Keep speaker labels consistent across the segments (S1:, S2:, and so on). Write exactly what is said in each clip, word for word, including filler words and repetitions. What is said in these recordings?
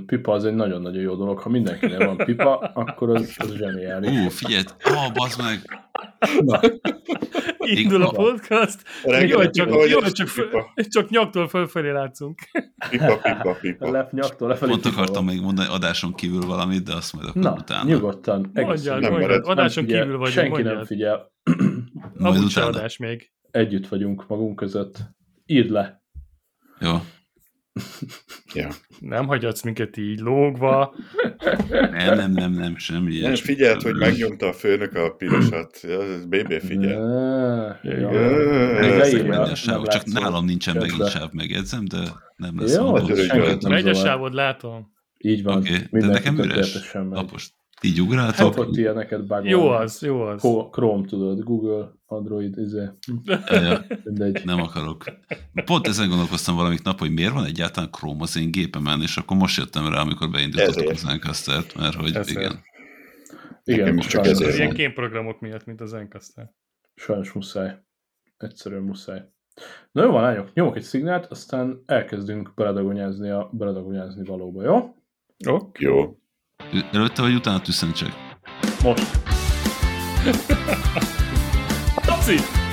S1: pipa az egy nagyon-nagyon jó dolog. Ha mindenkinek van pipa, akkor az, az zseniális.
S2: Ú, figyelj, ah, bazd meg!
S1: Na.
S3: Indul a podcast. Jó, hogy csak, jó, hogy csak, föl, csak nyaktól fölfelé látszunk.
S4: Pipa, pipa, pipa.
S1: Lef, nyaktól lefelé.
S2: Pont akartam még mondani adáson kívül valamit, de azt majd akkor
S1: Na,
S2: utána.
S1: nyugodtan.
S3: Mondjad, mondjad. Adáson
S1: figyel,
S3: kívül vagyunk,
S1: senki
S3: mondjad.
S1: nem figyel.
S2: Majd
S3: Amúgy
S2: utána.
S3: adás még.
S1: Együtt vagyunk magunk között. Írd le.
S2: Jó.
S4: Ja.
S3: Nem hagyatsz minket így lógva.
S2: Nem, nem, nem, nem, semmi.
S4: Nem, figyelt, hogy megnyomta a főnök a pirosat. Ez bé bé figyel.
S2: Csak nálam nincsen meg egy sáv, megjegyzem, de nem lesz.
S1: Jó,
S3: megy a sávod, látom.
S1: Így van.
S2: Oké, de nekem üres. Lapos. Így ugráltok.
S1: Hát ott ilyeneket bugolnak.
S3: Jó az, jó az.
S1: Chrome, tudod, Google, Android, izé.
S2: Ja, nem akarok. Pont ezen gondolkoztam valamik nap, hogy miért van egyáltalán Chrome az én gépemen, és akkor most jöttem rá, amikor beindítottuk az Zencastert, mert hogy
S3: ezért.
S2: igen.
S1: Igen,
S4: most csak ezért
S3: Ilyen
S4: van.
S3: kémprogramok miatt, mint a Zencaster.
S1: Sajnos muszáj. Egyszerűen muszáj. Na jó van, lányok, nyomok egy szignált, aztán elkezdünk beledagonyázni a beledagonyázni valóba, jó?
S3: Ok.
S4: Jó.
S2: Előtte vagy utána tüsszentsek?
S1: Most.
S3: Tapsi!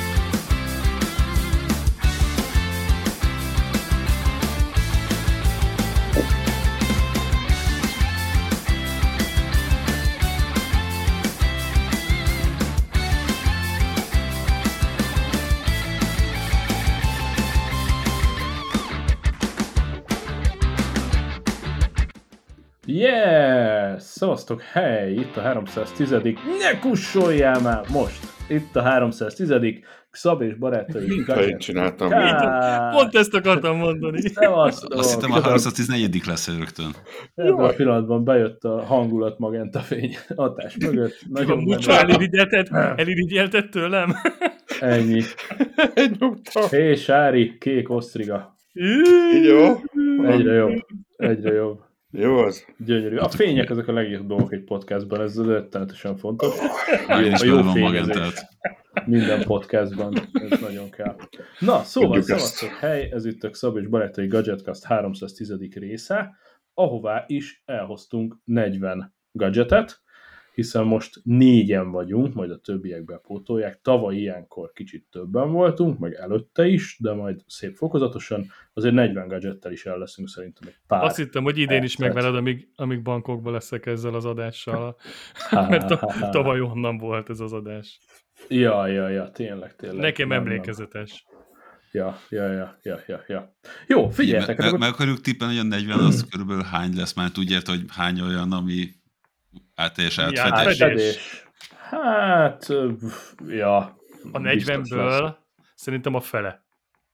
S1: Yeah! Szavaztok, hely! Itt a háromszáztízedik Ne kussoljál már! Most! Itt a háromszáztízedik Xab és barátai.
S4: Mintha én csináltam.
S1: Ká-
S3: Pont ezt akartam mondani.
S1: Szevasztok!
S2: Azt hittem a háromszáztizenegyedik lesz rögtön.
S1: Ebben a pillanatban bejött a hangulat magentafény hatás mögött. Nagyon
S3: Mucsó elirigyelted, elirigyelted tőlem.
S1: Ennyi.
S4: Nyugtam.
S1: Hé, Sári, kék osztriga.
S4: Így jó?
S1: Egyre jobb. Egyre jobb.
S4: Jó az.
S1: Gyönyörű. A fények azok a legjobb dolgok egy podcastban, ez rettenetesen fontos.
S2: Én is
S1: A jó
S2: belőlem a
S1: fényezés.
S2: magentát.
S1: Minden podcastban, ez nagyon kell. Na, szóval
S4: Tudjuk
S1: szavaztok, hely, ez itt a Xab és barátai Gadgetcast háromszáztízedik része, ahová is elhoztunk negyven gadgetet, hiszen most négyen vagyunk, majd a többiek bepótolják. Tavaly ilyenkor kicsit többen voltunk, meg előtte is, de majd szép fokozatosan, azért negyven gadgettel is el leszünk szerintem egy pár.
S3: Azt hittem, hogy idén is
S1: percet.
S3: megveled, amíg, amíg bankokban leszek ezzel az adással. Mert a, tavaly onnan volt ez az adás.
S1: Ja, ja, ja, tényleg, tényleg.
S3: Nekem
S1: Nem,
S3: emlékezetes.
S1: Ja, ja, ja, ja, ja, ja. Jó, figyeljetek.
S2: Meg, meg akarjuk tippelni, hogy a negyven az körülbelül hány lesz, már tudjátok, hogy hány olyan, ami átteljes átfedés.
S3: átfedés.
S1: Átfedés. Hát, ja.
S3: A
S1: biztos
S3: negyvenből
S1: lesz.
S3: szerintem a fele.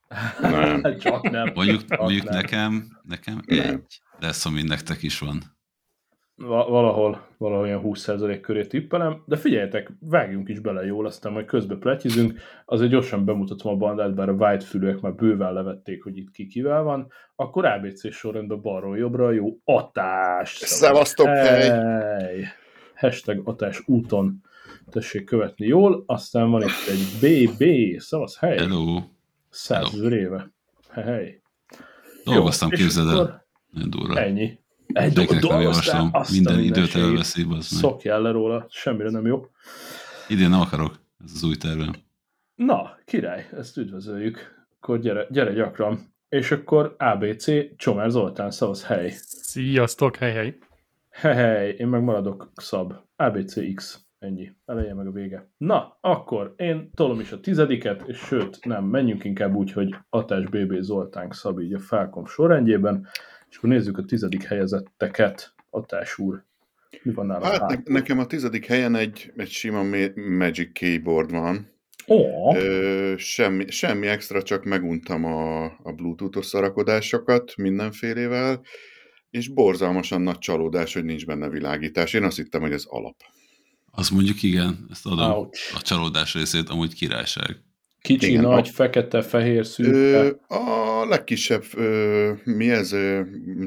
S4: Nem.
S1: Csak nem.
S2: Mondjuk,
S1: Csak
S2: mondjuk
S1: nem.
S2: nekem, nekem
S4: Nem.
S2: egy lesz, ami nektek is van.
S1: Va- valahol, valahol ilyen húsz százalék köré tippelem, de figyeljetek, vágjunk is bele jól, aztán majd közbe pletyizünk, azért gyorsan bemutatom a bandát, bár a white fülőek már bőven levették, hogy itt ki kivel van, akkor á bé cé sorrendben balról jobbra, jó, atás!
S4: Szevasztok, hely!
S1: hely! Hashtag atás úton tessék követni jól, aztán van itt egy bé bé, szavasz, hely!
S2: Hello!
S1: Százezer éve. Hely!
S2: Dolgoztam,
S1: és
S2: képzeld el.
S1: akkor
S2: Nagyon durva.
S1: Ennyi. Egy
S2: Gyereknek nem
S1: dolgoztál,
S2: javaslom.
S1: azt a
S2: Minden időt
S1: mindenségét.
S2: elveszi, bazd meg.
S1: Szokjál le róla, semmire nem jó.
S2: Idén nem akarok. Ez az új tervem.
S1: Na, király, ezt üdvözöljük. Akkor gyere, gyere gyakran. És akkor á bé cé, Csomer Zoltán, szavasz, hely.
S3: Sziasztok, hely, hely.
S1: Hely, hely, én meg maradok Xab. á bé cé X. Ennyi. Eleje meg a vége. Na, akkor én tolom is a tizediket, és sőt, nem, menjünk inkább úgy, hogy Atás bé bé Zoltán Xab így a Falcon sorrendjében, és akkor nézzük a tizedik helyezetteket. Atás úr. Mi van nála?
S4: Hát ne- nekem a tizedik helyen egy, egy sima Ma- Magic Keyboard van.
S1: Ó,
S4: Ö, semmi, semmi extra, csak meguntam a, a Bluetooth-os szarakodásokat mindenfélével, és borzalmasan nagy csalódás, hogy nincs benne világítás. Én azt hittem, hogy ez alap.
S2: Azt mondjuk igen, ezt adom.
S1: Ouch.
S2: A csalódás részét, amúgy királyság.
S1: Kicsi,
S4: Igen,
S1: nagy,
S4: a-
S1: fekete, fehér, szürke.
S4: Ö, a legkisebb, ö, mi ez? Ö,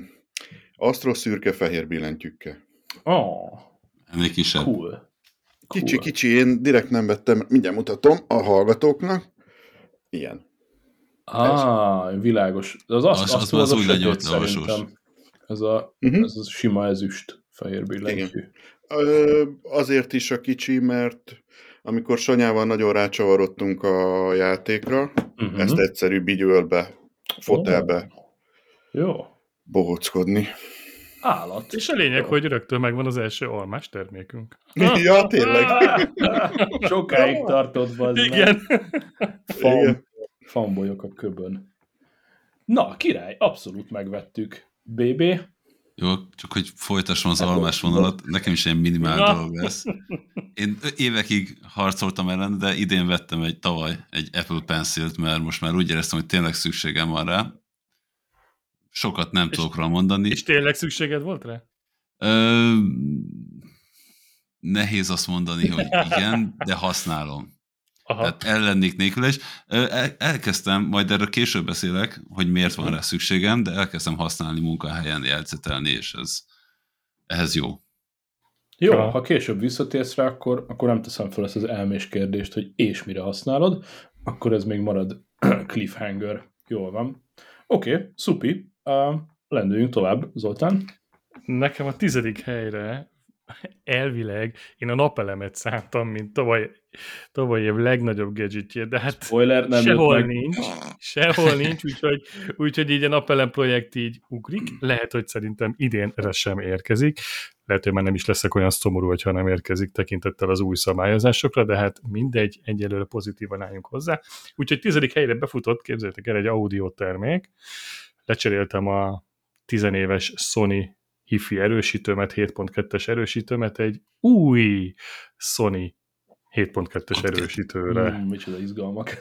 S4: asztroszürke-fehér billentyűkkel.
S1: Oh,
S2: Ennél kisebb.
S1: cool.
S4: Kicsi, kicsi, én direkt nem vettem, mindjárt mutatom a hallgatóknak. Ilyen.
S1: Ah, világos. Az azt,
S2: Az-
S1: azt,
S2: az-
S1: az,
S2: az
S1: az
S2: úgy
S1: sötét
S2: lenyomott, olvasós.
S1: szerintem. Ez a, uh-huh. ez a sima ezüst fehér billentyű.
S4: Azért is a kicsi, mert amikor Sanyával nagyon rácsavarodtunk a játékra, uh-huh. ezt egyszerű bigyőlbe, fotelbe oh.
S1: Jó.
S4: bohockodni.
S1: Állat.
S3: És a lényeg, Jó. hogy rögtön megvan az első almás termékünk.
S4: Ja, tényleg.
S1: Sokáig tartott, bazd meg.
S3: Igen.
S1: Fan, fanbolyok a köbön. Na, király, abszolút megvettük. bé bé?
S2: Jó, csak hogy folytassam az almás vonalat, nekem is ilyen minimál Na. dolog lesz. Én évekig harcoltam ellen, de idén vettem egy tavaly egy Apple Pencilt, mert most már úgy éreztem, hogy tényleg szükségem van rá. Sokat nem és, tudok rá mondani.
S3: És tényleg szükséged volt rá?
S2: Ö, nehéz azt mondani, hogy igen, de használom. Aha. Tehát ellennék nélkül, és el, elkezdtem, majd erről később beszélek, hogy miért van rá szükségem, de elkezdtem használni munkahelyen, jegyzetelni, és ez, ehhez jó.
S1: Jó, ha később visszatérsz rá, akkor, akkor nem teszem fel ezt az elmés kérdést, hogy és mire használod, akkor ez még marad cliffhanger. Jól van. Oké, okay, szupi. Uh, lendüljünk tovább, Zoltán.
S3: Nekem a tizedik helyre elvileg én a napelemet szántam, mint tavaly, tavaly év legnagyobb gadgetjét, de hát
S1: Spoiler, nem
S3: sehol nincs, sehol nincs, úgyhogy, úgyhogy így a napelem projekt így ugrik. Lehet, hogy szerintem idén erre sem érkezik. Lehet, hogy már nem is leszek olyan szomorú, hogyha nem érkezik tekintettel az új szabályozásokra, de hát mindegy, egyelőre pozitívan álljunk hozzá. Úgyhogy tizedik helyre befutott, képzeljétek el, egy audio termék. Lecseréltem a tizenéves Sony Hi-Fi erősítőmet, hét pont kettes erősítőmet egy új Sony hét pont kettes erősítőre.
S1: Mm, micsoda izgalmak.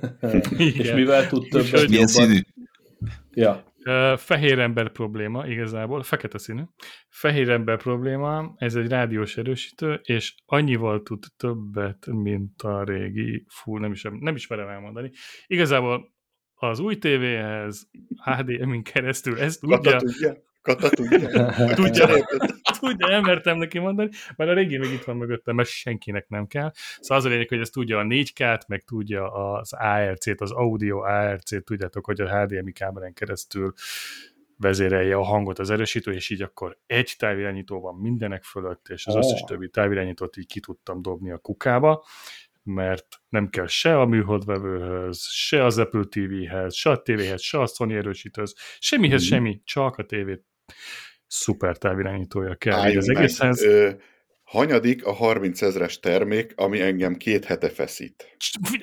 S1: És mivel tud többet
S2: jobban? Színű?
S1: Ja.
S3: Uh, fehér ember probléma, igazából, fekete színű. Fehér ember probléma, ez egy rádiós erősítő, és annyival tud többet, mint a régi, fú, nem, is, nem ismerem elmondani. Igazából az új tévéhez há dé em-in keresztül ezt tudja.
S4: Kata tudja. Kata tudja.
S3: tudja, tudja, elmertem neki mondani, mert a régi még itt van mögöttem, mert senkinek nem kell. Szóval az a lényeg, hogy ez tudja a négy ká-t, meg tudja az á er cé-t, az audio á er cé-t, tudjátok, hogy a há dé em-i kábelen keresztül vezérelje a hangot az erősítő, és így akkor egy távirányító van mindenek fölött, és az oh. összes többi távirányítót így ki tudtam dobni a kukába, mert nem kell se a műholdvevőhöz, se az Apple té véhez, se a tévéhez, se a Sony erősítőhöz, semmihez mm. semmi, csak a tévét szuper távirányítója kell. Az egészhez...
S4: Ö, hanyadik a harmincezres termék, ami engem két hete feszít.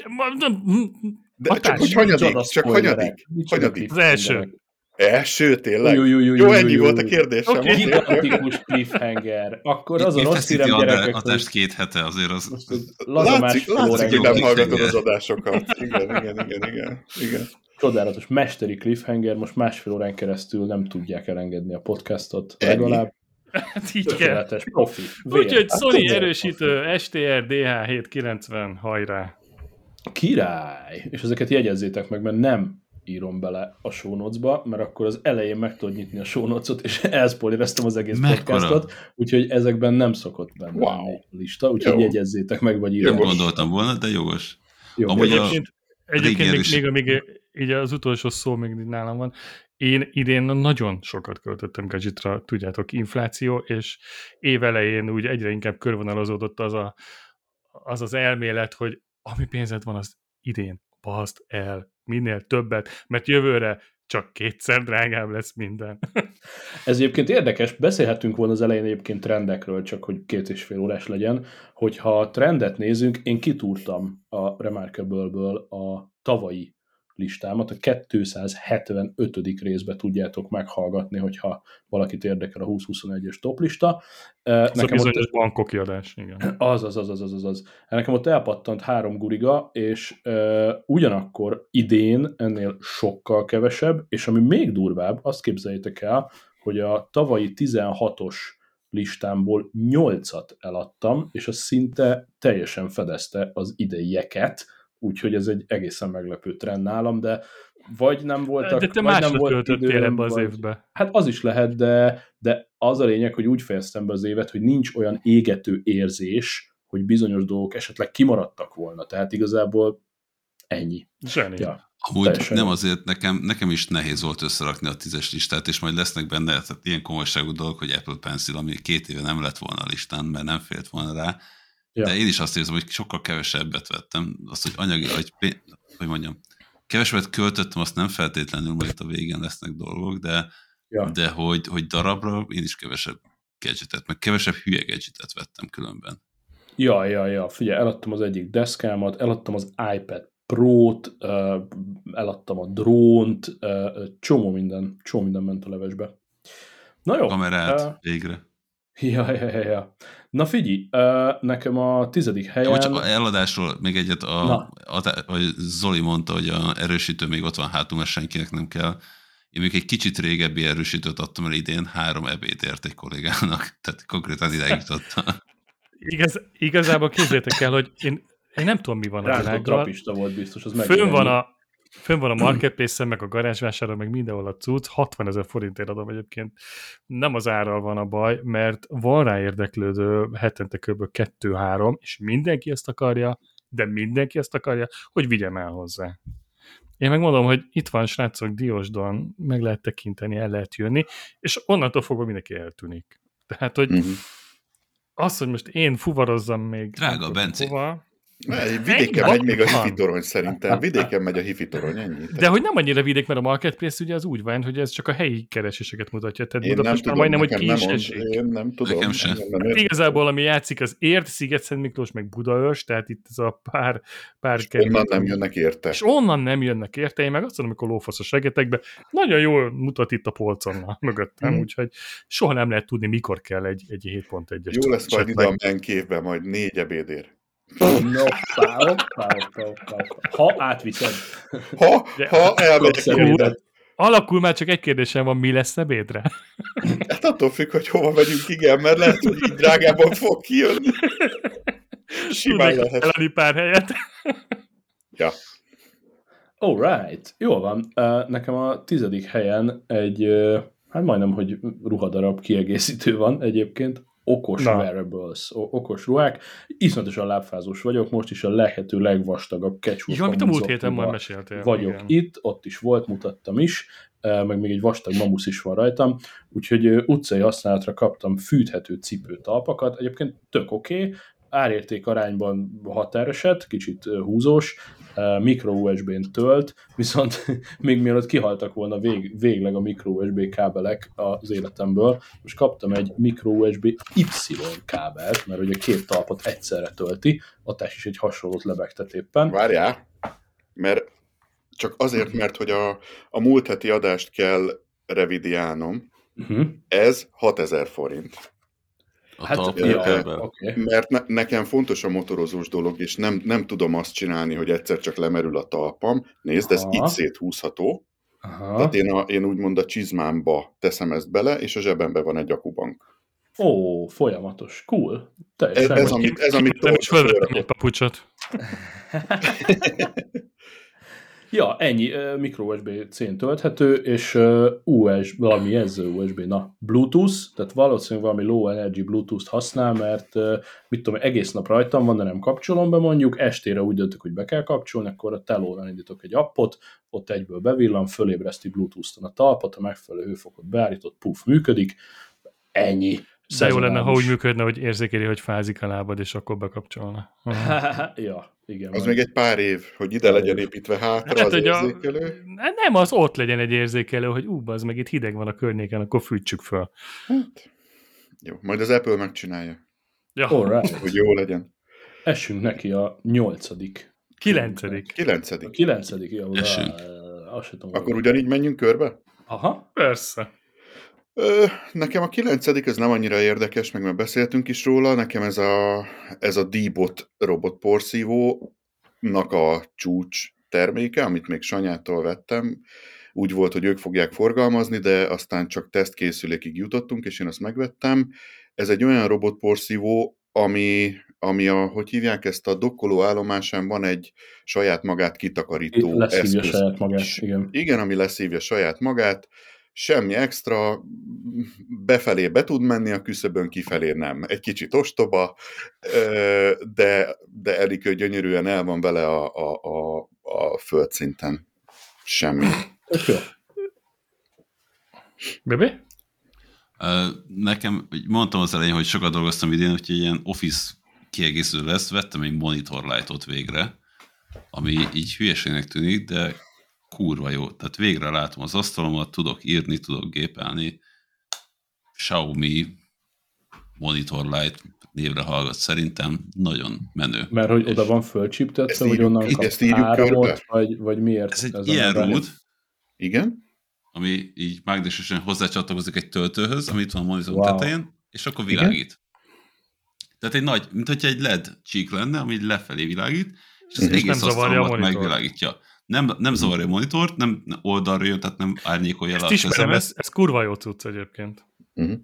S4: De csak hogy hanyadik, csak hanyadik. hanyadik.
S3: Az első.
S4: Első, tényleg? Jó, jó, jó, jó, jó ennyi jó, volt a kérdésem.
S1: Okay. Gigantikus cliffhanger. Akkor azon azt hírem, gyerekek,
S2: hogy... A két hete azért az...
S4: Látszik, látszik hogy nem hallgatod az adásokat. Igen, igen, igen, igen, igen.
S1: Csodálatos mesteri cliffhanger, most másfél órán keresztül nem tudják elengedni a podcastot. Legalább.
S3: Hát így kell.
S1: Profi.
S3: Úgyhogy Sony erősítő es té er dé há hétszázkilencven, hajrá.
S1: Király! És ezeket jegyezzétek meg, mert nem írom bele a show notes-ba, mert akkor az elején meg tudod nyitni a show notes-ot, és elspoilereztem az egész Mekkora? podcastot, úgyhogy ezekben nem szokott benne wow. a lista, úgyhogy Jó. jegyezzétek meg, vagy írom.
S2: Nem gondoltam volna, de jogos.
S1: Jó.
S3: Amúgy egyébként, a egyébként még, még, még így az utolsó szó még nálam van. Én idén nagyon sokat költöttem gadgetra, tudjátok, infláció, és év elején úgy egyre inkább körvonalazódott az a, az, az elmélet, hogy ami pénzed van, az idén baszd el minél többet, mert jövőre csak kétszer drágább lesz minden.
S1: Ez egyébként érdekes, beszélhetünk volna az elején egyébként trendekről, csak hogy két és fél órás legyen, hogyha trendet nézünk, én kitúrtam a Remarkable-ből a tavalyi listámat, a kétszázhetvenötödik részbe tudjátok meghallgatni, hogyha valakit érdekel a húsz huszonegyes toplista.
S3: Ez Nekem a bizonyos ott... bankok kiadás, igen.
S1: Az, az, az, az, az, az, az. Nekem ott elpattant három guriga, és uh, ugyanakkor idén ennél sokkal kevesebb, és ami még durvább, azt képzeljétek el, hogy a tavalyi tizenhatos listámból nyolcat eladtam, és az szinte teljesen fedezte az ideieket, úgyhogy ez egy egészen meglepő trend nálam, de vagy nem voltak...
S3: De te
S1: vagy nem
S3: volt töltöttél ebbe az évbe.
S1: Hát az is lehet, de, de az a lényeg, hogy úgy fejeztem be az évet, hogy nincs olyan égető érzés, hogy bizonyos dolgok esetleg kimaradtak volna. Tehát igazából ennyi.
S3: Zseni.
S1: Ja.
S2: Amúgy
S1: Teljesen.
S2: nem azért, nekem, nekem is nehéz volt összerakni a tízes listát, és majd lesznek benne tehát ilyen komolyságú dolgok, hogy Apple Pencil, ami két éve nem lett volna a listán, mert nem félt volna rá,
S1: Ja.
S2: de én is azt érzem, hogy sokkal kevesebbet vettem. Azt, hogy anyagi, hogy, hogy mondjam, kevesebbet költöttem, azt nem feltétlenül, majd itt a végén lesznek dolgok, de,
S1: Ja.
S2: de hogy, hogy darabra én is kevesebb gadgetet, meg kevesebb hülye gadgetet vettem különben.
S1: Ja, ja, ja. Figyelj, eladtam az egyik deszkámat, eladtam az iPad Pro-t, uh, eladtam a drónt, uh, csomó minden, csomó minden ment a levesbe. Na jó.
S2: Kamerát,
S1: uh,
S2: végre.
S1: Ja, ja, ja, ja. Na figyelj, uh, nekem a tizedik helyen...
S2: Hogy a eladásról még egyet, a, a, a Zoli mondta, hogy a erősítő még ott van hátul, mert senkinek nem kell. Én még egy kicsit régebbi erősítőt adtam el idén, három ebédért egy kollégának, tehát konkrétan ideig jutotta.
S3: Igaz, igazából képzeljétek el, hogy én, én nem tudom, mi van a
S1: Rántott
S3: világgal.
S1: trapista volt biztos, az
S3: Fönn van a, fönn van a Marketplace-en, meg a garázsvásáron, meg mindenhol a cucc, hatvanezer forintért adom egyébként. Nem az árral van a baj, mert van rá érdeklődő hetente kb. kettő-három, és mindenki ezt akarja, de mindenki ezt akarja, hogy vigyem el hozzá. Én megmondom, hogy itt van, srácok, Diósdon, meg lehet tekinteni, el lehet jönni, és onnantól fogva mindenki eltűnik. Tehát, hogy
S4: Mhm.
S3: az, hogy most én fuvarozzam még...
S2: Drága, Bence.
S3: Hova,
S4: Vidéken
S3: Ennyi
S4: megy még a
S3: van.
S4: hifi torony szerintem. Vidéken megy a hifi torony, ennyi.
S3: de hogy nem annyira vidék, mert a Marketplace ugye az úgy van, hogy ez csak a helyi kereséseket mutatja. Tehát
S4: Én nem
S3: Budapest már
S4: tudom,
S3: majdnem, hogy
S4: nekem
S3: ki
S4: nem
S3: is
S4: mond,
S3: esik.
S4: én nem tudom.
S2: Nekem sem.
S4: Nem, nem, nem,
S3: Igazából, ami játszik, az Ért, Sziget-Szent Miklós, meg Budaörs, tehát itt ez a pár, pár
S4: és onnan
S3: kerület,
S4: nem
S3: ami-
S4: jönnek érte.
S3: És onnan nem jönnek érte, én meg azt mondom, amikor lófasz a segetekbe, nagyon jól mutat itt a polcon mögöttem,
S4: Mhm.
S3: úgyhogy soha nem lehet tudni, mikor kell egy, egy hét pont egyes.
S4: Jó lesz majd
S3: chat
S4: ide a
S3: meg.
S4: menkévbe, majd négy ebédért.
S1: No, pá, hoppá, hoppá, hoppá. Ha átviszed.
S4: Ha,
S3: De-
S4: ha elmegyek
S1: Szerinted.
S4: ide,
S3: Alakul már csak egy kérdésem van, mi lesz ebédre?
S4: hát attól függ, hogy hova megyünk, igen, mert lehet, hogy így drágában fog kijönni. Simán
S3: Tudnék
S4: lehet.
S3: eladni pár helyet.
S4: Ja.
S1: Alright, jól van. Uh, Nekem a tizedik helyen egy, uh, hát majdnem, hogy ruhadarab kiegészítő van egyébként, okos
S3: Na.
S1: wearables, o- okos ruhák. Iszonyatosan lábfázós vagyok, most is a lehető legvastagabb kecsúfa
S3: Jó, amit a múlt héten
S1: muzoknival
S3: majd meséltél.
S1: vagyok
S3: igen.
S1: itt, ott is volt, mutattam is, uh, meg még egy vastag mamusz is van rajtam, úgyhogy uh, utcai használatra kaptam fűthető cipőtalpakat, egyébként tök oké, okay, árérték arányban határeset, kicsit uh, húzós, uh, micro u es bé-n tölt, viszont még mielőtt kihaltak volna vég, végleg a micro u es bé kábelek az életemből, most kaptam egy micro u es bé Y kábelt, mert ugye két talpot egyszerre tölti, ott is egy hasonlót lebegtet éppen.
S4: Várjál, mert csak azért, mert hogy a, a múlt heti adást kell revidiálnom,
S1: Uh-huh.
S4: ez hatezer forint.
S2: A
S1: Hát,
S2: talp
S4: ja,
S2: nélkülben.
S1: oké.
S4: Mert ne, nekem fontos a motorozós dolog, és nem, nem tudom azt csinálni, hogy egyszer csak lemerül a talpam. Nézd, ez
S1: Aha.
S4: itt széthúzható.
S1: Aha.
S4: Tehát én, a, én úgymond a csizmámba teszem ezt bele, és a zsebemben van egy akubank.
S1: Ó, folyamatos. Cool.
S4: Ez,
S1: Teljesen.
S4: ez, amit, ez, amit
S3: Nem is
S4: tolva
S3: fölvettem egy
S4: fölrakok.
S3: papucsot.
S1: Ja, ennyi. uh, micro u es bé C-n tölthető, és uh, u es bé, valami ez u es bé, na, Bluetooth, tehát valószínűleg valami low energy Bluetooth-t használ, mert uh, mit tudom, egész nap rajtam van, de nem kapcsolom be mondjuk, estére úgy döntök, hogy be kell kapcsolni, akkor a telóra indítok egy appot, ott egyből bevillan, fölébreszti Bluetooth-on a talpat, a megfelelő hőfokot beállított, puff, működik, ennyi.
S3: De jó lenne, ha úgy
S1: Szezonális.
S3: működne, hogy érzékeli, hogy fázik a lábad, és akkor bekapcsolna. Aha.
S1: Ja, igen.
S4: Az
S1: van.
S4: még egy pár év, hogy ide legyen építve hátra
S3: Hát,
S4: az
S3: hogy a...
S4: érzékelő.
S3: Nem, az ott legyen egy érzékelő, hogy ú, az meg itt hideg van a környéken, akkor fűtsük föl.
S4: Hát, jó, majd az Apple megcsinálja,
S3: Ja,
S1: Alright.
S4: hogy jó legyen.
S1: Essünk neki a nyolcadik.
S3: kilencedik.
S1: A
S4: Kilencedik.
S1: kilencedik, jó.
S2: Essünk.
S1: Azt sem tudom.
S4: Akkor ugyanígy menjünk körbe?
S1: Aha.
S3: Persze.
S4: Ö, nekem a kilencedik, ez nem annyira érdekes, meg már beszéltünk is róla, nekem ez a, ez a D-Bot robotporszívónak a csúcs terméke, amit még Sanyától vettem. Úgy volt, hogy ők fogják forgalmazni, de aztán csak tesztkészülékig jutottunk, és én azt megvettem. Ez egy olyan robotporszívó, ami, ami a, hogy hívják ezt, a dokkoló állomásán van egy saját magát kitakarító
S1: Leszívja
S4: eszköz.
S1: saját magát, igen.
S4: Igen, ami leszívja saját magát, semmi extra, befelé be tud menni a küszöbön, kifelé nem. Egy kicsit ostoba, de, de elikő gyönyörűen el van vele a, a, a, a földszinten. Semmi.
S1: Tök jó.
S3: Bébé?
S2: Nekem, mondtam az elején, hogy sokat dolgoztam idén, úgyhogy ilyen Office kiegészítő lesz, vettem egy monitor lightot végre, ami így hülyeségnek tűnik, de kurva jó. Tehát végre látom az asztalomat, tudok írni, tudok gépelni. Xiaomi monitor light névre hallgat, szerintem nagyon menő.
S1: Mert hogy
S2: És
S1: oda van fölcsíptetve, hogy
S4: írjuk-
S1: onnan kap
S4: ezt írjuk
S1: áramot,
S4: körbe?
S1: vagy, vagy miért?
S2: Ez egy
S1: a
S2: ilyen
S1: neve?
S2: rúd,
S4: Igen?
S2: ami így mágnesesen hozzácsatlakozik egy töltőhöz, amit van a monitor
S1: Wow.
S2: tetején, és akkor világít. Tehát egy nagy, mint hogyha egy el é dé csík lenne, ami így lefelé világít, és az
S4: És
S2: egész
S3: nem zavarja a
S2: asztalomat
S3: monitort.
S2: megvilágítja. Nem, nem zavarja a monitort, nem oldalra jön, tehát nem árnyékolja le
S3: Ezt
S2: a
S3: ismerem,
S2: kezemet.
S3: ez, ez kurva jó cucc egyébként.
S4: Uh-huh.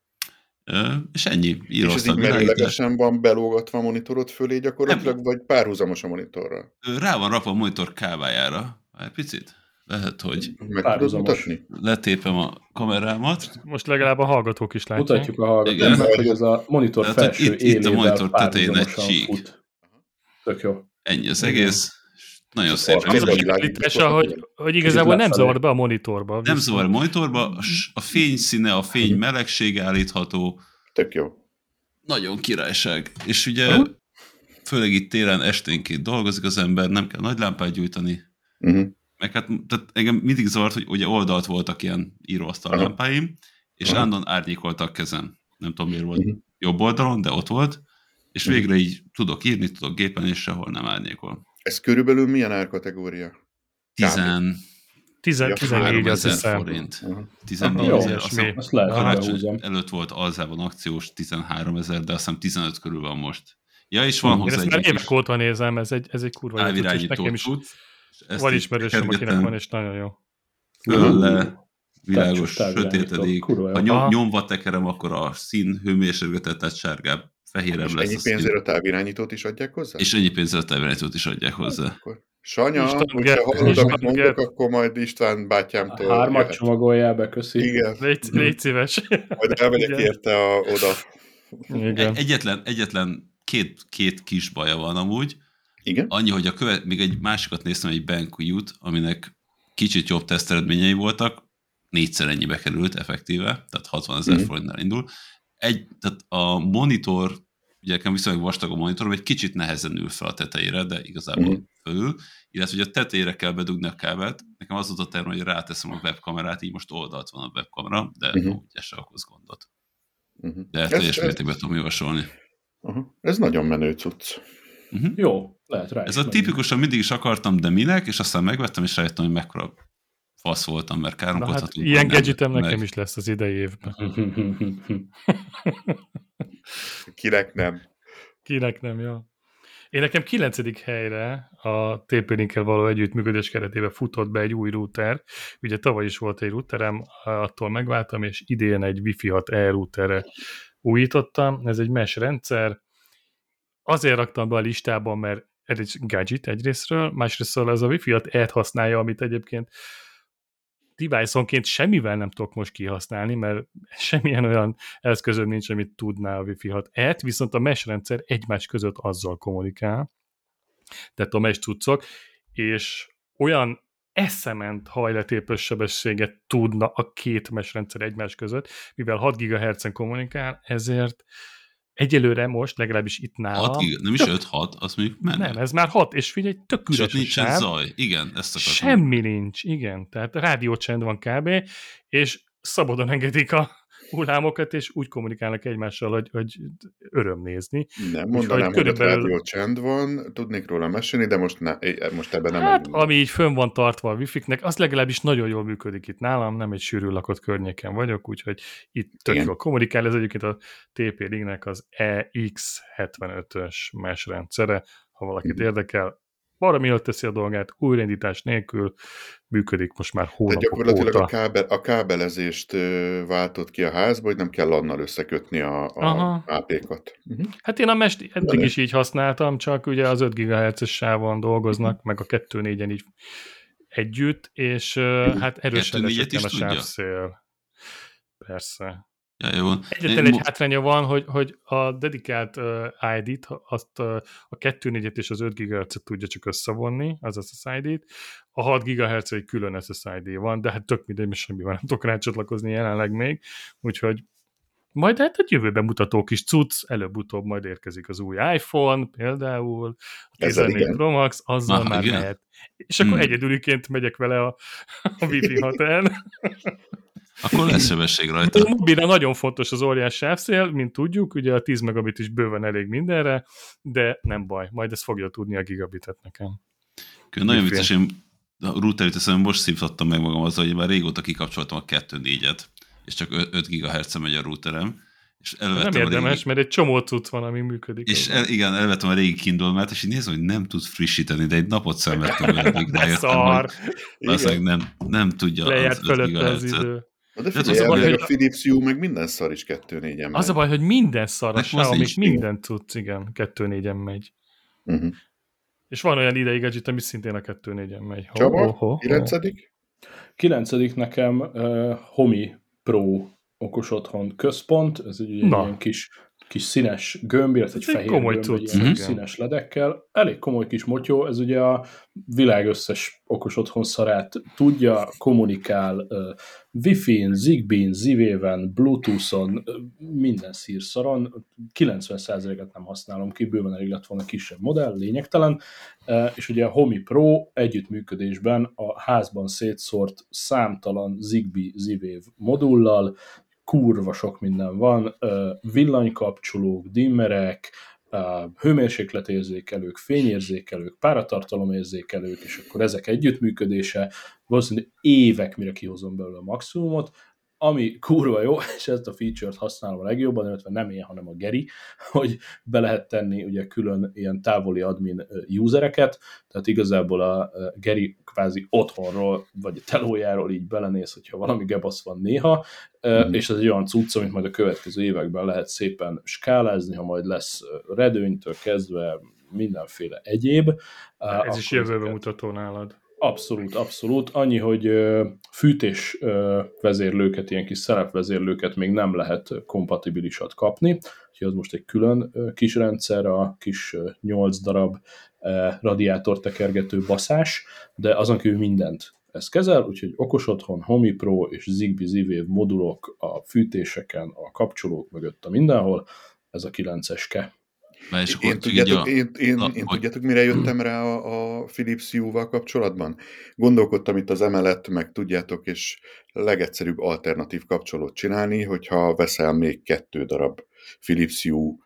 S2: Ö, És ennyi.
S4: És
S2: Író
S4: ez
S2: aztán
S4: így
S2: világítás.
S4: merőlegesen van belógatva a monitorod fölé gyakorlatilag, vagy párhuzamos a monitorral?
S2: Ö, Rá van rakva a monitor kávájára. Egy picit. Lehet, hogy
S4: Meg tudod
S1: Párhuzamos.
S4: mutatni?
S2: letépem a kamerámat.
S3: Most legalább a hallgatók is látják.
S1: Mutatjuk a
S2: Igen.
S1: hallgatóknak, hogy ez a monitor
S2: Tehát, hogy
S1: felső
S2: itt- itt a
S1: élével
S2: monitor tetején egy
S1: párhuzamosan
S2: csík.
S1: fut. Tök jó.
S2: Ennyi az egész. Nagyon
S4: Az
S2: szépen.
S4: arcodra
S3: Az a
S2: működik.
S4: világít.
S3: sikrítása, hogy, hogy igazából nem
S1: lefelé.
S3: zavar be a monitorba.
S2: Nem
S3: viszont-
S2: zavar a monitorba, a s- a fény színe, a fény melegsége állítható.
S4: Tök jó.
S2: Nagyon királyság. És ugye főleg itt télen esténként dolgozik az ember, nem kell nagy lámpát gyújtani.
S4: Uh-huh.
S2: Meg hát tehát engem mindig zavart, hogy ugye oldalt voltak ilyen íróasztal
S4: Aha.
S2: lámpáim, és
S4: Aha.
S2: állandóan árnyékoltak kezem. Nem tudom miért volt
S4: Uh-huh.
S2: jobb oldalon, de ott volt. És
S4: Mhm.
S2: végre így tudok írni, tudok gépelni, és sehol nem árnyékol.
S4: Ez körülbelül milyen árkategória?
S2: Tizen,
S3: Tizen-
S4: Ja,
S3: tizennégy azt
S2: háromezer
S3: hiszem.
S2: forint.
S4: Uh-huh.
S2: tizennégy
S1: Jó,
S2: ezer,
S3: és
S2: azt
S3: mi?
S2: hiszem,
S1: Azt lehet, hogy
S3: Aha.
S1: behúzom.
S2: karácsony előtt volt alzában akciós tizenhárom ezer, de azt hiszem tizenöt körül van most. Ja, és van
S1: Én
S3: Én
S2: hozzá
S3: ezt
S2: egy
S3: már
S2: ilyen
S3: évek
S2: kis
S3: óta nézem, ez egy, ez egy kurva jó cucc, és
S2: távirányító
S3: nekem is
S2: cucc. és ezt
S3: van
S2: így
S3: ismerősöm, akinek
S2: tekergettem,
S3: van, és nagyon jó.
S2: föl le, világos,
S1: távirányító,
S2: sötétedik.
S1: kurva jó.
S2: Ha nyom,
S3: Aha.
S2: nyomva tekerem, akkor a szín hőmérsékletet, tehát sárgább, fehérebb
S4: És
S2: lesz
S4: ennyi
S2: a szín.
S4: pénzért a távirányítót is adják hozzá?
S2: És ennyi pénzzel a távirányítót is adják hozzá.
S4: Akkor. Sanya,
S3: István
S4: hogyha
S3: Gert-
S4: hallod,
S3: István
S4: amit mondok,
S3: Gert.
S4: akkor majd István bátyámtól
S1: Hármat
S4: jöhet.
S1: csomagoljál be, köszi.
S4: Igen,
S3: Légy, légy szíves.
S4: majd elmegyek
S3: Igen.
S4: érte a, oda.
S3: Igen.
S2: Egy, egyetlen, egyetlen két, két kis baja van amúgy.
S4: Igen?
S2: Annyi, hogy a követ, még egy másikat néztem, egy BenQ-t, aminek kicsit jobb teszteredményei voltak, négyszer ennyibe került effektíve, tehát hatvanezer
S4: Mhm.
S2: forintnál indul. Egy, tehát a monitor, ugye nekem viszonylag vastag a monitorom, egy kicsit nehezen ül fel a tetejére, de igazából
S4: Mhm.
S2: fölül, illetve hogy a tetejére kell bedugni a kábelt. Nekem az volt a terv, hogy ráteszem a webkamerát, így most oldalt van a webkamera, de
S4: Mhm.
S2: úgy ez se okoz gondot.
S4: Uh-huh.
S2: De
S4: Ez-
S2: teljes
S4: ez-
S2: mértékben tudom javasolni.
S4: Uh-huh. Ez nagyon menő cucc.
S2: Uh-huh.
S1: Jó, lehet rá
S2: Ez
S1: is
S2: a
S1: menni.
S2: tipikusan mindig is akartam, de minek, és aztán megvettem, és rájöttem, hogy mekkora fasz voltam, mert
S3: Na
S2: káromkodhatunk.
S3: hát ilyen
S2: hogy nem
S3: gadgetem
S2: vettem
S3: nekem
S2: meg.
S3: is lesz az idei évben.
S4: Kinek nem?
S3: Kinek nem, jó. Én nekem kilencedik helyre a té pé Linkkel való együttműködés keretében futott be egy új router. Ugye tavaly is volt egy routerem, attól megváltam, és idén egy Wi-Fi hat E routerre újítottam. Ez egy mesh rendszer. Azért raktam be a listában, mert ez egy gadget egyrésztről, másrésztről ez a Wi-Fi hat E-t használja, amit egyébként device-onként semmivel nem tudok most kihasználni, mert semmilyen olyan eszközön nincs, amit tudná a Wi-Fi hat E-t, viszont a mesh rendszer egymás között azzal kommunikál, tehát a mesh cuccok, és olyan eszement hajletépős sebességet tudna a két mesh rendszer egymás között, mivel hat gigahertzen kommunikál, ezért egyelőre most, legalábbis itt nálam...
S2: hat giga, nem is öt hat, az mondjuk menő.
S3: Nem, ez már hat, és figyelj, tök
S2: És
S3: üres
S2: ott
S3: a
S2: nincsen
S3: sáv.
S2: zaj. Igen, ezt akartam.
S3: Semmi nincs, igen. Tehát rádiócsend van kb. És szabadon engedik a hullámokat, és úgy kommunikálnak egymással, hogy, hogy öröm nézni.
S4: Nem mondanám, hogy
S3: körülbelül-
S4: ott rádió csend van, tudnék róla mesélni, de most, ne, most ebben nem
S3: Hát,
S4: menjünk.
S3: ami így fönn van tartva a wifi-nek, az legalábbis nagyon jól működik itt nálam, nem egy sűrű lakott környéken vagyok, úgyhogy itt tök
S4: Igen.
S3: jól kommunikál. Ez egyébként a té pé Linknek az E X hetvenötös mesh rendszere, ha valakit
S4: Mhm.
S3: érdekel. Valami jól teszi a dolgát, újraindítás nélkül működik most már
S4: Tehát
S3: hónapok
S4: gyakorlatilag a,
S3: óta.
S4: kábel, a kábelezést ö, váltott ki a házba, hogy nem kell annal összekötni a, a
S3: Aha.
S4: á pé-kat. Uh-huh.
S3: Hát én a mest eddig
S4: Menő.
S3: is így használtam, csak ugye az öt gigahertzes sávon dolgoznak, meg a kettő négyen így együtt, és uh, hát erősen
S2: kettő négyet
S3: esett nem a
S2: is tudja?
S3: sávszél. Persze.
S2: Ja, jó.
S3: Egyetlen egy hátránya van, hogy, hogy a dedikált uh, i dé-t, azt uh, a kettő négyet és az öt gigahertzet tudja csak összevonni, az es es i dé-t. A hat gigahertz egy külön es es i dé van, de hát tök mindegy, semmi van, nem tudok rácsatlakozni jelenleg még, úgyhogy majd hát egy jövőben mutató kis cucc, előbb-utóbb majd érkezik az új iPhone, például a tizennégy Pro Max, azzal ah, már igen. mehet. És akkor hmm. egyedüliként megyek vele a, a Wi-Fi határán.
S2: Akkor lesz sebesség rajta.
S3: A mobilra nagyon fontos az óriás sávszél, mint tudjuk, ugye a tíz megabit is bőven elég mindenre, de nem baj, majd ezt fogja tudni a gigabitet nekem.
S2: Külön nagyon vicces, én a routerit teszem, most szívtattam meg magam azzal, hogy már régóta kikapcsoltam a kettő négyet, és csak öt gigahertzen megy a routerem. És
S3: nem érdemes, régi... mert egy csomó cucc van, ami működik.
S2: És el, igen, elvettem a régi Kindle-met, és így nézem, hogy nem tud frissíteni, de egy napot szenvedtem vele, még rájöttem, hogy valószínűleg nem, nem tudja
S3: lejárt az öt gigahertzet.
S4: De figyelj, az a, baj, hogy a Philips Hue meg minden szar is kettő négyen megy.
S3: Az a baj, hogy minden szar, a Xiaomi minden cucc, igen, kettő négyen megy. Uh-huh. És van olyan idei gadget, ami szintén a kettő négyen megy. Ho,
S4: Csaba,
S3: ho, ho, ho.
S4: kilencedik?
S1: kilencedik nekem uh, Homi Pro okos otthon központ, ez egy ilyen kis, kis színes gömb, illetve egy fehér
S3: komoly
S1: gömb, egy ilyen színes ledekkel. Elég komoly kis motyó, ez ugye a világ összes okos otthon szarát tudja, kommunikál uh, Wi-Fi-n, Zigbee-n, Zivéven, Bluetooth-on, uh, minden szírszaron. kilencven százalékot nem használom ki, bőven elég lett volna kisebb modell, lényegtelen. Uh, és ugye a Homi Pro együttműködésben a házban szétszórt számtalan Zigbee Z-Wave modullal, kurva sok minden van, villanykapcsolók, dimmerek, hőmérsékletérzékelők, fényérzékelők, páratartalomérzékelők, és akkor ezek együttműködése, valószínűleg évek, mire kihozom belőle a maximumot, ami kurva jó, és ezt a feature-t használom a legjobban, illetve nem én, hanem a Geri, hogy be lehet tenni ugye külön ilyen távoli admin usereket, tehát igazából a Geri kvázi otthonról, vagy a telójáról így belenéz, hogyha valami gebasz van néha, mm. és ez egy olyan cucc, amit majd a következő években lehet szépen skálázni, ha majd lesz redőnytől kezdve mindenféle egyéb.
S3: Ez is jövőben mutató nálad.
S1: Abszolút, abszolút. Annyi, hogy fűtés vezérlőket, ilyen kis szerepvezérlőket még nem lehet kompatibilisat kapni, úgyhogy az most egy külön kis rendszer, a kis nyolc darab radiátortekergető baszás, de azon kívül mindent ez kezel, úgyhogy okos otthon, Homi Pro és Zigbee Z-Wave modulok a fűtéseken, a kapcsolók mögött a mindenhol, ez a kilenceske.
S4: Én, tudjátok, én, én, na, én tudjátok, mire jöttem rá a, a Philips Hue-val kapcsolatban? Gondolkodtam itt az emelet, meg tudjátok, és legegyszerűbb alternatív kapcsolót csinálni, hogyha veszel még kettő darab Philips Hue,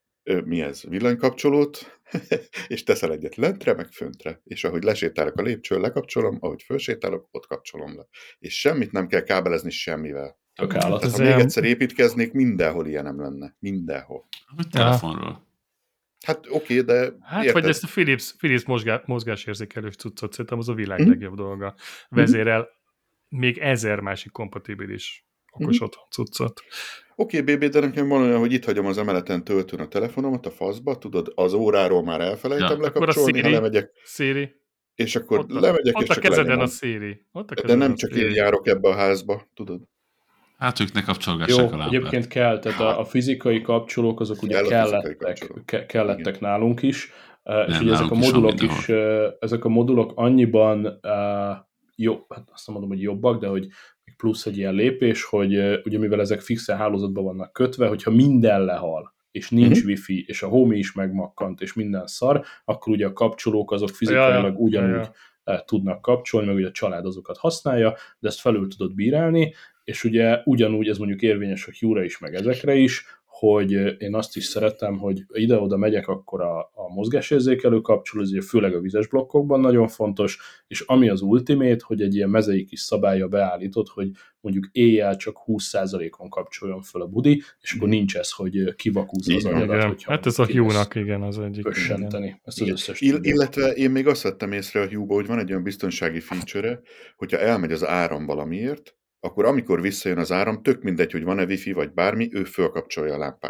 S4: mi ez, villanykapcsolót, és teszel egyet lentre, meg föntre. És ahogy lesétálok a lépcsőn, lekapcsolom, ahogy fölsétálok, ott kapcsolom le. És semmit nem kell kábelezni semmivel. Tehát, ha még egyszer építkeznék, mindenhol ilyen nem lenne. Mindenhol.
S2: A telefonról.
S4: Hát oké, okay, de...
S3: Hát, érted? Vagy ezt a Philips, Philips mozgá, mozgásérzékelős cuccot, szerintem az a világ mm. legjobb dolga. Vezérel mm. még ezer másik kompatibilis okos mm. otthon cuccot.
S4: Oké, okay, bé bé, de nekem van olyan, hogy itt hagyom az emeleten töltőn a telefonomat a faszba, tudod, az óráról már elfelejtem ja. lekapcsolni, ha lemegyek.
S3: Siri.
S4: És akkor
S3: ott
S4: lemegyek,
S3: ott
S4: és
S3: a
S4: csak
S3: kezeden
S4: lenyomom.
S3: a Siri. Ott a
S4: de nem csak én járok ebbe a házba, tudod.
S2: Hát ők ne kapcsolgassák
S1: Jó,
S2: a lámpát.
S1: Egyébként kell, tehát a, a fizikai kapcsolók azok ugye kellettek, ke, kellettek Igen. nálunk is, uh, és ugye ezek a modulok is, is uh, ezek a modulok annyiban uh, jó, hát azt mondom, hogy jobbak, de hogy plusz egy ilyen lépés, hogy uh, ugye mivel ezek fixen hálózatban vannak kötve, hogyha minden lehal, és nincs uh-huh. wifi, és a Homi is megmakkant, és minden szar, akkor ugye a kapcsolók azok fizikailag ja, ugyanúgy ja, ja. tudnak kapcsolni, meg ugye a család azokat használja, de ezt felül tudod bírálni, és ugye ugyanúgy ez mondjuk érvényes a Hue-ra is, meg ezekre is, hogy én azt is szeretem, hogy ide-oda megyek, akkor a, a mozgásérzékelő kapcsoló, ez ugye főleg a vizes blokkokban nagyon fontos, és ami az ultimate, hogy egy ilyen mezei kis szabálya beállított, hogy mondjuk éjjel csak húsz százalékon kapcsoljon fel a budi, és akkor nincs ez, hogy kivakúzza az agyadat.
S3: Hát ez a Hue-nak, igen, az egyik.
S1: Kössenteni ezt az összes.
S4: Ill- illetve én még azt vettem észre a Hue-ba, hogy van egy olyan biztonsági feature-e, hogyha elmegy az áram valamiért, akkor amikor visszajön az áram, tök mindegy, hogy van-e wifi vagy bármi, ő fölkapcsolja a lámpákat.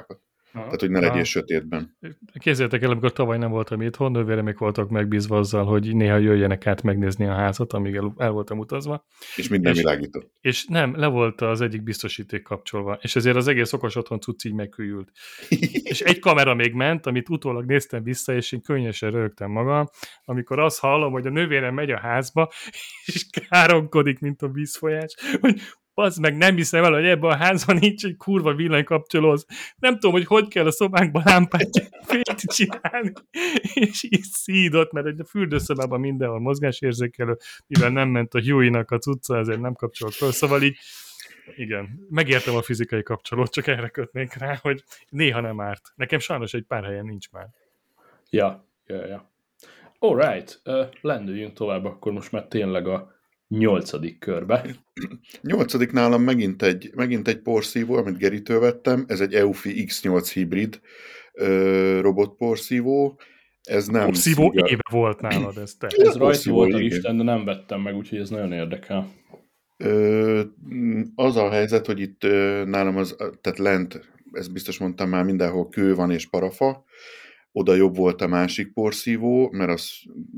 S4: Aha. Tehát, hogy ne legyél
S3: Aha.
S4: sötétben.
S3: Képzeljétek el, amikor tavaly nem voltam itthon, nővéremek voltak megbízva azzal, hogy néha jöjjenek át megnézni a házat, amíg el, el voltam utazva.
S4: És minden
S3: és,
S4: világított.
S3: És nem, le volt az egyik biztosíték kapcsolva, és ezért az egész okos otthon cucc így megküljült. És egy kamera még ment, amit utólag néztem vissza, és én könnyesen rögtem magam, amikor azt hallom, hogy a nővérem megy a házba, és káronkodik, mint a vízfolyás, hogy az meg nem hiszem el, hogy ebben a házban nincs egy kurva villanykapcsoló. Nem tudom, hogy hogy kell a szobánkban lámpát fényt csinálni. És így szídott, mert egy a fürdőszobában mindenhol mozgásérzékelő, mivel nem ment a Huey-nak a cucca, ezért nem kapcsolt föl. Szóval így, igen, megértem a fizikai kapcsolót, csak erre kötnék rá, hogy néha nem árt. Nekem sajnos egy pár helyen nincs már.
S1: Ja, ja, ja. Alright, uh, lendüljünk tovább, akkor most már tényleg a nyolcadik körbe.
S4: Nyolcadik nálam megint egy, megint egy porszívó, amit Geritől vettem. Ez egy Eufy iksz nyolc hibrid uh, robotporszívó. Ez nem
S3: porszívó
S4: szíga...
S3: éve volt nálad, ez te.
S1: Ez rajta volt a listán, de nem vettem meg, úgyhogy ez nagyon érdekel.
S4: Ö, az a helyzet, hogy itt ö, nálam az, tehát lent, ezt biztos mondtam már, mindenhol kő van és parafa, oda jobb volt a másik porszívó, mert az,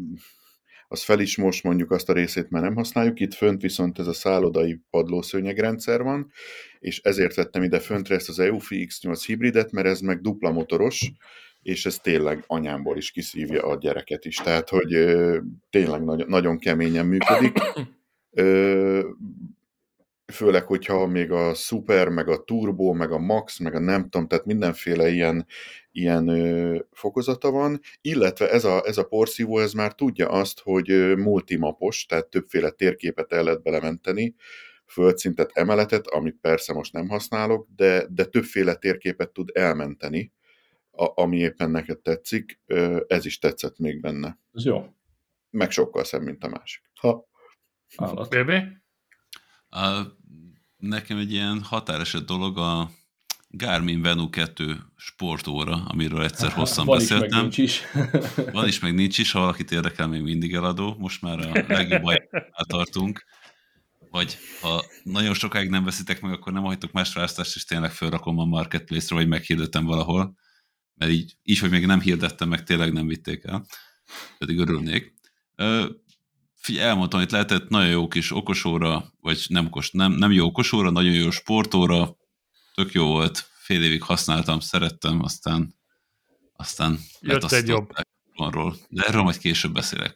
S4: az fel is most mondjuk azt a részét már nem használjuk, itt fönt viszont ez a szállodai padlószőnyegrendszer van, és ezért vettem ide föntre ezt az Eufy iksz nyolc hibridet, mert ez meg dupla motoros, és ez tényleg anyámból is kiszívja a gyereket is, tehát hogy ö, tényleg nagyon, nagyon keményen működik. Ö, főleg, hogyha még a Super, meg a Turbo, meg a Max, meg a nem tudom, tehát mindenféle ilyen, ilyen ö, fokozata van, illetve ez a, ez a porszívó, ez már tudja azt, hogy ö, multimapos, tehát többféle térképet el lehet belementeni, földszintet, emeletet, amit persze most nem használok, de, de többféle térképet tud elmenteni, a, ami éppen neked tetszik, ö, ez is tetszett még benne.
S1: Ez jó.
S4: Meg sokkal szebb, mint a másik. Ha.
S1: Állat.
S3: Bébé?
S2: A, nekem egy ilyen határeset dolog a Garmin Venu kettő sportóra, amiről egyszer hosszan
S1: van
S2: beszéltem.
S1: Is, meg nincs is.
S2: Van is, meg nincs is, ha valakit érdekel, még mindig eladó. Most már a legjobb ajánlásnál tartunk. Vagy ha nagyon sokáig nem veszitek meg, akkor nem hagytok más választást, és tényleg felrakom a Marketplace-ra, vagy meghirdetem valahol. Mert így, így, hogy még nem hirdettem, meg tényleg nem vitték el. Pedig örülnék. Figyelj, elmondtam, hogy lehetett nagyon jó kis okosóra, vagy nem okos, nem, nem jó okosóra, nagyon jó sportóra, tök jó volt, fél évig használtam, szerettem, aztán aztán
S3: jött egy jobb.
S2: Ról. De erről majd később beszélek.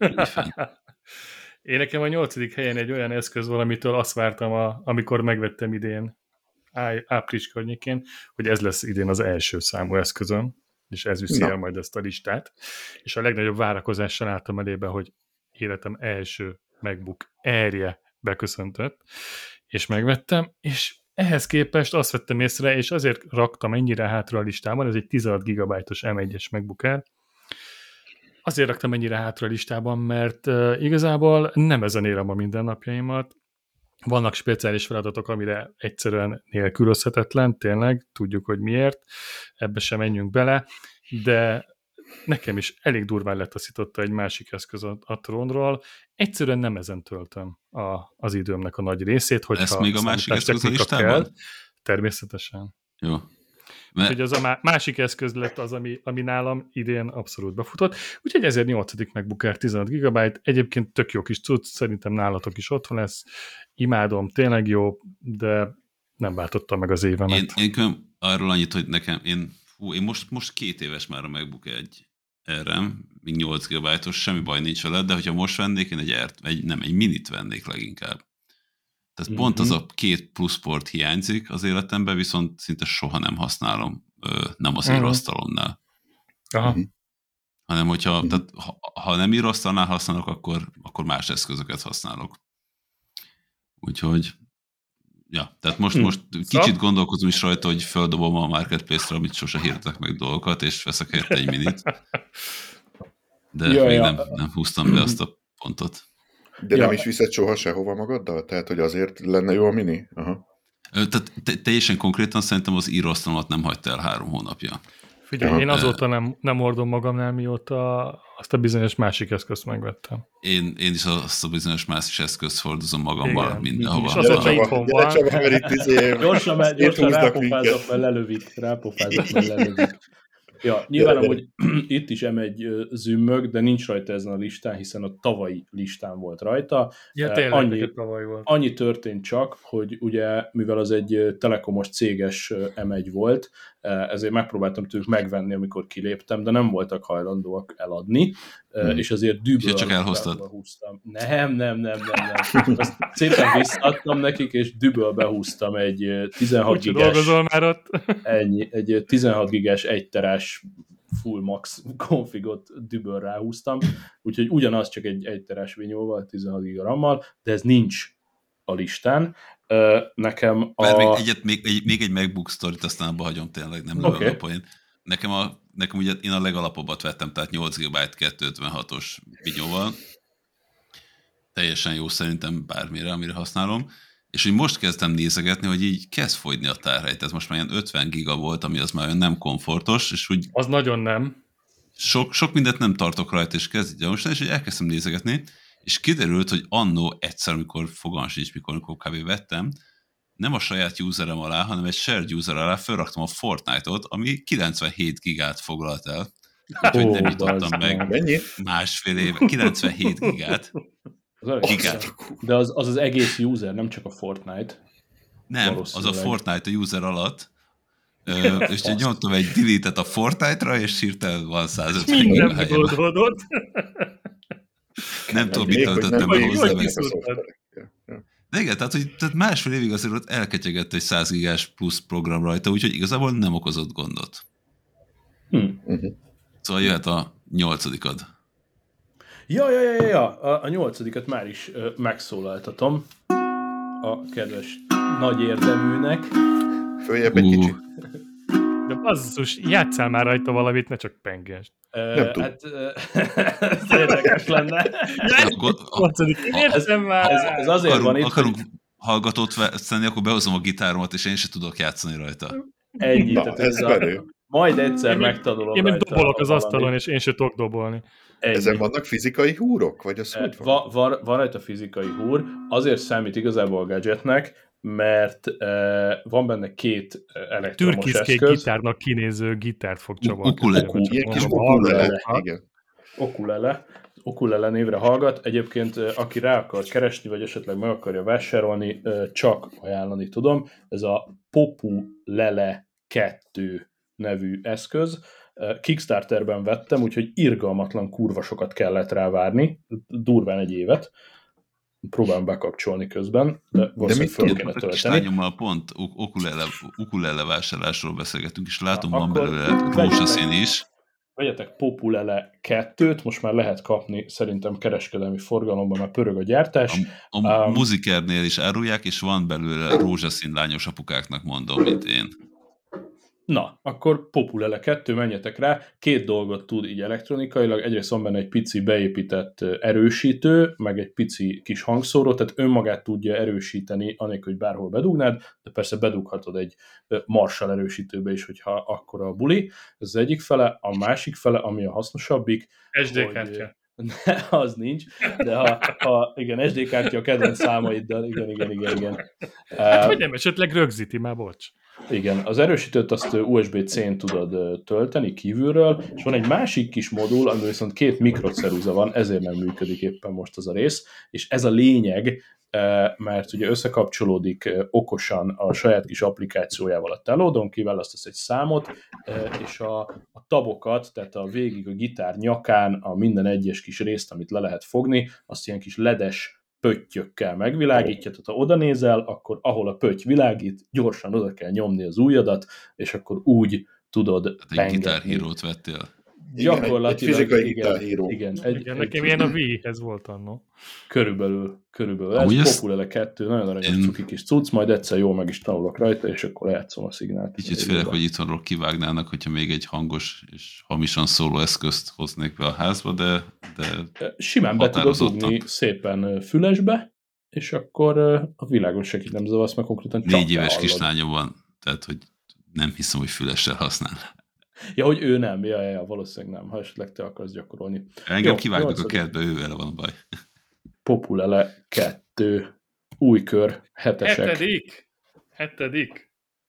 S3: Én nekem a nyolcadik helyen egy olyan eszköz valamitől azt vártam, a, amikor megvettem idén, április környékén, hogy ez lesz idén az első számú eszközöm, és ez viszi el majd ezt a listát. És a legnagyobb várakozással álltam elébe, hogy életem első MacBook Air-je beköszöntött, és megvettem, és ehhez képest azt vettem észre, és azért raktam ennyire hátra a listában, ez egy tizenhat gigabájtos em egyes MacBook Air, azért raktam ennyire hátra a listában, mert uh, igazából nem ezen élem a mindennapjaimat. Vannak speciális feladatok, amire egyszerűen nélkülözhetetlen, tényleg, tudjuk, hogy miért, ebbe sem menjünk bele, de nekem is elég durván letaszította egy másik eszköz a, a trónról. Egyszerűen nem ezen töltöm a, az időmnek a nagy részét, hogyha
S2: lesz még a másik eszköz a listában? Kell,
S3: természetesen.
S2: Jó.
S3: Mert... Úgyhogy az a má- másik eszköz lett az, ami, ami nálam idén abszolút befutott. Úgyhogy ezért nyolcadik MacBook Air tizenhat gigabyte, egyébként tök jó kis cucc, szerintem nálatok is otthon lesz. Imádom, tényleg jó, de nem váltottam meg az évemet.
S2: Én, én köm arról annyit, hogy nekem, én, hú, én most, most két éves már a MacBook egy erre, még nyolc gigabyte-os, semmi baj nincs vele, de hogyha most vennék, én egy, Air, egy nem, egy minit vennék leginkább. Tehát mm-hmm. pont az a két plusz port hiányzik az életemben, viszont szinte soha nem használom, nem az
S3: mm-hmm.
S2: íróasztalomnál.
S3: Aha.
S2: Hanem, hogyha, mm-hmm. tehát, ha, ha nem íróasztalnál használok, akkor, akkor más eszközöket használok. Úgyhogy, ja, tehát most, mm. most kicsit gondolkozom is rajta, hogy földobom a Marketplace-ra, amit sose hirdetek meg dolgokat, és veszek helyette egy minit. De ja, még ja. Nem, nem húztam be azt a pontot.
S4: De
S1: ja.
S4: nem is viszed soha sehova magaddal? Tehát, hogy azért lenne jó a mini? Aha.
S2: Tehát te, teljesen konkrétan szerintem az íróasztalomat nem hagyta el három hónapja.
S3: Figyelj, ja, én azóta nem, nem ordom magamnál, mióta azt a bizonyos másik eszközt megvettem.
S2: Én, én is azt a bizonyos másik eszközt hordozom magammal mindenhova.
S3: És azóta itthon van.
S1: Gyorsan, gyorsan rápofázok, mert lelövik. Rápofázok, mert lelövik. Ja, nyilván amúgy itt is em egy zümmög, de nincs rajta ezen a listán, hiszen a tavalyi listán volt rajta.
S3: Ja, tényleg, annyi, tavaly volt.
S1: Annyi történt csak, hogy ugye, mivel az egy telekomos céges em egy volt, ezért megpróbáltam tőlük megvenni, amikor kiléptem, de nem voltak hajlandóak eladni, hmm. és azért düböl
S2: csak elhoztad.
S1: Húztam. Nem, nem, nem, nem, nem. Azt szépen visszaadtam nekik, és dübölbe húztam egy tizenhat gigás...
S3: Hogy dolgozol már ott?
S1: Ennyi, egy tizenhat gigás, egy terás full max konfigot düböl ráhúztam, úgyhogy ugyanaz csak egy egy terás vinyóval, tizenhat giga rammal, de ez nincs a listán. Nekem a...
S2: Már még, egyet, még, egy, még egy MacBook Story-t, aztán abba hagyom tényleg, nem lövöm okay. a poén. Nekem, a, nekem ugye én a legalapobbat vettem, tehát nyolc gigabyte kétszázötvenhatos vinyóval. Teljesen jó szerintem bármire, amire használom. És hogy most kezdtem nézegetni, hogy így kezd fogyni a tárhely. Ez most már ilyen ötven giga volt, ami az már olyan nem komfortos, és úgy...
S3: Az nagyon nem.
S2: Sok, sok mindent nem tartok rajta, és kezd így most, és hogy elkezdtem nézegetni, és kiderült, hogy annó egyszer, amikor fogalmam sincs, mikor, amikor kb. Vettem, nem a saját userem alá, hanem egy shared user alá felraktam a Fortnite-ot, ami kilencvenhét gigát foglalt el. Úgyhogy nem jutottam meg
S4: mennyi?
S2: másfél éve. kilencvenhét gigát.
S1: gigát. De az, az az egész user, nem csak a Fortnite.
S2: Nem, az a Fortnite a user alatt. Ö, és így nyomtam egy delete-et a Fortnite-ra, és hirtelen van százötven giga
S3: helyen. Minden
S2: Nem tudom, mit töltöttem be hozzá. De igen, tehát, hogy, tehát másfél évig azért ott elketyegett egy száz gigás plusz program rajta, úgyhogy igazából nem okozott gondot.
S1: Hmm.
S2: Szóval jöhet a nyolcadikad.
S1: Ja, ja, ja, ja. A, a nyolcadikat már is uh, megszólaltatom a kedves nagy érdeműnek.
S4: Följebb egy uh. kicsit.
S3: De basszus, játsszál már rajta valamit, ne csak pengest.
S1: Uh, nem tudom. Hát, uh, ez érdekes lenne.
S3: Értem már.
S1: Ez, ez azért
S2: akarunk,
S1: van itt,
S2: akarunk
S1: hogy...
S2: hallgatót venni, akkor behozom a gitáromat, és én sem tudok játszani rajta.
S1: Ennyi. Na, ez a... Majd egyszer én megtanulom.
S3: Én még dobolok az asztalon, és én sem tudok dobolni.
S4: Ennyi. Ezen vannak fizikai húrok? Vagy az hogy van?
S1: Va, van, van rajta fizikai húr, azért számít igazából a gadgetnek, mert uh, van benne két elektromos
S3: Türkiszkék
S1: eszköz.
S3: Türkiszkék gitárnak kinéző gitárt fog csavarni.
S4: Ukulele. Igen.
S1: Ukulele. Ukulele névre hallgat. Egyébként, aki rá akar keresni, vagy esetleg meg akarja vásárolni, csak ajánlani tudom. Ez a Populele kettő nevű eszköz. Kickstarterben vettem, úgyhogy irgalmatlan kurva sokat kellett rá várni. Durván egy évet. Próbálom bekapcsolni közben, de valószínűleg föl kéne tölteni.
S2: Kislányommal pont ukulele, ukulele vásárlásról beszélgetünk, és látom, na, van belőle rózsaszín is.
S1: Vegyetek Populele kettőt, most már lehet kapni szerintem kereskedelmi forgalomban, mert pörög a gyártás.
S2: A, a um, Muzikernél is árulják, és van belőle rózsaszín lányos apukáknak, mondom, mint én.
S1: Na, akkor Populele kettő, menjetek rá, két dolgot tud így elektronikailag, egyrészt van benne egy pici beépített erősítő, meg egy pici kis hangszóró, tehát önmagát tudja erősíteni, anélkül, hogy bárhol bedugnád, de persze bedughatod egy Marshall erősítőbe is, hogyha akkora a buli. Ez az egyik fele, a másik fele, ami a hasznosabbik.
S3: es dé kártya.
S1: Ne, az nincs, de ha, ha igen, es dé kártya a kedvenc számaiddal, igen, igen, igen, igen.
S3: Hát, hogy nem esetleg rögzíti, már bocs.
S1: Igen, az erősítőt azt u es bé cén tudod tölteni kívülről, és van egy másik kis modul, ami viszont két mikroceruza van, ezért nem működik éppen most az a rész, és ez a lényeg, mert ugye összekapcsolódik okosan a saját kis applikációjával a Telodon, kiválasztasz egy számot, és a, a tabokat, tehát a végig a gitár nyakán, a minden egyes kis részt, amit le lehet fogni, azt ilyen kis ledes pöttyökkel megvilágítja, tehát ha oda nézel, akkor ahol a pötty világít, gyorsan oda kell nyomni az ujjadat, és akkor úgy tudod
S2: pengetni. Egy gitárhírót vettél.
S1: Gyakorlatilag,
S4: egy fizikai
S1: igen,
S4: gitárhíró.
S1: Igen, egy,
S3: igen,
S1: egy,
S3: nekem ilyen a Wii-hez volt annó.
S1: Körülbelül, körülbelül. Ez
S2: ezt...
S1: Populele kettő, nagyon aranyos cuki kis cucc, majd egyszer jól meg is tanulok rajta, és akkor lejátszom a szignált.
S2: Kicsit félek, hogy itthonról kivágnának, hogyha még egy hangos és hamisan szóló eszközt hoznék be a házba, de, de
S1: simán be tudod dugni szépen fülesbe, és akkor a világon senkit nem zavarsz, meg konkrétan csak
S2: négy éves kislányom van, tehát hogy nem hiszem, hogy fülessel használ.
S1: Ja, hogy ő nem, ja, ja, ja, valószínűleg nem, ha esetleg te akarsz gyakorolni.
S2: Engem kivágnak a kertbe, ővel van baj.
S1: Populele kettő, új kör, hetesek.
S3: Hetedik? Hetedik?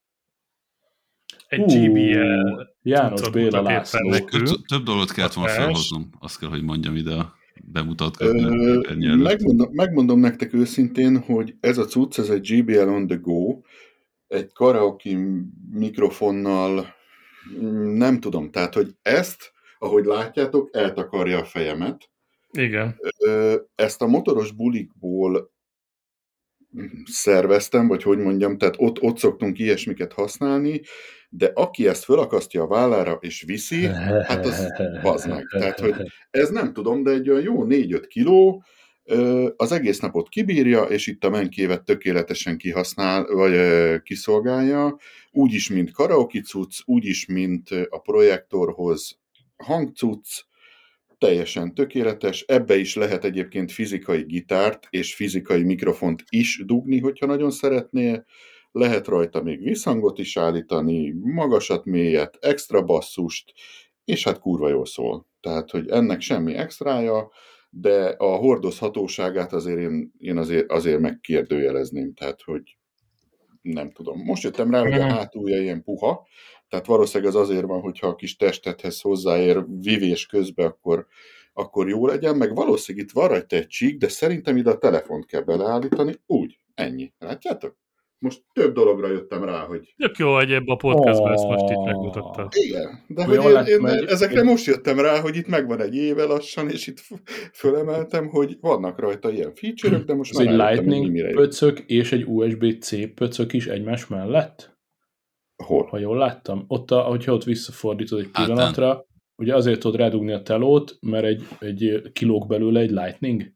S3: Egy
S1: Ú,
S3: gé bé el
S1: János
S3: cuccot
S1: Béla
S3: mutat éppen
S1: László.
S3: nekünk.
S2: Több, több dolgot kellett volna
S3: Hatás.
S2: felhoznom, azt kell, hogy mondjam ide a bemutatkozni.
S4: Ö, megmondom, megmondom nektek őszintén, hogy ez a cucc, ez egy gé bé el on the go, egy karaoke mikrofonnal, nem tudom, tehát, hogy ezt, ahogy látjátok, eltakarja a fejemet.
S3: Igen.
S4: Ö, ezt a motoros bulikból szerveztem, vagy hogy mondjam, tehát ott, ott szoktunk ilyesmiket használni, de aki ezt fölakasztja a vállára és viszi, hát az bazd meg. Tehát, hogy ez nem tudom, de egy olyan jó négy-öt kiló, az egész napot kibírja, és itt a menkévet tökéletesen kihasznál, vagy kiszolgálja, úgyis, mint karaoke cucc, úgyis, mint a projektorhoz hangcucc, teljesen tökéletes, ebbe is lehet egyébként fizikai gitárt és fizikai mikrofont is dugni, hogyha nagyon szeretnél, lehet rajta még visszhangot is állítani, magasat, mélyet, extra basszust, és hát kurva jól szól. Tehát, hogy ennek semmi extrája, de a hordozhatóságát azért én, én azért, azért megkérdőjelezném, tehát, hogy nem tudom. Most jöttem rá, hogy a hátulja ilyen puha, tehát valószínűleg az azért van, hogyha a kis testethez hozzáér vivés közben, akkor, akkor jó legyen, meg valószínűleg itt van rajta egy csík, de szerintem ide a telefont kell beleállítani, úgy, ennyi. Látjátok? Most több dologra jöttem rá, hogy...
S3: Tök jó, hogy ebben a podcastban ezt most itt megmutattad.
S4: Igen, de hogy én, én megy, ezekre én... most jöttem rá, hogy itt megvan egy éve lassan, és itt fölemeltem, hogy vannak rajta ilyen feature-ök, de most
S1: ez egy Lightning pöcök és egy u es bé-C pöcök is egymás mellett?
S4: Hol?
S1: Ha jól láttam. Ott, a, hogyha ott visszafordítod egy pillanatra, hát ugye azért tudod rádugni a telót, mert egy, egy kilóg belőle egy Lightning?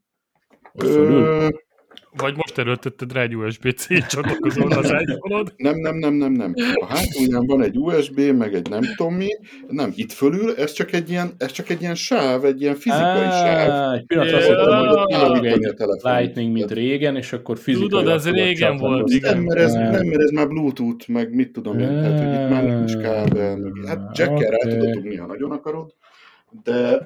S4: Ö...
S3: Vagy most erőltetted rá egy u es bé-C csatlakozón az iPhone-od?
S4: Nem, nem, nem, nem, nem. A hátulján van egy u es bé, meg egy nem tudom mi, nem, itt fölül, ez csak egy ilyen, ez csak egy ilyen sáv, egy ilyen fizikai ah, sáv.
S1: Egy pillanat azt mondtam, hogy ott egy Lightning, mint régen, és akkor fizikai...
S3: Tudod, ez régen volt, igen.
S4: Nem, mert ez, nem, mert ez már Bluetooth, meg mit tudom én, tehát, hogy itt már nincs kábel, meg, hát jackkel rá tudod dugni, ha nagyon akarod, de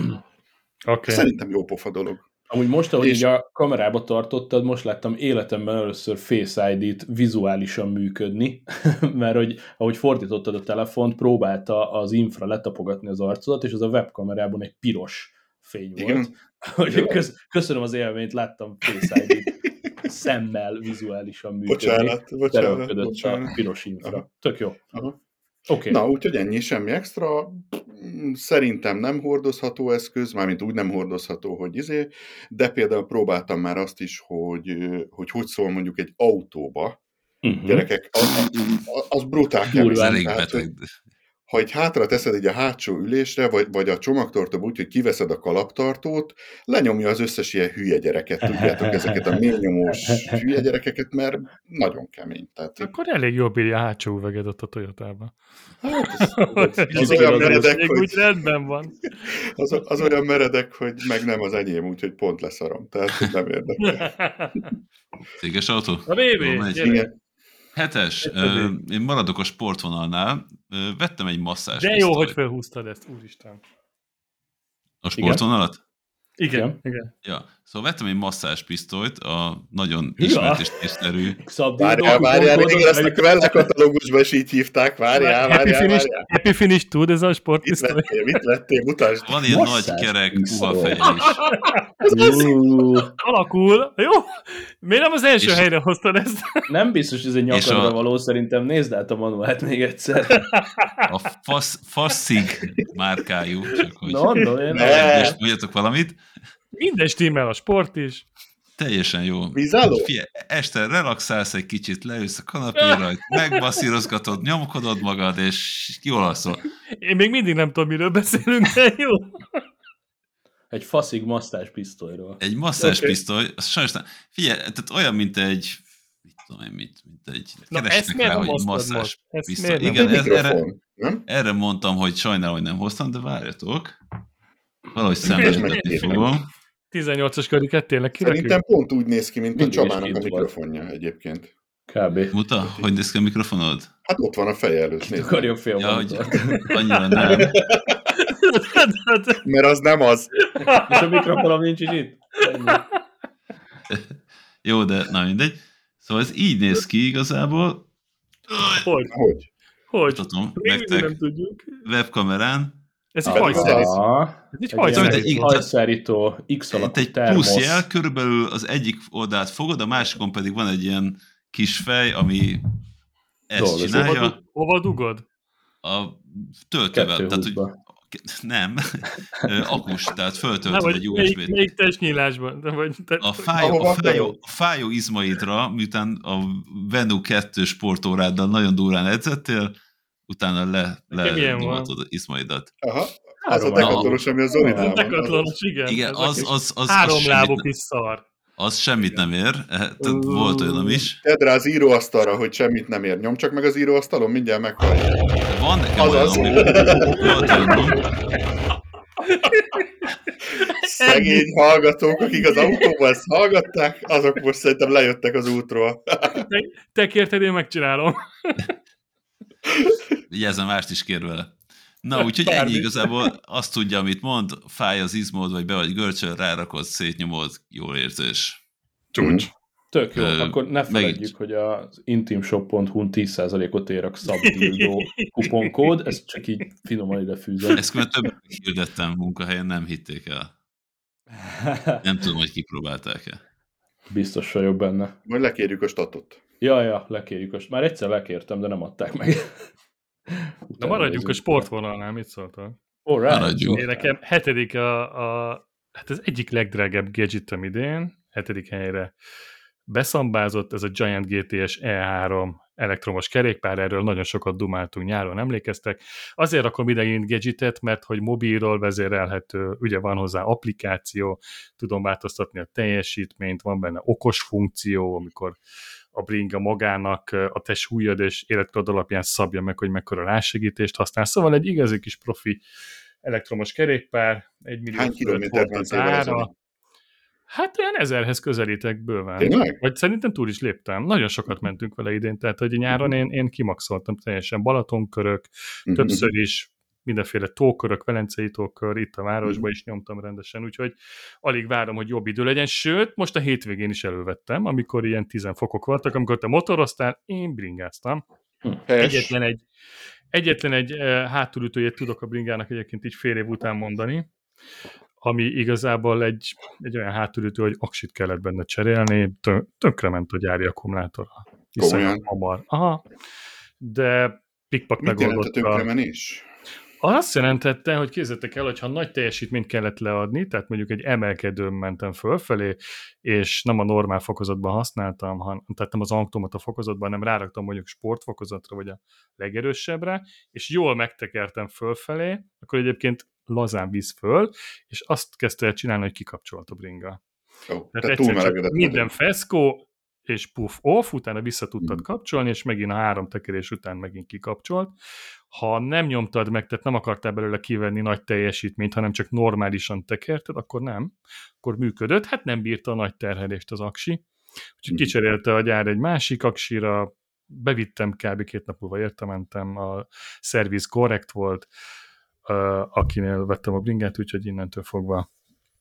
S4: okay. Szerintem jó pofa dolog.
S1: Amúgy most, ahogy és... a kamerába tartottad, most láttam életemben először Face i dé-t vizuálisan működni, mert hogy, ahogy fordítottad a telefont, próbálta az infra letapogatni az arcodat, és az a webkamerában egy piros fény volt. Hogy köz, köszönöm az élményt, láttam Face i dé-t szemmel vizuálisan működni.
S4: Bocsánat, bocsánat.
S1: bocsánat. A piros infra. Aha. Tök jó.
S4: Aha.
S1: Okay.
S4: Na, úgyhogy ennyi, semmi extra. Szerintem nem hordozható eszköz, mármint úgy nem hordozható, hogy izé, de például próbáltam már azt is, hogy hogy, hogy szól mondjuk egy autóba. Uh-huh. Gyerekek, az, az brutál kemény. Tehát, hogy, ha egy hátra teszed egy a hátsó ülésre, vagy, vagy a csomagtartóba úgy, hogy kiveszed a kalaptartót, lenyomja az összes ilyen hülye gyereket, tudjátok, ezeket a mélynyomós hülye gyerekeket, mert nagyon kemény. Tehát,
S3: akkor elég jól bírja a hátsó üvegedet a Toyotában.
S4: Hát az, az, az, az olyan meredek, hogy...
S3: úgy rendben van.
S4: Az, az olyan meredek, hogy meg nem az enyém, úgyhogy pont leszarom. Tehát nem érdekel.
S2: Céges autó?
S3: A bé bé,
S4: igen.
S2: Hetes. Uh, én maradok a sportvonalnál. Uh, vettem egy masszás.
S3: De jó, hogy felhúztad ezt, úristen.
S2: A sportvonalat?
S3: Igen, igen.
S2: Ja, szóval vettem egy masszázspisztolyt, a nagyon ismert és tisztelő...
S4: Várjál, várjál, régen ezt a Quelle katalógusban is így hívták, várjál, várjál, várjál.
S3: Happy Finish tud ez a sportpisztoly?
S4: Mit vettél, mit vettél, mutasd.
S2: Van ilyen nagy kerek puha feje is.
S3: Ez alakul, jó? Miért nem az első és helyre hoztad ezt?
S1: Nem biztos, hogy ez egy nyakadra a... való, szerintem nézd át a manuált még egyszer.
S2: A Fasszig márkájú, csak hogy...
S1: No, no, én
S2: ne. Mondjatok valamit.
S3: Minden stimmel, a sport is.
S2: Teljesen jó.
S4: Vízálló?
S2: Este relaxálsz egy kicsit, leülsz a kanapéra, megbasszírozgatod, nyomkodod magad, és jól alszol.
S3: Én még mindig nem tudom, miről beszélünk, de jó.
S1: Egy faszig masszázspisztolyról.
S2: Egy masszázspisztoly, okay. Sajnos nem. Figyelj, tehát olyan, mint egy mit tudom én, mint, mint egy keresnek rá, hogy masszázspisztoly. Igen, ez, erre, erre mondtam, hogy sajnálom, hogy nem hoztam, de várjatok. Valahogy szemléltetni fogom.
S3: tizennyolcas karikát tényleg kirakjuk?
S4: Szerintem pont úgy néz ki, mint a Csabának a mikrofonja egyébként.
S1: Kb.
S2: Muta, hogy néz ki a mikrofonod?
S4: Hát ott van a feje előtt, nézd.
S1: Akarjon fél
S2: Ja, hogy
S1: monitort.
S2: annyira nem.
S4: Mert az nem az.
S1: És a mikrofonom nincs is itt.
S2: Jó, de na mindegy. Szóval ez így néz ki igazából.
S3: Hogy?
S4: Hogy?
S3: Hogy?
S2: Mutatom
S3: Még mindig nem
S2: nektek
S3: tudjuk.
S2: webkamerán.
S3: Ez egy
S4: Ah,
S3: hajszerítő.
S1: Ah,
S3: Ez egy
S1: egy
S3: hajszerítő.
S1: ilyen hajszárító X
S2: Itt
S1: alakú
S2: egy
S1: termosz.
S2: plusz jel, körülbelül az egyik oldalt fogod, a másikon pedig van egy ilyen kis fej, ami ezt
S1: Dolgozik.
S2: csinálja.
S3: Hova, du- hova dugod?
S2: A töltővel. Tehát, hogy
S1: kettőhúszba.
S2: nem, Ö, akus, tehát
S3: Nem,
S2: föltöltöd
S3: vagy
S2: egy
S3: melyik,
S2: u es bé-t.
S3: melyik testnyílásban? De vagy, te,
S2: A fájó,
S4: Ahova
S2: a, fájó,
S4: akarod.
S2: a fájó izmaidra, miután a Venu kettő sportóráddal nagyon durán edzettél, utána le,
S3: Nekem ilyen van.
S2: lenyomatod izmaidat.
S4: Aha. Az a
S1: Három
S4: dekatoros, ami a Zorinál van.
S3: Dekatlanos, igen.
S2: Igen,
S3: Ez a
S2: az,
S3: kis
S2: az, az,
S3: három
S2: az,
S3: lábú
S2: semmit,
S3: kis szar.
S2: az semmit nem ér. Eh, tehát volt olyan is.
S4: Tedd rá az íróasztalra, hogy semmit nem ér. Nyom csak meg az íróasztalon, mindjárt meghallja.
S2: De van nekem
S4: Azaz.
S2: olyan, ami volt olyan,
S4: Szegény hallgatók, akik az autóban ezt hallgatták, azok most szerintem lejöttek az útról.
S3: Te, te kérted, én megcsinálom.
S2: Vigyázzam, mást is kér vele. Na, úgyhogy ennyi
S3: Bármi.
S2: igazából azt tudja, amit mond, fáj az izmod, vagy be vagy görcsöl, rárakod, szétnyomod, jól érzés.
S3: Csúcs.
S1: Tök jó,
S2: Ö,
S1: akkor ne feledjük,
S2: megint.
S1: hogy az intimshop pont hu-n tíz százalékot ér a szabdildó kuponkód, ezt csak így finoman idefűzöm.
S2: Ezt külön többet hirdettem munkahelyen, nem hitték el. Nem tudom, hogy kipróbálták-e.
S1: Biztos vagyok benne.
S4: Majd lekérjük a statot.
S1: Ja, ja, lekérjük. Azt. Már egyszer lekértem, de nem adták meg.
S3: De maradjunk a sportvonalnál, mit szóltál?
S1: Alright.
S2: Maradjunk.
S3: Én nekem hetedik a, a hát az egyik legdrágább gadgetem idén, hetedik helyre beszambázott, ez a Giant gé té es E három elektromos kerékpár, erről nagyon sokat dumáltunk nyáron, emlékeztek. Azért rakom idegén gadgetet, mert hogy mobilról vezérelhető, ugye van hozzá applikáció, tudom változtatni a teljesítményt, van benne okos funkció, amikor a bringa magának a te súlyod és életkod alapján szabja meg, hogy mekkora rásegítést használ. Szóval egy igazi kis profi elektromos kerékpár, egy millió
S4: Hány
S3: fölött
S4: kilométert
S3: volt az
S4: mentél vele,
S3: ára.
S4: Zoli?
S3: Hát olyan ezerhez közelítek bőven.
S4: Tényleg?
S3: Vagy szerintem túl is léptem. Nagyon sokat mentünk vele idén, tehát hogy nyáron én, én kimaxoltam teljesen Balatonkörök,
S4: Mhm.
S3: többször is mindenféle tókörök, velencei tókör, itt a városba is nyomtam rendesen, úgyhogy alig várom, hogy jobb idő legyen, sőt, most a hétvégén is elővettem, amikor ilyen tíz fokok voltak, amikor te motoroztál, én bringáztam.
S4: Helyes.
S3: Egyetlen egy, egyetlen egy eh, hátulütőjét tudok a bringának egyébként így fél év után mondani, ami igazából egy, egy olyan hátulütő, hogy aksit kellett benne cserélni, tö- tönkrement a gyári akkumulátora. Iszonyat
S4: Komolyan?
S3: hamar. Aha. De pikpak
S4: Mit jelent a
S3: megoldotta.
S4: tönkremenés?
S3: Azt jelentette, hogy képzeljétek el, hogy ha nagy teljesítményt kellett leadni, tehát mondjuk egy emelkedőn mentem fölfelé, és nem a normál fokozatban használtam, hanem, tehát nem az automata fokozatban, hanem ráraktam mondjuk sportfokozatra, vagy a legerősebbre, és jól megtekertem fölfelé, akkor egyébként lazán víz föl, és azt kezdte el csinálni, hogy kikapcsolt a bringa.
S4: Ó,
S3: Tehát
S4: tehát
S3: egyszer csak
S4: túlmelegedett.
S3: minden feszkó, és puff off, utána vissza tudtad kapcsolni, és megint a három tekerés után megint kikapcsolt. Ha nem nyomtad meg, tehát nem akartál belőle kivenni nagy teljesítményt, hanem csak normálisan tekerted, akkor nem. Akkor működött, hát nem bírta a nagy terhelést az aksi. Úgyhogy kicserélte a gyár egy másik aksira, bevittem kb. Két nap múlva értementem, a szerviz korrekt volt, akinél vettem a bringát, úgyhogy innentől fogva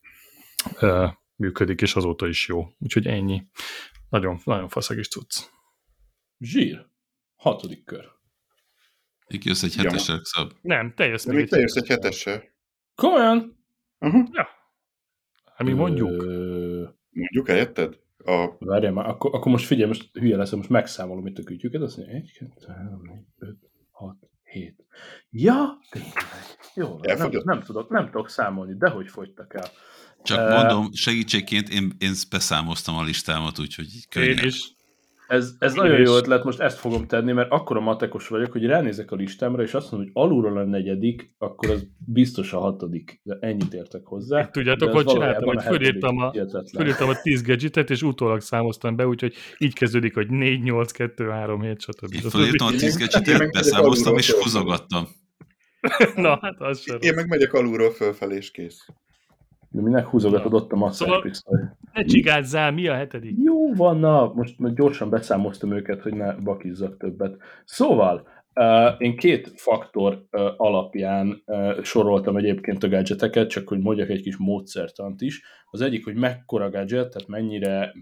S3: működik, és azóta is jó. Úgyhogy ennyi. Nagyon, nagyon faszag is tudsz.
S1: Zsír. Hatodik kör.
S2: Így jössz egy hetesre, szab.
S3: Nem, te jössz
S4: De
S3: még
S4: még te jössz egy hetessel.
S1: Komolyan?
S4: Aha.
S3: Ja. Hát mi mondjuk?
S1: Ö,
S4: Mondjuk helyetted? A...
S1: Várjál már, akkor, akkor most figyelj, most hülye lesz, most megszámolom itt a kütyüket, azt mondja, egy, kettő, három, négy, öt, hat, hét. Ja, tényleg. Jó, nem, nem, tudok, nem tudok számolni, de hogy fogytak el.
S2: Csak
S1: Uh,
S2: mondom, segítségként én, én beszámoztam a listámat, úgyhogy így
S3: Én
S2: könnyebb.
S3: is.
S1: Ez, ez nagyon jó ötlet, most ezt fogom tenni, mert akkora matekos vagyok, hogy ránézek a listámra, és azt mondom, hogy alulról a negyedik, akkor az biztos a hatodik, de ennyit értek hozzá.
S3: Tudjátok, hogy csináltam, hogy fölírtam a, fölírtam a tíz gadgetet, és utólag számoztam be, úgyhogy így kezdődik, hogy négy, nyolc, kettő, három, hét, stb.
S2: Én fölírtam a tíz gadgetet, beszámoztam, és húzogattam.
S3: Na, hát az sem.
S4: Én meg megyek alulról fölfelé, és kész.
S1: De minek húzogatod ott a masszázspisztoly?
S3: Szóval ne csigázzál, mi a hetedik?
S1: Jó van, na, most, most gyorsan beszámoztam őket, hogy ne bakizzak többet. Szóval, uh, én két faktor uh, alapján uh, soroltam egyébként a gadgeteket, csak hogy mondjak egy kis módszertant is. Az egyik, hogy mekkora gadget, tehát mennyire,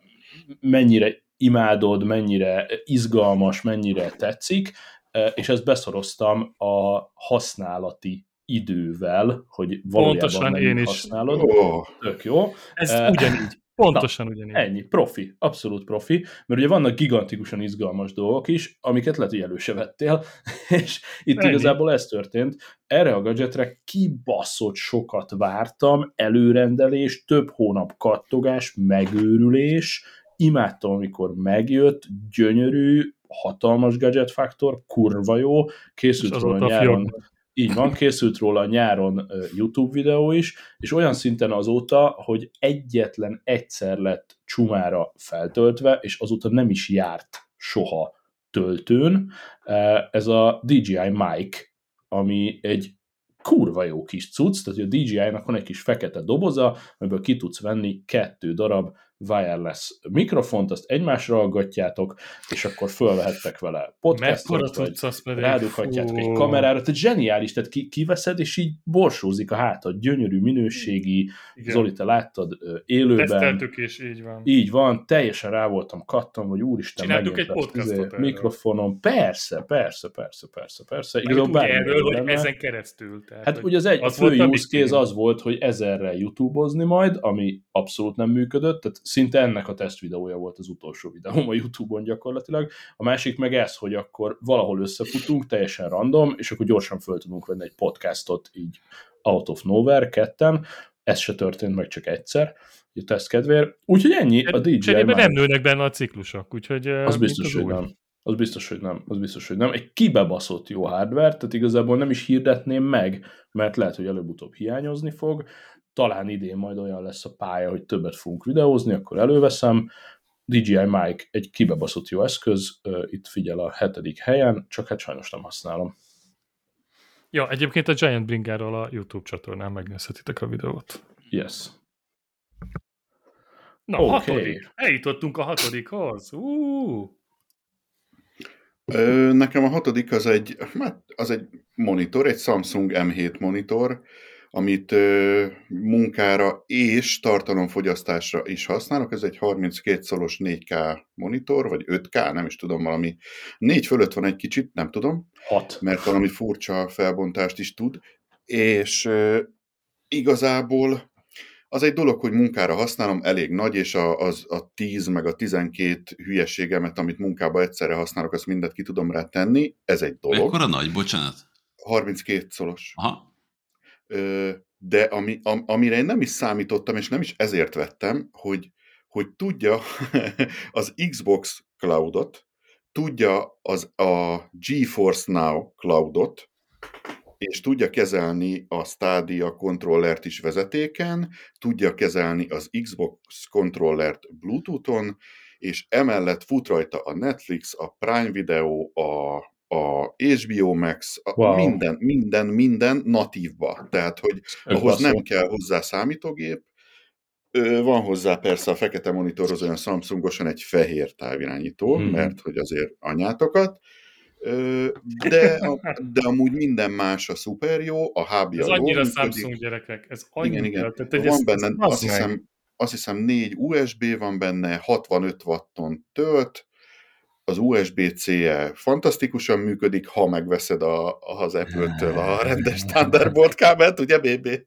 S1: mennyire imádod, mennyire izgalmas, mennyire tetszik, uh, és ezt beszoroztam a használati idővel, hogy valójában
S3: Pontosan
S1: mennyit
S3: én is.
S1: használod.
S4: Oh.
S1: Tök jó.
S3: Ez
S1: Uh,
S3: ugyanígy. Pontosan
S1: Na,
S3: ugyanígy.
S1: Ennyi, profi, abszolút profi, mert ugye vannak gigantikusan izgalmas dolgok is, amiket lehet, hogy elő se vettél, és itt
S3: Ennyi.
S1: igazából ez történt. Erre a gadgetre kibaszott sokat vártam, előrendelés, több hónap kattogás, megőrülés, imádtam, amikor megjött, gyönyörű, hatalmas gadget faktor, kurva jó, készült róla nyáron, így van, készült róla nyáron YouTube videó is, és olyan szinten azóta, hogy egyetlen egyszer lett csumára feltöltve, és azóta nem is járt soha töltőn. Ez a dé jé i Mic, ami egy kurva jó kis cucc, tehát a dé jé i-nak van egy kis fekete doboza, amiből ki tudsz venni kettő darab wireless mikrofont, azt egymásra hallgatjátok, és akkor fölvehettek vele podcastot, vagy rádughatjátok egy kamerára, tehát zseniális, tehát ki, kiveszed, és így borsózik a hátad, gyönyörű, minőségi, igen. Zoli, te láttad élőben.
S3: Teszteltük, és így van.
S1: Így van, teljesen rá voltam kattam, hogy úristen,
S3: csináltuk egy podcastot
S1: mikrofonon, persze, persze, persze, persze, persze.
S3: Igazából erről, hogy lenne. Ezen keresztül. Tehát,
S1: hát ugye az egy az fő use case az volt, hogy ezerrel YouTube-ozni majd, ami abszolút nem működött, tehát szinte ennek a teszt videója volt az utolsó videóm a YouTube-on gyakorlatilag. A másik meg ez, hogy akkor valahol összefutunk, teljesen random, és akkor gyorsan föl tudunk venni egy podcastot így out of nowhere, ketten. Ez se történt meg csak egyszer, a teszt kedvéért. Úgyhogy ennyi a dé jé i.
S3: Cserében nem nőnek benne a ciklusok, úgyhogy...
S1: Az biztos, hogy nem. Az biztos, hogy nem. Az biztos, hogy nem. Egy kibebaszott jó hardware, tehát igazából nem is hirdetném meg, mert lehet, hogy előbb-utóbb hiányozni fog. Talán idén majd olyan lesz a pálya, hogy többet fogunk videózni, akkor előveszem. dé jé i Mic egy kibebaszott jó eszköz, itt figyel a hetedik helyen, csak hát sajnos nem használom.
S3: Ja, egyébként a Giant Bringáról a YouTube csatornán megnézhetitek a videót.
S1: Yes.
S3: Na, okay. hatodik. Eljutottunk a hatodikhoz. Uh.
S4: Ö, nekem a hatodik az egy, az egy monitor, egy Samsung em hét monitor, amit ö, munkára és tartalomfogyasztásra is használok. Ez egy harminckét szoros négy ká monitor, vagy öt ká, nem is tudom, valami négy fölött van egy kicsit, nem tudom.
S1: hat.
S4: Mert valami furcsa felbontást is tud. És ö, igazából az egy dolog, hogy munkára használom, elég nagy, és a, az, a tíz meg a tizenkét hülyeségemet, amit munkába egyszerre használok, azt mindet ki tudom rá tenni. Ez egy dolog.
S2: Mekkora nagy, bocsánat?
S4: harminckét szoros.
S2: Aha.
S4: De ami, am, amire én nem is számítottam, és nem is ezért vettem, hogy, hogy tudja az Xbox Cloudot, tudja az a GeForce Now Cloudot, és tudja kezelni a Stadia kontrollert is vezetéken, tudja kezelni az Xbox kontrollert Bluetoothon, és emellett fut rajta a Netflix, a Prime Video, a, a há bé o Max, a wow. minden, minden, minden natívba. Tehát, hogy Ez ahhoz basszol. Nem kell hozzá számítógép, van hozzá persze a fekete monitorhoz olyan Samsungosan egy fehér távirányító, hmm. mert hogy azért anyátokat, de, de amúgy minden más a szuper jó, a há bé á
S3: Ez annyira Samsung gyerekek, ez annyira.
S4: Igen, igen.
S3: Tehát,
S4: van ez, benne, ez azt, hiszem, azt hiszem négy u es bé van benne, hatvanöt watton tölt, az u es bé-C-je fantasztikusan működik, ha megveszed a, az Apple-től a rendes Thunderbolt kábelt, ugye bébé?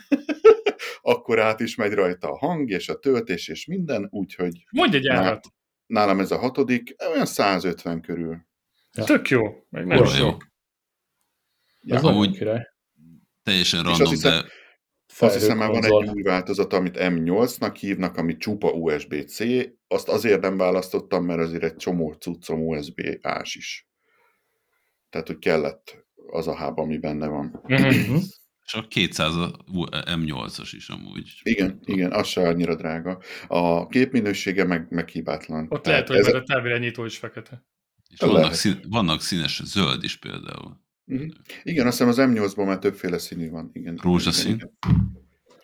S4: Akkor át is megy rajta a hang, és a töltés, és minden, úgyhogy...
S3: Mondj egy árat!
S4: Nálam ez a hatodik, olyan százötven körül.
S3: Ja. Tök jó, meg nem
S2: jó.
S3: jó.
S2: Ja, amúgy teljesen random, hiszem, de...
S4: Azt hiszem, már van egy új változat, amit em nyolcnak hívnak, ami csupa u es bé-C. Azt azért nem választottam, mert azért egy csomó cuccom u es bé-ás is. Tehát, hogy kellett az a hub, ami benne van.
S2: Csak kétszáz em nyolcas is amúgy.
S4: Igen, igen, az se annyira drága. A képminősége meg, meg hibátlan.
S3: Ott lehet, hogy ez a távirányító is fekete.
S2: És vannak, szín, vannak színes zöld is például.
S4: Uh-huh. Igen, azt hiszem az em nyolcban már többféle színű van. Igen,
S2: rózsaszín.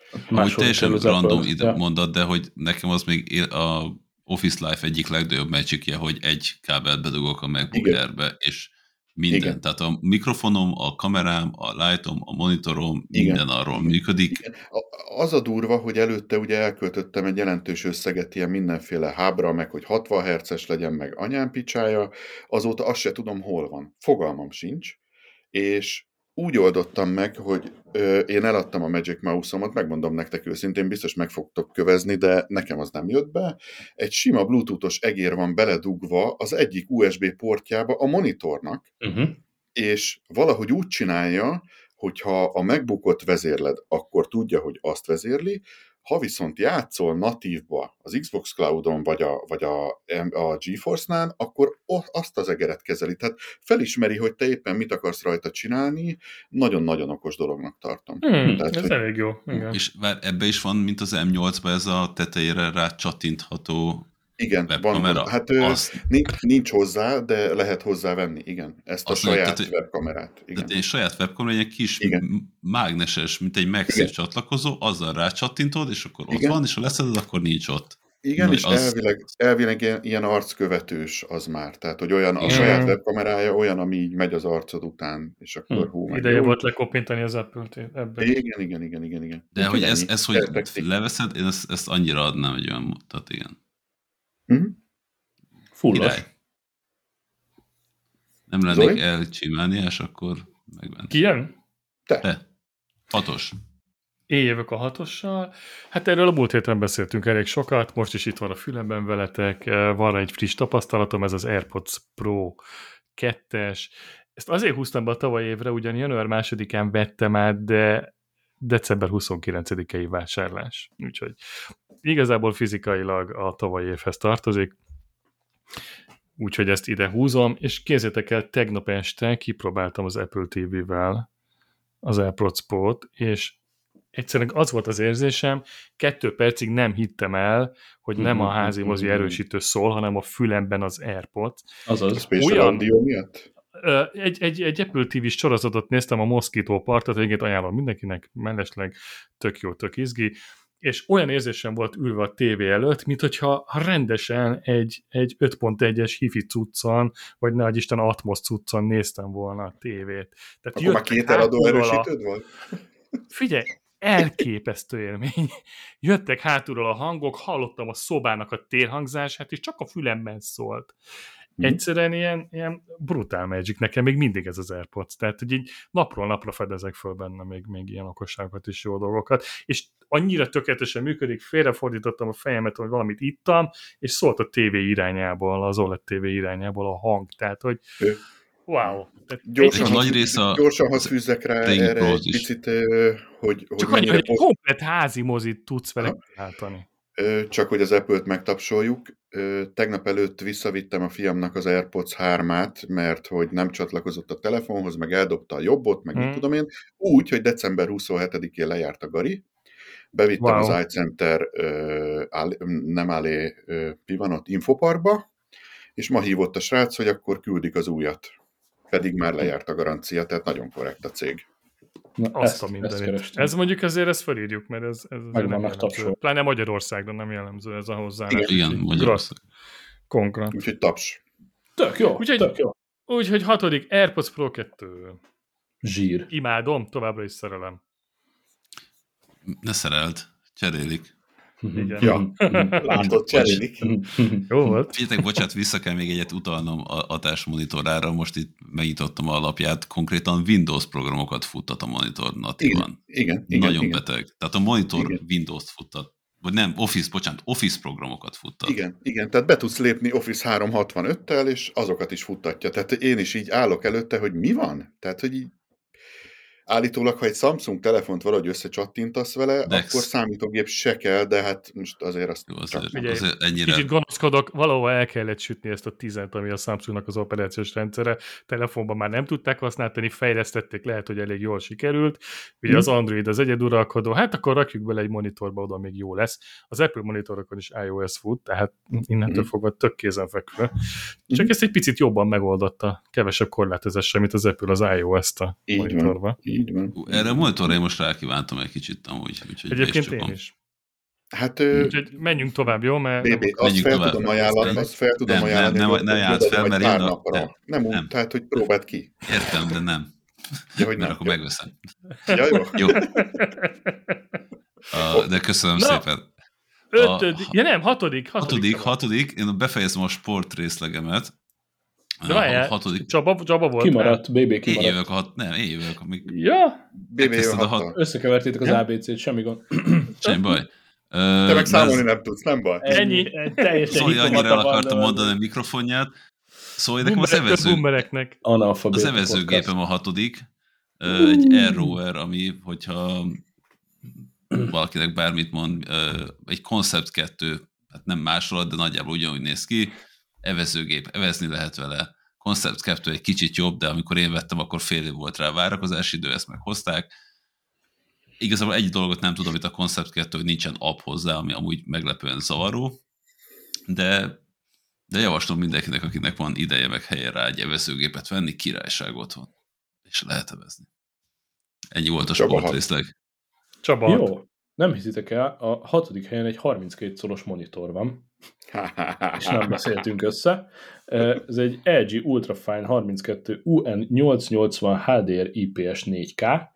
S2: Amúgy teljesen
S1: az
S2: random
S1: Apple.
S2: ide
S1: Ja.
S2: mondat, de hogy nekem az még a Office Life egyik legnagyobb magic-je, hogy egy kábelt bedugok a MacBook
S4: Igen.
S2: Airbe, és minden.
S4: Igen.
S2: Tehát a mikrofonom, a kamerám, a lightom, a monitorom,
S4: Igen.
S2: minden arról működik.
S4: Igen. A- Az a durva, hogy előtte ugye elköltöttem egy jelentős összeget ilyen mindenféle hábra, meg hogy hatvan hertzes legyen, meg anyám picsája, azóta azt se tudom, hol van. Fogalmam sincs, és úgy oldottam meg, hogy ö, én eladtam a Magic Mouse-omat, megmondom nektek őszintén, biztos meg fogtok kövezni, de nekem az nem jött be. Egy sima bluetoothos egér van beledugva az egyik u es bé portjába a monitornak,
S1: Uh-huh.
S4: és valahogy úgy csinálja, hogyha a MacBookot vezérled, akkor tudja, hogy azt vezérli, ha viszont játszol natívba az Xbox Cloudon vagy a, vagy a, a GeForce-nál, akkor azt az egeret kezeli. Tehát felismeri, hogy te éppen mit akarsz rajta csinálni, nagyon-nagyon okos dolognak tartom.
S3: Hmm,
S4: Tehát,
S3: ez
S4: hogy-
S3: elég jó. Igen.
S2: És vár, ebbe is van, mint az em nyolcban ez a tetejére rá csattintható
S4: Igen, van
S2: webkamera.
S4: hozzá. Hát ö,
S2: Az,
S4: nincs, nincs hozzá, de lehet hozzá venni, igen. Ezt a
S2: Azt
S4: saját
S2: mondja, tehát, hogy-
S4: webkamerát. Igen.
S2: tehát egy saját webkamera, egy kis
S4: Igen.
S2: m- mágneses, mint egy MagSafe
S4: Igen.
S2: csatlakozó, azzal rácsattintod, és akkor ott
S4: Igen.
S2: van, és ha leszeded, akkor nincs ott.
S4: Igen,
S2: Na,
S4: és
S2: az-
S4: elvileg, elvileg ilyen, ilyen arckövetős az már. Tehát, hogy olyan a
S2: Igen.
S4: saját webkamerája olyan, ami így megy az arcod után, és akkor
S1: Hm.
S4: hú, meg
S3: Ideje
S4: jó.
S3: volt lekopintani az Apple-t ebben.
S4: Igen, igen, igen, igen, igen.
S2: De
S4: Úgyhogy
S2: hogy ez,
S4: ennyi.
S2: ez hogy
S4: Perfekt.
S2: leveszed, én ezt, ezt annyira adnám egy olyan, tehát igen.
S4: Mhm.
S1: Fullos.
S2: Király. Nem lennék
S4: Zoli?
S2: elcsimániás, akkor megvan.
S3: Ki jön?
S4: Te.
S2: Te. Hatos.
S3: Én jövök a hatossal. Hát erről a múlt héten beszéltünk elég sokat, most is itt van a fülemben veletek, van egy friss tapasztalatom, ez az AirPods Pro kettes. Ezt azért húztam be a tavaly évre, ugyan január másodikán vettem át, de december huszonkilencedikei vásárlás. Úgyhogy igazából fizikailag a tavalyi évhez tartozik, úgyhogy ezt ide húzom, és képzeljétek el, tegnap este kipróbáltam az Apple té vével az AirPods Pro-t, és egyszerűen az volt az érzésem, kettő percig nem hittem el, hogy nem a házi mozi erősítő szól, hanem a fülemben az AirPods.
S1: Azaz.
S4: Spatial
S3: Olyan-
S4: Audio miatt?
S3: Ö, Egy, egy, egy Apple té vés sorozatot néztem, a Mosquito Partot, egyébként ajánlom mindenkinek, mellesleg tök jó, tök izgi, és olyan érzésem volt ülve a tévé előtt, mint hogyha rendesen egy, egy öt pont egyes hifi cuccon, vagy ne Isten Atmos cuccon néztem volna a tévét. Tehát
S4: Akkor már
S3: jöttek
S4: két eladó
S3: hátulról a-
S4: erősítőd volt?
S3: Figyelj, elképesztő élmény. Jöttek hátulról a hangok, hallottam a szobának a térhangzását, és csak a fülemben szólt. Egyszerűen ilyen, ilyen brutál magic nekem még mindig ez az AirPods. Tehát, hogy így napról napra fedezek föl benne még, még ilyen okosságokat és jó dolgokat. És annyira tökéletesen működik, félrefordítottam a fejemet, hogy valamit ittam, és szólt a tévé irányából, az o el e dé tévé irányából a hang. Tehát, hogy
S4: Ő.
S3: wow. Tehát
S4: Gyorsan,
S2: Egy
S4: hadd
S2: nagy
S4: fűz-
S2: része a-
S4: gyorsan hadd
S2: az
S4: fűzzek rá
S2: Playing
S4: erre
S2: Pros
S4: egy
S2: is.
S4: picit, ö, hogy, hogy
S3: csak annyi,
S4: mennyire
S3: hogy egy
S4: poszt-
S3: komplet házi mozit tudsz vele kiáltani.
S4: Ö, csak hogy az Apple-t megtapsoljuk. Ö, Tegnap előtt visszavittem a fiamnak az AirPods hármát, mert hogy nem csatlakozott a telefonhoz, meg eldobta a jobbot, meg
S3: Hmm.
S4: mit tudom én. Úgy, hogy december huszonhetedikén lejárt a Gari. Bevittem
S3: Wow.
S4: az iCenter ö, áll, nem állé ö, Pivanot Infoparkba, és ma hívott a srác, hogy akkor küldik az újat. Pedig már lejárt a garancia, tehát nagyon korrekt a cég.
S1: Na,
S3: Azt
S1: ezt,
S3: a
S1: ezt
S3: mindenit.
S1: kerestem.
S3: Ez mondjuk azért ezt felírjuk, mert ez, ez azért
S1: Meg
S3: nem
S1: vannak
S3: jellemző.
S1: tapsolva.
S3: Pláne Magyarországra nem jellemző ez a hozzáállás.
S2: Igen,
S3: Úgyhogy
S2: Magyarország.
S3: Konkrét.
S4: Úgyhogy taps.
S1: Tök jó,
S3: Úgyhogy-
S1: tök jó.
S3: Úgyhogy hatodik AirPods Pro kettő.
S1: Zsír.
S3: Imádom, továbbra is szerelem.
S2: Ne szereld, cserélik.
S3: Igen.
S4: Ja. Látod, cserélik.
S3: Jó volt.
S2: Figyeljetek, bocsánat, vissza kell még egyet utalnom a adásmonitorára, most itt megnyitottam a alapját, konkrétan Windows programokat futtat a monitor natívan.
S4: Igen, igen,
S2: Nagyon
S4: igen.
S2: beteg. Tehát a monitor
S4: Igen.
S2: Windows-t futtat. Vagy nem, Office, bocsánat, Office programokat futtat.
S4: Igen, igen, tehát be tudsz lépni Office háromszázhatvanöttel, és azokat is futtatja. Tehát én is így állok előtte, hogy mi van? Tehát, hogy így állítólag, ha egy Samsung telefont valahogy összecsattintasz vele,
S2: Dex.
S4: akkor számítógép se kell, de hát most azért azt
S2: Jó,
S4: csak
S2: azért,
S3: Figyelj,
S2: azért ennyire...
S3: Kicsit gonoszkodok, valahol el kellett sütni ezt a tízet, ami a Samsungnak az operációs rendszere. Telefonban már nem tudták használni, fejlesztették, lehet, hogy elég jól sikerült. Ugye
S4: Mhm.
S3: az Android az egyeduralkodó, hát akkor rakjuk bele egy monitorba, oda még jó lesz. Az Apple monitorokon is iOS fut, tehát innentől
S4: Mhm.
S3: fogva tök kézenfekvő. Csak
S4: Mhm.
S3: ezt egy picit jobban megoldotta, kevesebb korlátozással, mint az Apple az iOS-t a
S4: Így van.
S3: monitorba.
S4: Így Így van.
S2: Ú, erre a monitorra én most rákívántam egy kicsit amúgy. Úgyhogy
S3: Egyébként
S2: be is
S3: én
S2: csukom.
S3: is.
S4: Hát... Ö,
S3: Úgyhogy menjünk tovább, jó? Mert
S4: bé bé,
S3: nem
S4: azt fel
S2: tovább.
S4: tudom ajánlani, azt fel tudom
S2: Nem, nem,
S4: ajánlani,
S2: nem,
S4: hogy
S2: nem
S4: ott
S2: játsz fel,
S4: odaadom
S2: mert
S4: egy pár
S2: jön a-
S4: napra.
S2: nem,
S4: Nem úgy,
S2: nem.
S4: tehát, hogy próbáld ki.
S2: Értem, de nem.
S4: Ja, hogy
S2: Mert
S4: nem.
S2: akkor
S4: Jó.
S2: megveszem.
S4: Ja, jó.
S2: Jó. Uh, de köszönöm
S3: Na,
S2: szépen.
S3: Ötödik,
S2: A-
S3: ja nem, hatodik. Hatodik,
S2: Hatodik,
S3: Csaba.
S2: hatodik, én befejezem a sport részlegemet.
S3: De
S2: A
S3: várjál,
S2: hatodik.
S3: Csaba, Csaba volt.
S1: Kimaradt, bé bé
S2: Én
S1: kimaradt.
S2: jövök a hat, nem, én jövök, amíg
S3: Ja,
S4: bé bé jön
S2: Megkezdted a hat-
S4: hattal.
S1: Összekevertétek az
S3: Ja?
S1: á bé cét, semmi gond.
S2: semmi baj.
S4: Te meg számolni nem tudsz, nem baj.
S3: Ennyi.
S1: Teljesen
S2: Zoli annyira el
S1: hitomata van,
S2: akarta
S1: de-
S2: mondani a mikrofonját. Szóval nekem az
S3: boomerek,
S2: evező,
S3: boomereknek.
S2: az
S1: Analfabéta
S2: evezőgépem
S1: podcast.
S2: a hatodik. Ö, Egy Air Rover, ami, hogyha valakinek bármit mond, ö, egy Concept kettő, hát nem másolat, de nagyjából ugyanúgy néz ki. Evezőgép, evezni lehet vele. Concept kettő egy kicsit jobb, de amikor én vettem, akkor fél év volt rá várakozási idő, ezt meghozták. Igazából egy dolgot nem tudom, itt a Concept kettő, hogy nincsen app hozzá, ami amúgy meglepően zavaró, de, de javaslom mindenkinek, akinek van ideje meg helye rá egy evezőgépet venni, királyság otthon. És lehet evezni. Ennyi volt a
S4: Csaba hat.
S2: sportrészleg.
S3: Csaba.
S1: Jó, nem hiszitek el, a hatodik helyen egy harminckét szoros monitor van, és nem beszéltünk össze. Ez egy el gé Ultrafine harminckettő u en nyolcszáznyolcvan há dé er i pé es négy ká,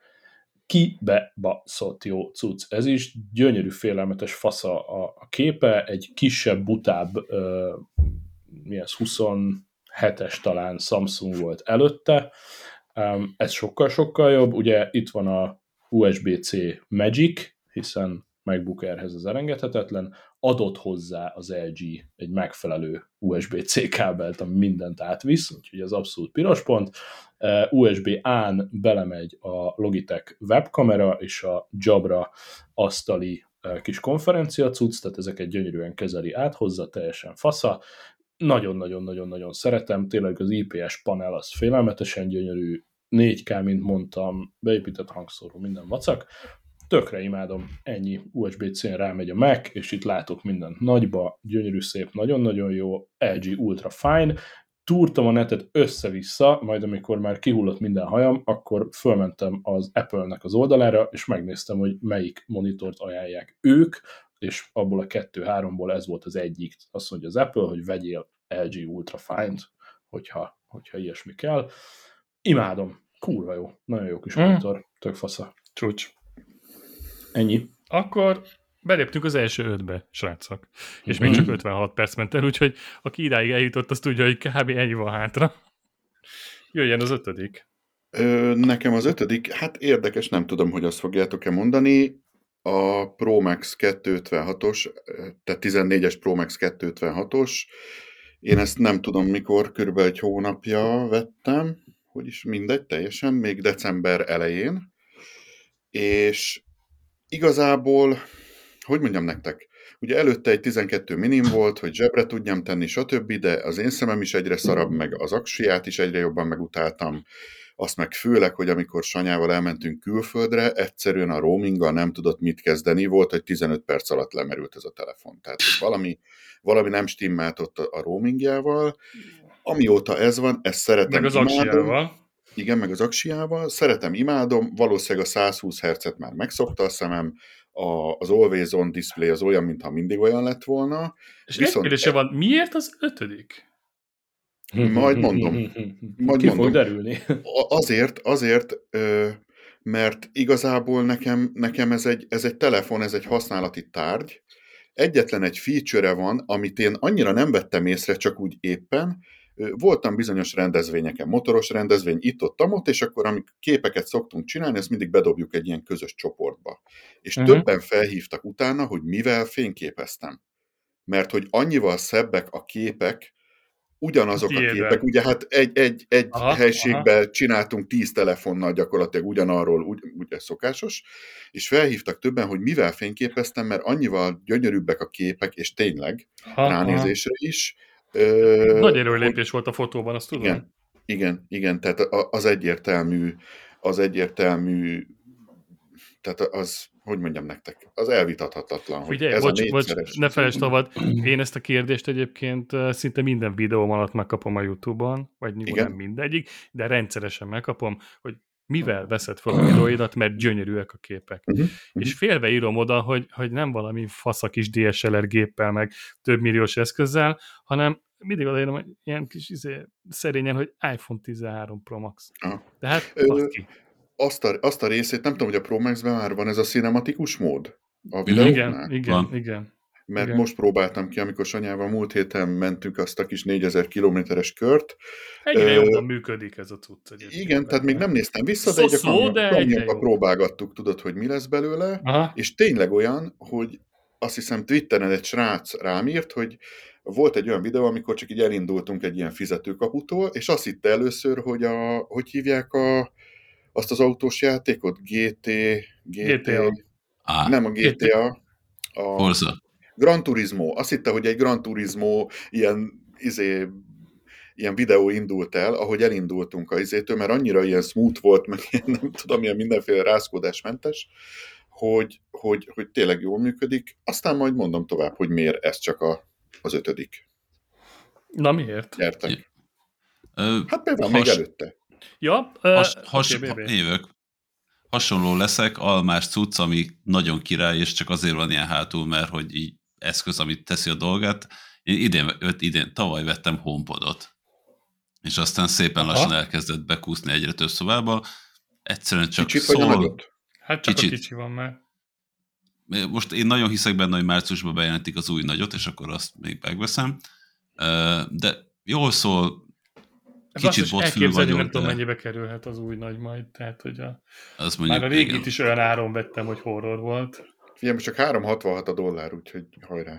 S1: kibaszott jó cucc. Ez is gyönyörű, félelmetes fasza a, a képe, egy kisebb, butább, uh, mi ez, huszonhetes talán Samsung volt előtte. Um, ez sokkal-sokkal jobb. Ugye itt van a u es bé-C Magic, hiszen MacBook Airhez ez elengedhetetlen, adott hozzá az el gé egy megfelelő u es bé-C kábelt, ami mindent átvisz, úgyhogy ez abszolút piros pont. Uh, u es bé-A-n belemegy a Logitech webkamera és a Jabra asztali uh, kis konferencia cucc, tehát ezeket gyönyörűen kezeli át hozzá, teljesen fasza. Nagyon-nagyon-nagyon-nagyon szeretem, tényleg az i pé es panel az félelmetesen gyönyörű, négy ká, mint mondtam, beépített hangszóró, minden vacak. Tökre imádom, ennyi u es bé-C-n rámegy a Mac, és itt látok mindent nagyba, gyönyörű szép, nagyon-nagyon jó, el gé Ultra Fine, túrtam a netet össze-vissza, majd amikor már kihullott minden hajam, akkor fölmentem az Apple-nek az oldalára, és megnéztem, hogy melyik monitort ajánlják ők, és abból a kettő-háromból ez volt az egyik. Azt mondja az Apple, hogy vegyél el gé Ultra Fine-t, hogyha, hogyha ilyesmi kell. Imádom, kurva jó, nagyon jó kis monitor, mm. tök fasza.
S3: Csúcs.
S1: Ennyi.
S3: Akkor beléptünk az első ötbe, srácok. És még csak ötvenhat perc ment el, úgyhogy aki idáig eljutott, azt tudja, hogy kb. Ennyi van hátra. Jöjjön az ötödik.
S4: Ö, nekem az ötödik, hát érdekes, nem tudom, hogy azt fogjátok-e mondani, a Pro Max kétszázötvenhatos, tehát tizennégyes Pro Max kétszázötvenhatos, én ezt nem tudom mikor, körülbelül egy hónapja vettem, hogy is mindegy, teljesen, még december elején, és igazából, hogy mondjam nektek, ugye előtte egy tizenkettő minim volt, hogy zsebre tudjam tenni, stb., de az én szemem is egyre szarabb, meg az aksiát is egyre jobban megutáltam, azt meg főleg, hogy amikor Sanyával elmentünk külföldre, egyszerűen a roaminggal nem tudott mit kezdeni, volt, hogy tizenöt perc alatt lemerült ez a telefon. Tehát valami, valami nem stimmelt ott a roamingjával. Amióta ez van, ezt szeretem,
S3: meg az
S4: imádom.
S3: aksiával.
S4: Igen, meg az aksiával. Szeretem, imádom. Valószínűleg a százhúsz hertzet már megszokta a szemem. A, az Always On display az olyan, mintha mindig olyan lett volna.
S3: És
S4: Viszont
S3: egy kérdése van, miért az ötödik?
S4: Majd mondom. Majd
S1: Ki
S4: mondom.
S1: fog derülni.
S4: Azért, azért, mert igazából nekem, nekem ez, egy, ez egy telefon, ez egy használati tárgy. Egyetlen egy feature-e van, amit én annyira nem vettem észre, csak úgy éppen. Voltam bizonyos rendezvényeken, motoros rendezvény, itt-ott, ott, és akkor amik képeket szoktunk csinálni, ezt mindig bedobjuk egy ilyen közös csoportba. És uh-huh. többen felhívtak utána, hogy mivel fényképeztem. Mert hogy annyival szebbek a képek, ugyanazok a képek, ugye hát egy, egy, egy aha, helységben aha. csináltunk tíz telefonnal gyakorlatilag ugyanarról, úgy, ugye szokásos, és felhívtak többen, hogy mivel fényképeztem, mert annyival gyönyörűbbek a képek, és tényleg aha, ránézésre aha. is.
S3: Ö, Nagy erőlépés volt a fotóban, azt tudom.
S4: Igen, igen, igen, tehát az egyértelmű, az egyértelmű, tehát az, hogy mondjam nektek, az elvitathatatlan,
S3: Figyelj,
S4: hogy ez
S3: bocs,
S4: a négyszeres.
S3: Bocs, ne felejtsd tovább, én ezt a kérdést egyébként szinte minden videóm alatt megkapom a YouTube-on, vagy nyilván nem mindegyik, de rendszeresen megkapom, hogy mivel veszed fel a videóidat, mert gyönyörűek a képek.
S4: Uh-huh.
S3: És félve írom oda, hogy, hogy nem valami fasz a kis dé es el er géppel, meg több milliós eszközzel, hanem mindig odaírom, hogy ilyen kis izé, szerényen, hogy iPhone tizenhárom Pro Max.
S4: Ah.
S3: Tehát
S4: Ö,
S3: ki.
S4: azt, a, azt a részét, nem tudom, hogy a Pro Max-ben már van ez a cinematikus mód a videóknál?
S3: Igen, igen,
S2: Van.
S3: igen.
S4: Mert
S3: igen.
S4: most próbáltam ki, amikor Sanyával múlt héten mentünk azt a kis négyezer kilométeres kört.
S3: Egyre
S4: Ö,
S3: jobban működik ez a cucc. Egyébként.
S4: Igen, tehát még nem néztem vissza, de így a
S3: Szó-szó,
S4: kamion,
S3: de egyre
S4: kamionba
S3: jobb.
S4: próbálgattuk, tudod, hogy mi lesz belőle,
S3: Aha.
S4: és tényleg olyan, hogy azt hiszem Twitteren egy srác rám írt, hogy volt egy olyan videó, amikor csak így elindultunk egy ilyen fizetőkaputól, és azt hitte először, hogy a, hogy hívják a, azt az autós játékot? gé té...
S3: gé té á.
S2: Á,
S4: Nem a gé té á. A
S2: Forza.
S4: Gran Turismo. Azt hitte, hogy egy Gran Turismo ilyen, izé, ilyen videó indult el, ahogy elindultunk a izétől, mert annyira ilyen smooth volt, meg ilyen, nem tudom, ilyen mindenféle rázkódásmentes, hogy, hogy, hogy tényleg jól működik. Aztán majd mondom tovább, hogy miért ez csak a, az ötödik.
S3: Na miért?
S4: Gyertek.
S2: Ö,
S4: Hát például
S2: has,
S4: még előtte.
S3: Ja, uh,
S2: has, has,
S3: okay, baby.
S2: évek. Hasonló leszek, almás cucc, ami nagyon király, és csak azért van ilyen hátul, mert hogy így eszköz, amit teszi a dolgát. Én idén, öt, idén tavaly vettem HomePodot, és aztán szépen lassan
S3: Aha.
S2: elkezdett bekúszni egyre több szobába. Egyszerűen csak
S4: Kicsit vagy a
S2: szól.
S4: nagyot?
S3: Hát csak
S2: Kicsit.
S3: a kicsi van már.
S2: Most én nagyon hiszek benne, hogy márciusban bejelentik az új nagyot, és akkor azt még megveszem. De jól szól, kicsit botfül vagyok.
S3: Nem tudom,
S2: de
S3: mennyibe kerülhet az új nagy majd. Tehát, hogy a...
S2: az mondjuk,
S3: Már a régit
S2: igen.
S3: is olyan áron vettem, hogy horror volt.
S4: Figyelj, most csak három hatvanhat a dollár, úgyhogy hajrá.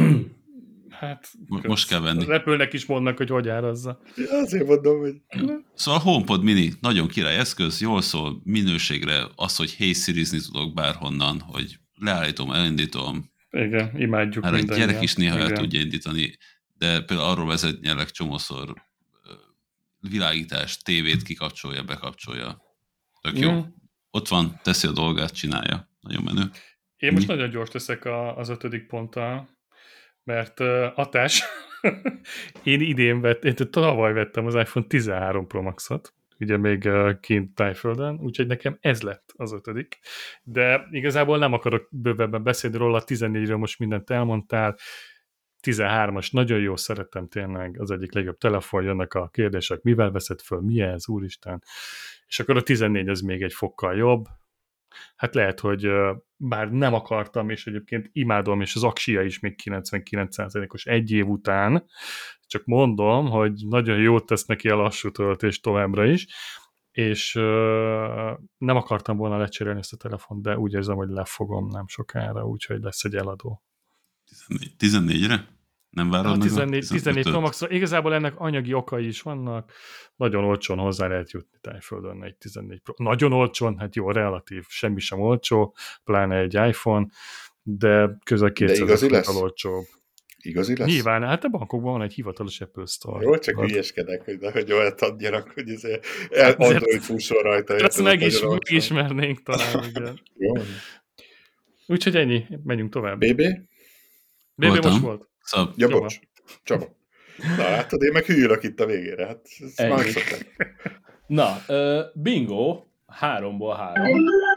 S3: Hát,
S2: Mo-
S3: kösz.
S2: most kell venni.
S3: Az Apple-nek is mondnak, hogy hogy árazza.
S4: Ja, azért mondom, hogy...
S2: Szóval a HomePod mini nagyon király eszköz, jól szól, minőségre az, hogy hey Sirizni tudok bárhonnan, hogy leállítom, elindítom.
S3: Igen, imádjuk
S2: Már egy
S3: mindannyian.
S2: gyerek is néha
S3: Igen.
S2: el tudja indítani, de például arról vezetnyelek csomószor ö, világítás, tévét kikapcsolja, bekapcsolja. Tök jó.
S3: Mm.
S2: Ott van, teszi a dolgát, csinálja. Nagyon menő.
S3: Én most
S2: Mi?
S3: nagyon gyors leszek a, az ötödik ponttal, mert uh, Atás, én idén vettem, én tavaly vettem az iPhone tizenhárom Pro Max-ot, ugye még uh, kint Tájföldön, úgyhogy nekem ez lett az ötödik. De igazából nem akarok bővebben beszélni róla, a tizennégyről most mindent elmondtál, tizenhármas, nagyon jó, szeretem tényleg, az egyik legjobb telefon, jönnek a kérdések, mivel veszed föl, mi ez, úristen. És akkor a tizennégy az még egy fokkal jobb. Hát lehet, hogy bár nem akartam, és egyébként imádom, és az Axia is még kilencvenkilenc százalékos egy év után, csak mondom, hogy nagyon jót tesz neki a lassú töltés továbbra is, és uh, nem akartam volna lecserélni ezt a telefont, de úgy érzem, hogy lefogom nem sokára, úgyhogy lesz egy eladó.
S2: tizennégyre? Nem várod
S3: A
S2: meg
S3: tizennégy,
S2: a
S3: tizennégy Pro
S2: tizenötöt?
S3: Max-ra igazából ennek anyagi okai is vannak, nagyon olcsón hozzá lehet jutni Tájföldön egy tizennégy Pro. Nagyon olcsón, hát jó, relatív, semmi sem olcsó, pláne egy iPhone, de közel kétszáz forinttal olcsóbb.
S4: Igazi lesz?
S3: Nyilván, hát a bankokban van egy hivatalos Apple Store.
S4: Jó, csak hülyeskedek, hogy, hogy olyat adjanak, hogy ez Android fusson rajta.
S3: Ezt meg is megismernénk talán, igen.
S4: Jó.
S3: Úgyhogy ennyi, menjünk tovább.
S4: bé bé?
S3: bé bé
S2: Voltam.
S3: most volt.
S2: Szóval
S4: Ja,
S3: Csaba.
S4: bocs. Csaba. Na, látod, én meg hülyülök itt a végére. Hát, ez
S1: Ennyi.
S4: már szokott.
S1: Na, uh, bingo, háromból három.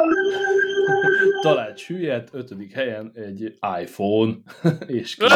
S1: Talált süllyed, ötödik helyen egy iPhone, és kész.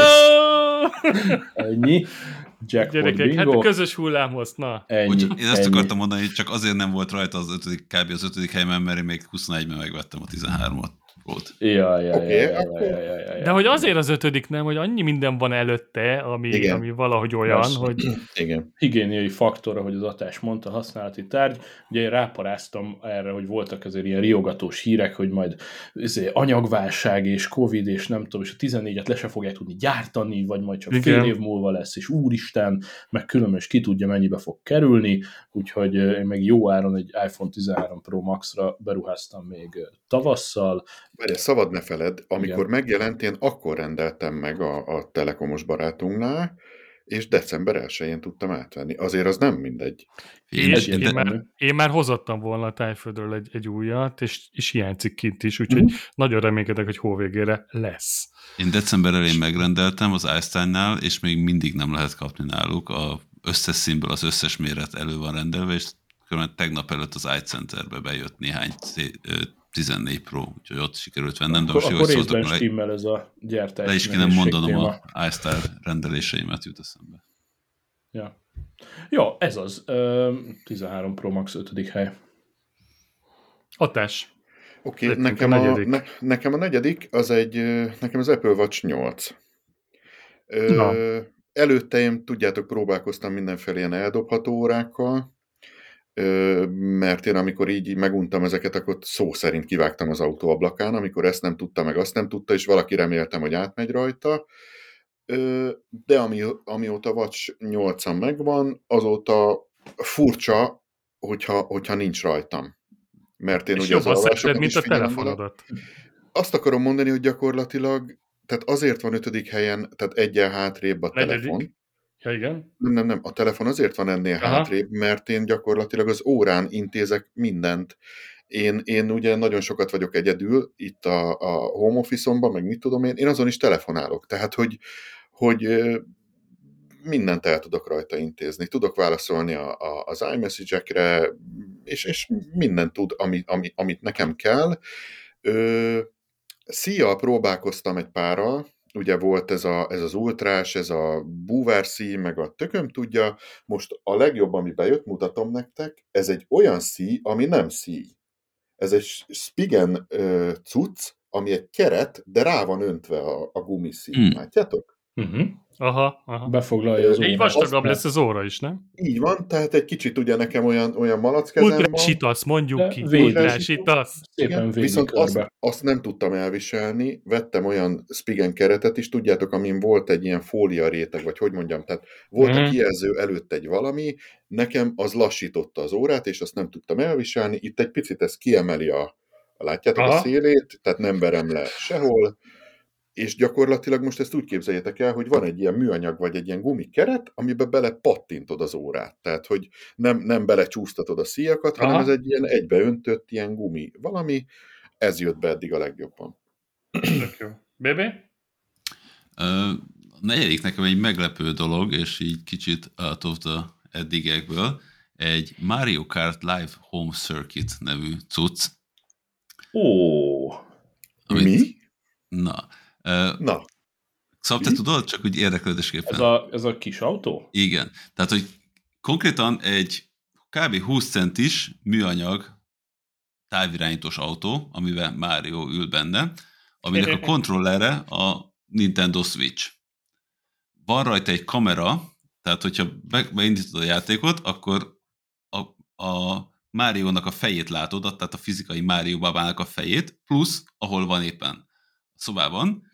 S1: Ennyi. Jackpot
S3: Gyerekek, hát
S1: bingo.
S3: a közös hullámhoz, na.
S1: Ennyi.
S2: Úgy, én azt
S1: ennyi.
S2: akartam mondani, hogy csak azért nem volt rajta az ötödik, kb. Az ötödik helyen, mert én még huszonegyben megvettem a tizenhármat. Volt.
S1: Ja, ja,
S4: Oké,
S1: ja, ja,
S4: akkor-
S1: ja, ja, ja, ja.
S3: De hogy azért az ötödik nem, hogy annyi minden van előtte, ami,
S4: Igen.
S3: ami valahogy olyan,
S1: Persze.
S3: hogy
S4: Igen.
S1: higiéniai faktor, ahogy az Atás mondta, használati tárgy. Ugye én ráparáztam erre, hogy voltak azért ilyen riogatós hírek, hogy majd ezért anyagválság és Covid, és nem tudom, és a tizennégyet le se fogják tudni gyártani, vagy majd csak
S3: Igen.
S1: fél év múlva lesz, és úristen, meg különben is ki tudja, mennyibe fog kerülni, úgyhogy eh, én meg jó áron egy iPhone tizenhárom Pro Max-ra beruháztam még eh, tavasszal.
S4: Várj, szabad ne feled, amikor
S1: Igen.
S4: megjelent, én akkor rendeltem meg a, a telekomos barátunknál, és december elsején tudtam átvenni. Azért az nem mindegy.
S2: Én,
S3: és
S2: én,
S3: én,
S2: de,
S3: már, én már hozottam volna a Tájföldről egy, egy újat, és, és hiányzik kint is, úgyhogy
S1: Mhm.
S3: nagyon reménykedek, hogy hóvégére lesz.
S2: én december elején megrendeltem az iStyle-nál, és még mindig nem lehet kapni náluk. A összes színből az összes méret elő van rendelve, és körülbelül tegnap előtt az iCenterbe bejött néhány tizennégy Pro, úgyhogy ott sikerült vennem, de
S1: akkor,
S2: most jó,
S1: akkor
S2: hogy
S1: részben
S2: szóltak,
S1: stimmel ez a gyártás.
S2: le is kéne mondanom a iStar rendeléseimet jut eszembe.
S1: Ja. Jó, ez az. tizenhárom Pro Max ötödik hely.
S3: Hatás.
S4: Oké, okay, nekem, a, ne, nekem a negyedik, az egy, nekem az Apple Watch nyolc. Ö, előtte én, tudjátok, próbálkoztam mindenféle ilyen eldobható órákkal, ö, mert én amikor így meguntam ezeket, akkor szó szerint kivágtam az autó ablakán, amikor ezt nem tudta, meg azt nem tudta, és valaki reméltem, hogy átmegy rajta. Ö, de ami, amióta Watch nyolcam megvan, azóta furcsa, hogyha, hogyha nincs rajtam. Mert én
S3: és
S4: ugye az alvásokat
S3: mint
S4: is
S3: a telefonodat.
S4: Azt akarom mondani, hogy gyakorlatilag, tehát azért van ötödik helyen, tehát egyen hátrébb a
S3: Negyedik.
S4: telefon.
S3: Ja, igen.
S4: Nem, nem, nem, a telefon azért van ennél Aha. hátrébb, mert én gyakorlatilag az órán intézek mindent. Én, én ugye nagyon sokat vagyok egyedül itt a, a home office-omban, meg mit tudom én, én azon is telefonálok. Tehát, hogy, hogy mindent el tudok rajta intézni. Tudok válaszolni a, a, az iMessage-ekre, és, és mindent tud, ami, ami, amit nekem kell. Ö, Szíjjal próbálkoztam egy párral, ugye volt ez, a, ez az ultrás, ez a búvár szíj, meg a tököm tudja, most a legjobb, ami bejött, mutatom nektek, ez egy olyan szíj, ami nem szíj. Ez egy Spigen ö, cucc, ami egy keret, de rá van öntve a, a gumiszíj. Hmm. Látjátok?
S1: Uh-huh.
S3: Aha, aha.
S1: Befoglalja az órát.
S3: Így vastagabb lesz az óra is, nem?
S4: Így van, tehát egy kicsit ugye nekem olyan, olyan malackezem van.
S3: Ultrásítasz, mondjuk de ki. Ultrásítasz.
S4: Igen, viszont azt, azt nem tudtam elviselni, vettem olyan Spigen keretet is, tudjátok, amin volt egy ilyen fólia réteg, vagy hogy mondjam, tehát volt uh-huh. a kijelző előtt egy valami, nekem az lassította az órát, és azt nem tudtam elviselni, itt egy picit ez kiemeli a, látjátok Aha. a szélét, tehát nem verem le sehol, és gyakorlatilag most ezt úgy képzeljétek el, hogy van egy ilyen műanyag, vagy egy ilyen gumikeret, amiben bele pattintod az órát. Tehát, hogy nem, nem belecsúsztatod a szíjakat, Aha. hanem ez egy ilyen egybeöntött ilyen gumi valami. Ez jött be eddig a legjobban.
S3: Tök jó. Bébé?
S2: A negyedik nekem egy meglepő dolog, és így kicsit out of the eddigekből, egy Mario Kart Live Home Circuit nevű cucc.
S1: Ó!
S4: Amit, Mi?
S2: Na.
S4: Na.
S2: Szóval te tudod, csak úgy érdeklődésképpen.
S1: Ez a, ez a kis autó?
S2: Igen. Tehát, hogy konkrétan egy kb. húsz centis műanyag távirányítós autó, amiben Mario ül benne, aminek a kontrollere a Nintendo Switch. Van rajta egy kamera, tehát hogyha be, beindítod a játékot, akkor a, a Máriónak a fejét látod, tehát a fizikai Mário babának a fejét, plusz ahol van éppen a szobában,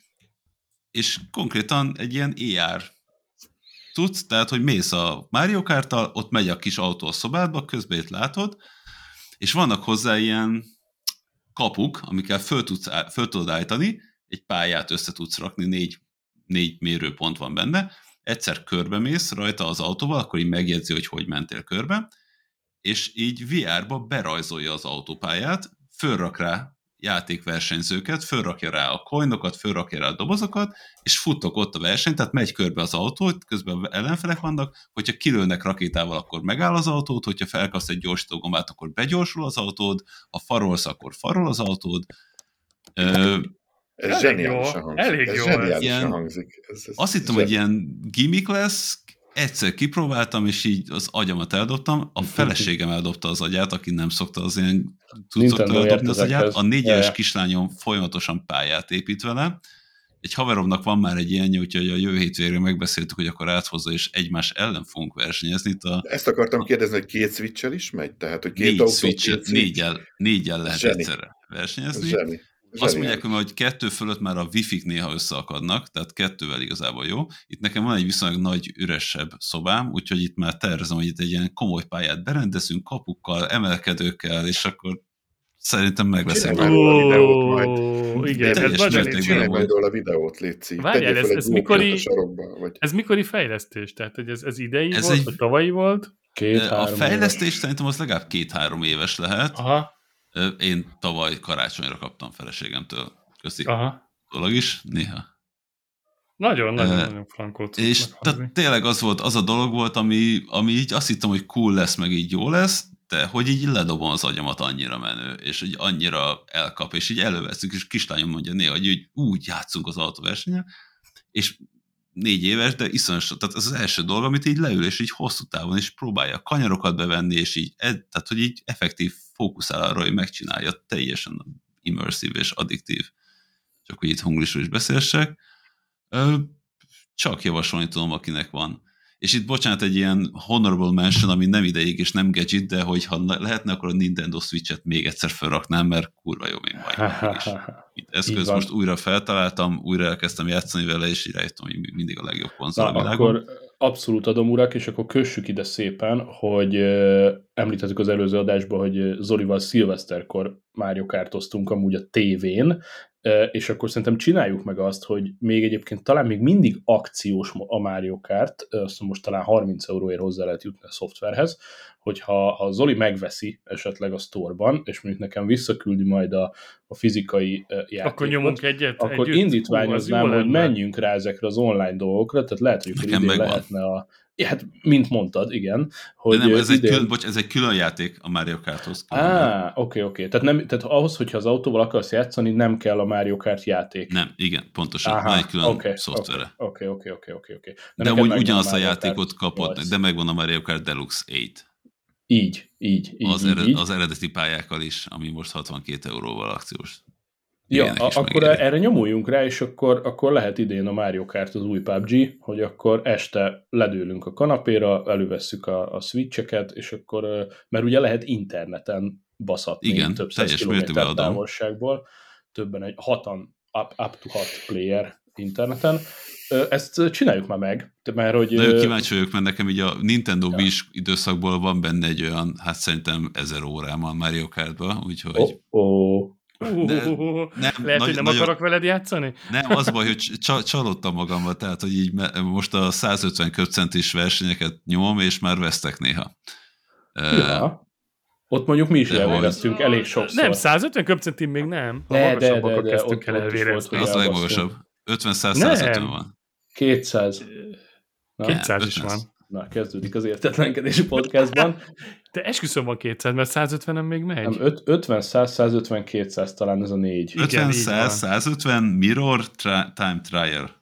S2: és konkrétan egy ilyen á er tudsz, tehát hogy mész a Mario Karttal, ott megy a kis autó a szobádba, közben itt látod, és vannak hozzá ilyen kapuk, amikkel föl, tudsz, föl tudod állítani, egy pályát össze tudsz rakni, négy, négy mérőpont van benne, egyszer körbe mész rajta az autóval, akkor így megjegyzi, hogy hogy mentél körbe, és így vé er-ba berajzolja az autópályát, fölrak rá játékversenyzőket, fölrakja rá a coinokat, fölrakja rá a dobozokat, és futtok ott a verseny, tehát megy körbe az autó, közben ellenfelek vannak, hogyha kilőnek rakétával, akkor megáll az autód, hogyha felkapsz egy gyorsítógombát, akkor begyorsul az autód, ha farolsz, akkor farol az autód. Ö,
S4: ez zseniálisan hangzik.
S3: Elég
S4: ez
S3: jó.
S4: Zseniálisan
S3: Ilyen,
S4: hangzik. Ez, ez
S2: azt hittem, hogy ilyen gimmick lesz, egyszer kipróbáltam, és így az agyamat eldobtam, a feleségem eldobta az agyát, aki nem szokta az ilyen cuccoktól eldobni az agyát, a négy éves kislányom folyamatosan pályát épít vele, egy haveromnak van már egy ilyenje, úgyhogy a jövő hétvégén megbeszéltük, hogy akkor áthozza, és egymás ellen fogunk versenyezni. Itt a,
S4: Ezt akartam kérdezni, hogy két switch-el is megy? Tehát, hogy két
S2: négy
S4: autó,
S2: switch,
S4: két switch?
S2: négyel, négyel lehet Zseni. egyszerre versenyezni.
S4: Zseni.
S2: Azt mondják, hogy kettő fölött már a wifi-k néha összeakadnak, tehát kettővel igazából jó. Itt nekem van egy viszonylag nagy, üresebb szobám, úgyhogy itt már tervezem, hogy itt egy ilyen komoly pályát berendezünk, kapukkal, emelkedőkkel, és akkor szerintem meg lesz egy
S4: róla videót majd.
S3: Igen, ez nagyon
S4: csinálj majd róla videót, létszi.
S3: Várjál, ez, ez, mikori, vagy... ez mikori fejlesztés? Tehát, hogy ez, ez idei ez volt, egy... vagy tavalyi volt?
S2: Két, a fejlesztés éves. Szerintem az legalább két-három éves lehet.
S3: Aha.
S2: Én tavaly karácsonyra kaptam feleségemtől. Köszi.
S3: Aha.
S2: Dolog is, néha.
S3: Nagyon-nagyon uh, frankót.
S2: És tehát tényleg az volt, az a dolog volt, ami, ami így azt hittem, hogy cool lesz, meg így jó lesz. de hogy így ledobom az agyamat, annyira menő, és hogy annyira elkap, és így előveszünk, és kislányom mondja néha, hogy úgy, úgy játszunk az autóversenyen, és négy éves, de iszonyos, tehát ez az első dolog, amit így leül, és így hosszú távon, és próbálja a kanyarokat bevenni, és így, tehát hogy így effektív fókuszál arra, hogy megcsinálja, teljesen immerszív és addiktív. Csak hogy itt hunglisról is beszélsek. Csak javasolni tudom, akinek van. És itt bocsánat, egy ilyen honorable mention, ami nem ideig és nem gadget, de hogyha lehetne, akkor a Nintendo Switch-et még egyszer felraknám, mert kurva jó még majd is. Itt eszköz most újra feltaláltam, újra elkezdtem játszani vele, és így rájöttem, hogy mindig a legjobb konzol a világon.
S1: Akkor abszolút adom, urak, és akkor kössük ide szépen, hogy uh, említettük az előző adásban, hogy Zolival szilveszterkor Mario Kartoztunk amúgy a tévén, uh, és akkor szerintem csináljuk meg azt, hogy még egyébként talán még mindig akciós a Mario Kart, azt most talán harminc euróért hozzá lehet jutni a szoftverhez, hogyha ha Zoli megveszi esetleg a sztorban, és mondjuk nekem visszaküldi majd a, a fizikai uh, játékot,
S3: akkor nyomunk egyet,
S1: akkor
S3: együtt.
S1: indítványoznám, Hú, hogy menjünk rá ezekre az online dolgokra, tehát lehet, hogy idén lehetne a... Ja, hát, mint mondtad, igen. Hogy
S2: de nem, ez,
S1: idén...
S2: egy külön, bocs, ez egy külön játék a Mario Karthoz.
S1: Á, oké, oké. Tehát, nem, tehát ahhoz, hogyha az autóval akarsz játszani, nem kell a Mario Kart játék.
S2: Nem, igen, pontosan.
S1: Aha,
S2: van egy külön
S1: okay,
S2: szoftvere.
S1: Oké, oké, oké, oké, oké.
S2: De amúgy ugyanazt a játékot kapott, de megvan a Mario Kart Deluxe nyolc.
S1: Így, így, így.
S2: Az,
S1: így,
S2: ered,
S1: így.
S2: az eredeti pályákkal is, ami most hatvankét euróval akciós.
S1: Ja, a, akkor megéri. Erre nyomuljunk rá, és akkor, akkor lehet idén a Mario Kart az új pé u bé gé, hogy akkor este ledőlünk a kanapéra, elővesszük a, a switcheket, és akkor, mert ugye lehet interneten baszatni.
S2: Igen,
S1: több száz kilométer távolságból, többen egy hatan, up, up to hat player interneten. Ezt csináljuk már meg, mert hogy...
S2: Nagyon kíváncsi vagyok, mert nekem így a Nintendo ja. Wii időszakból van benne egy olyan, hát szerintem ezer órám a Mario Kartba, úgyhogy...
S1: Oh, oh.
S3: Uh, de, nem, lehet, nagy, hogy nem nagyon, akarok veled játszani?
S2: Nem, az baj, hogy csa, csalódtam magammal, tehát, hogy így most a százötven köbcentis versenyeket nyomom, és már vesztek néha.
S1: Ja. Uh, Ott mondjuk mi is elvéreztünk hogy... elég sokszor.
S3: Nem, százötven köbcentin még nem. A
S1: de,
S3: magasabbakat
S1: de, de,
S3: kezdtük el elvérezni.
S2: Az a legmagasabb. ötven száz száz ötven van.
S1: kétszáz.
S3: Na, kétszáz is van.
S1: Na, kezdődik az értetlenkedési podcastban.
S3: De esküszöm van kétszáz, mert százötvenen még megy.
S1: Nem, ötven száz százötven kétszáz talán ez a négy.
S2: ötven száz százötven Mirror tri- Time Trial.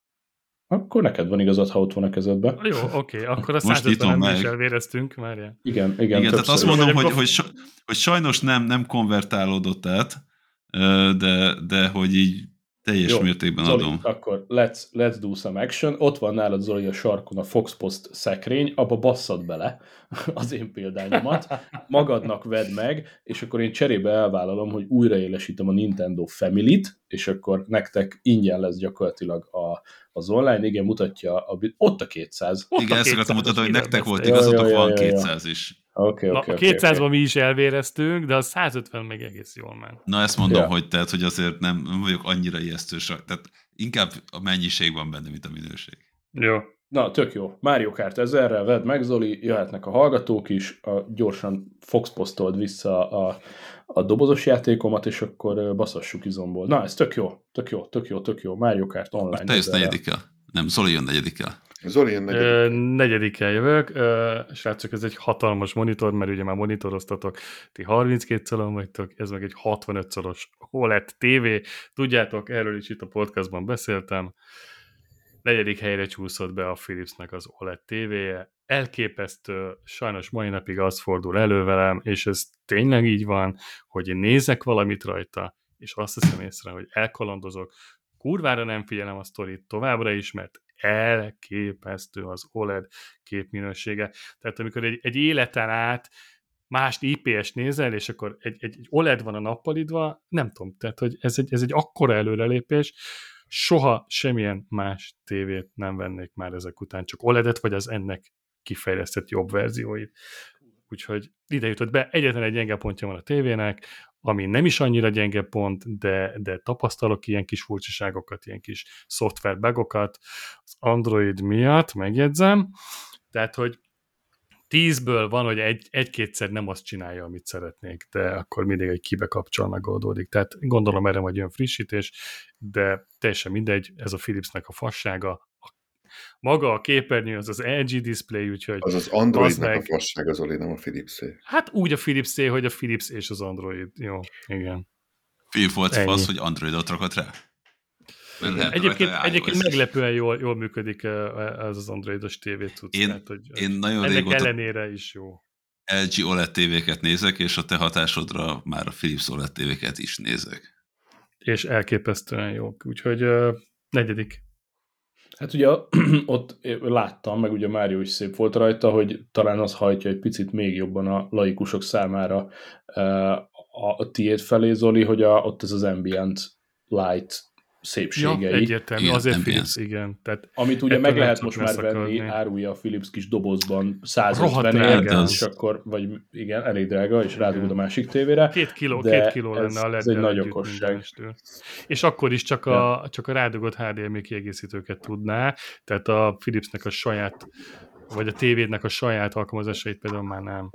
S1: Akkor neked van igazad, ha ott van a kezedben.
S3: Jó, oké, okay, akkor a százötvenen is elvéreztünk, Mária.
S1: Igen, igen.
S2: Igen, tehát azt mondom, hogy, hogy, hogy sajnos nem, nem konvertálódott át, de, de hogy így teljes Jó, mértékben
S1: Zoli,
S2: adom.
S1: akkor let's, let's do some action. Ott van nálad, Zoli, a sarkon a Fox Post szekrény, abba basszad bele az én példányomat, magadnak vedd meg, és akkor én cserébe elvállalom, hogy újraélesítem a Nintendo Family-t, és akkor nektek ingyen lesz gyakorlatilag a, az online, igen, mutatja, a, ott a kétszáz.
S2: Ott igen, ezt akartam mutatni, hogy nektek volt igazatok, van ja, ja, kétszáz is.
S1: Okay,
S3: Na,
S1: okay,
S3: a kétszázban
S1: okay.
S3: mi is elvéreztünk, de a százötven még egész jól ment.
S2: Na ezt mondom,
S1: ja.
S2: hogy, tehát, hogy azért nem, nem vagyok annyira ijesztős, tehát inkább a mennyiség van benne, mint a minőség.
S3: Jó.
S1: Na, tök jó. Mario Kart ezerrel vedd meg, Zoli, jöhetnek a hallgatók is, a, gyorsan Fox posztold vissza a, a dobozos játékomat, és akkor baszassuk izomból. Na, ez tök jó, tök jó, tök jó, tök jó. Mario Kart online.
S2: Te jössz negyedikkel. Nem, Zoli jön negyedikkel.
S4: Zoli jön negyedikkel.
S3: Negyedikkel jövök. Ö, srácok, ez egy hatalmas monitor, mert ugye már monitoroztatok. Ti harminckét calon vagytok, ez meg egy hatvanöt calos o el e dé tévé. Tudjátok, erről is itt a podcastban beszéltem. Negyedik helyre csúszott be a Philipsnek az o el e dé tévéje. Elképesztő, sajnos mai napig az fordul elő velem, és ez tényleg így van, hogy én nézek valamit rajta, és azt hiszem észre, hogy elkalandozok, kurvára nem figyelem a sztorit továbbra is, mert elképesztő az o el e dé képminősége. Tehát amikor egy, egy életen át mást i pé es nézel, és akkor egy, egy, egy o el e dé van a nappalidva, nem tudom, tehát hogy ez egy, ez egy akkora előrelépés, soha semmilyen más tévét nem vennék már ezek után, csak o el e dé-t, vagy az ennek kifejlesztett jobb verzióit. Úgyhogy ide jutott be, egyetlen egy gyenge pontja van a tévének, ami nem is annyira gyenge pont, de, de tapasztalok ilyen kis furcsaságokat, ilyen kis szoftverbugokat az Android miatt, megjegyzem. Tehát, hogy tízből van, hogy egy, egy-kétszer nem azt csinálja, amit szeretnék, de akkor mindig egy kibekapcsol megoldódik. Tehát gondolom erre majd jön frissítés, de teljesen mindegy, ez a Philipsnek a fassága. Maga a képernyő az az el gé display, úgyhogy...
S4: Az az Androidnak
S3: meg...
S4: a fasság az Oli, nem a Philips-é.
S3: Hát úgy a Philips-é, hogy a Philips és az Android. Jó, igen.
S2: Philip volt az, hogy Androidot rakott rá?
S3: Egyébként, egyébként meglepően jól, jól működik ez az androidos tévé cucc.
S2: Én,
S3: tehát, hogy
S2: én nagyon
S3: ennek
S2: régóta
S3: ellenére is jó.
S2: el gé o el e dé tévéket nézek, és a te hatásodra már a Philips o el e dé tévéket is nézek.
S3: És elképesztően jók. Úgyhogy uh, negyedik.
S1: Hát ugye ott láttam, meg ugye Mário is szép volt rajta, hogy talán az hajtja egy picit még jobban a laikusok számára a tiéd felé, Zoli, hogy a, ott ez az ambient light szépségei.
S3: Ja, egyértelmű,
S2: igen,
S3: azért
S2: ambient.
S3: Philips, igen. Tehát
S1: amit ugye meg lehet most már venni, árulja a Philips kis dobozban százötven, és akkor, vagy igen, elég drága, és rádugod a másik tévére.
S3: Két kiló, két kiló lenne a
S1: ez egy nagy okosság.
S3: És akkor is csak a, ja. csak a rádugott há dé em i kiegészítőket tudná, tehát a Philipsnek a saját, vagy a tévédnek a saját alkalmazásait például már nem.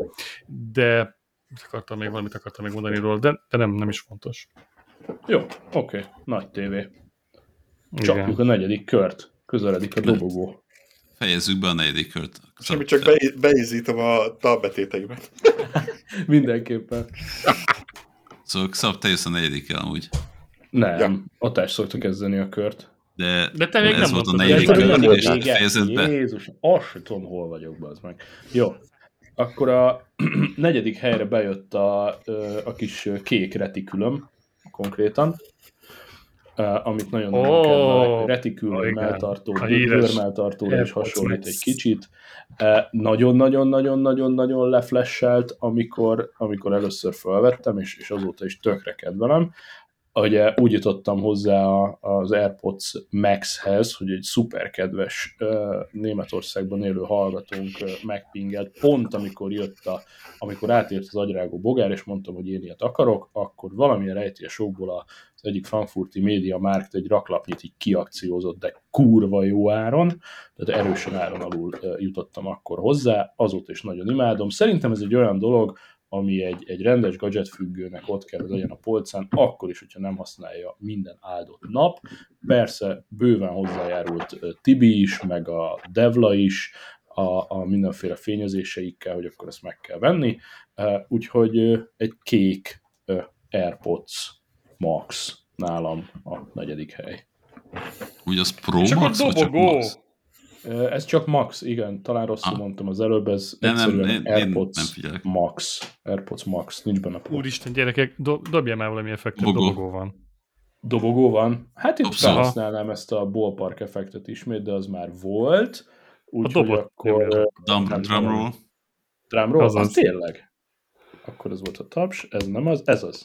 S3: De akartam még valamit akartam még mondani róla, de, de nem, nem is fontos.
S1: Jó, oké, okay. Nagy tévé. Csapjuk a negyedik kört. Közeledik a dobogó.
S2: Fejezzük be a negyedik kört.
S4: Semmi, csak be, beízítom a talbetéteimet.
S1: Mindenképpen.
S2: Szóval Szab, te jössz a negyedikkel amúgy.
S1: Nem, ja. Atás szokta kezdeni a kört.
S2: De,
S3: De te még
S2: ez
S3: nem
S2: volt a negyedik kört, és fejezed be.
S1: Jézus, azt sem tudom, hol vagyok, bazd meg. Jó. Akkor a negyedik helyre bejött a, a kis kék retikülöm, konkrétan, uh, amit nagyon-nagyon oh, kedvelek. Retikül, oh, melltartó, bőrmelltartóra is hasonlít egy kicsit. Uh, nagyon-nagyon-nagyon-nagyon-nagyon leflesselt, amikor, amikor először felvettem, és, és azóta is tökre kedvelem. Ugye úgy jutottam hozzá az AirPods Max-hez, hogy egy szuper kedves uh, Németországban élő hallgatónk uh, megpingelt, pont amikor jött a, amikor átért az agyrágó bogár, és mondtam, hogy én ilyet akarok, akkor valamilyen rejtélyes okból az egyik frankfurti média márkt egy raklapnyit így kiakciózott, de kurva jó áron, tehát erősen áron alul uh, jutottam akkor hozzá, azóta is nagyon imádom. Szerintem ez egy olyan dolog, ami egy, egy rendes gadget függőnek ott kell, hogy legyen a polcán, akkor is, hogyha nem használja minden áldott nap. Persze bőven hozzájárult Tibi is, meg a Devla is, a, a mindenféle fényezéseikkel, hogy akkor ezt meg kell venni. Úgyhogy egy kék AirPods Max nálam a negyedik hely.
S2: Úgy az Pro
S3: csak
S2: Max,
S3: vagy csak Max?
S1: Ez csak Max, igen, talán rosszul ah. mondtam az előbb, ez
S2: nem,
S1: egyszerűen
S2: nem,
S1: AirPods
S2: nem
S1: Max. AirPods Max, nincs benne Pro.
S3: Úristen, gyerekek, do- dobjál már valami effektet, dobogó. dobogó van.
S1: Dobogó van? Hát itt felhasználnám ezt a ballpark effektet ismét, de az már volt. Úgyhogy akkor...
S2: Drumroll.
S1: Drumroll? Az, az tényleg. Akkor ez volt a taps, ez nem az, ez az.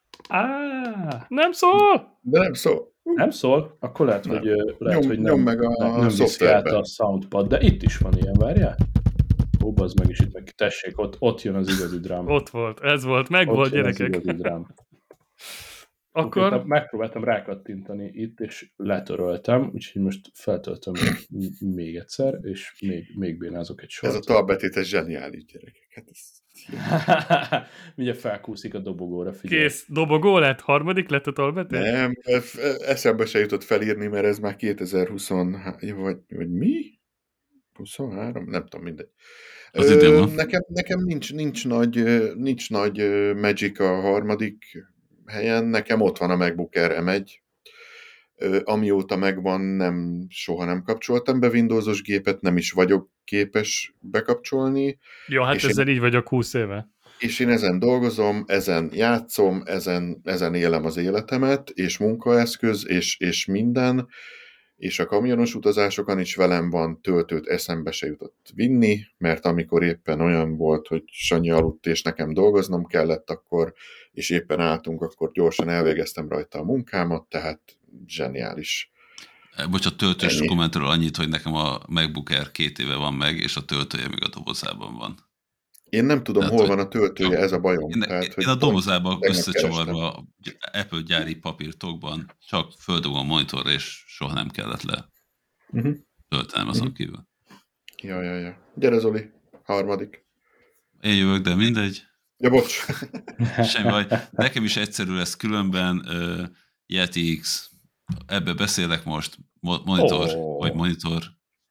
S1: Á,
S3: nem szól!
S4: De nem szól.
S1: Nem szól? Akkor lehet, nem. hogy, lehet,
S4: nyom,
S1: hogy nem,
S4: nyom meg a
S1: nem, nem viszi át a soundpad, de itt is van ilyen, várjál? Ó, bazd meg is itt meg, tessék, ott, ott jön az igazi drum.
S3: Ott volt, ez volt, meg
S1: ott
S3: volt, gyerekek.
S1: Az igazi drum.
S3: Akkor...
S1: Okay, megpróbáltam rákattintani itt, és letöröltem, úgyhogy most feltöltöm még egyszer, és még, még bénázok egy sort.
S4: Ez a talbetétes zseniális, gyerekek. Hát ez...
S1: Mindjárt felkúszik a dobogóra, figyelj.
S3: Kész, dobogó lett? Harmadik lett a talbetés?
S4: Nem, eszembe se jutott felírni, mert ez már kétezer-huszonhárom, vagy, vagy mi? huszonhárom? Nem tudom, mindegy. Ö, nekem, nekem nincs, nincs, nagy, nincs nagy Magic a harmadik helyen, nekem ott van a MacBook Air em egy. Amióta megvan, nem, soha nem kapcsoltam be Windowsos gépet, nem is vagyok képes bekapcsolni.
S3: Jó, hát ezzel én, így vagyok húsz éve.
S4: És én ezen dolgozom, ezen játszom, ezen, ezen élem az életemet, és munkaeszköz, és, és minden, és a kamionos utazásokon is velem van, töltőt eszembe se jutott vinni, mert amikor éppen olyan volt, hogy Sanyi aludt, és nekem dolgoznom kellett, akkor, és éppen álltunk, akkor gyorsan elvégeztem rajta a munkámat, tehát zseniális.
S2: Bocsánat, töltős kommentről annyit, hogy nekem a MacBook Air két éve van meg, és a töltője még a dobozában van.
S4: Én nem tudom, tehát, hol van a töltője, ez a bajom.
S2: Én,
S4: tehát,
S2: én a dobozában összecsavarva Apple gyári papírtokban csak földugom a monitorra, és soha nem kellett le uh-huh. töltenem azon uh-huh. kívül.
S4: Ja, ja, ja. Gyere, Zoli, harmadik.
S2: Én jövök, de mindegy.
S4: Ja, bocs.
S2: Semmi baj. Nekem is egyszerű lesz különben uh, Yeti X. Ebbe beszélek most, monitor, oh. vagy monitor.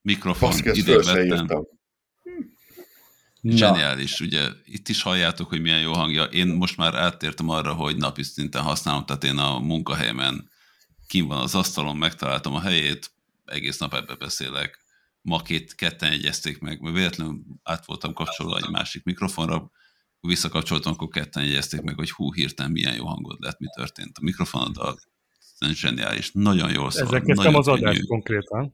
S2: mikrofon,
S4: Baszki, ezt
S2: idén
S4: föl se
S2: vettem.
S4: írtam.
S2: Zseniális, ugye itt is halljátok, hogy milyen jó hangja. Én most már áttértem arra, hogy napi szinten használom, tehát én a munkahelyemen kim van az asztalon, megtaláltam a helyét, egész nap ebbe beszélek. Ma két, ketten egyezték meg, mert véletlenül át voltam kapcsolva egy másik mikrofonra, visszakapcsoltam, akkor ketten egyezték meg, hogy hú, hirtelen milyen jó hangod lett, mi történt a mikrofonoddal. Ez zseniális, nagyon jól szól.
S3: Ezzel kezdtem az adást konkrétan.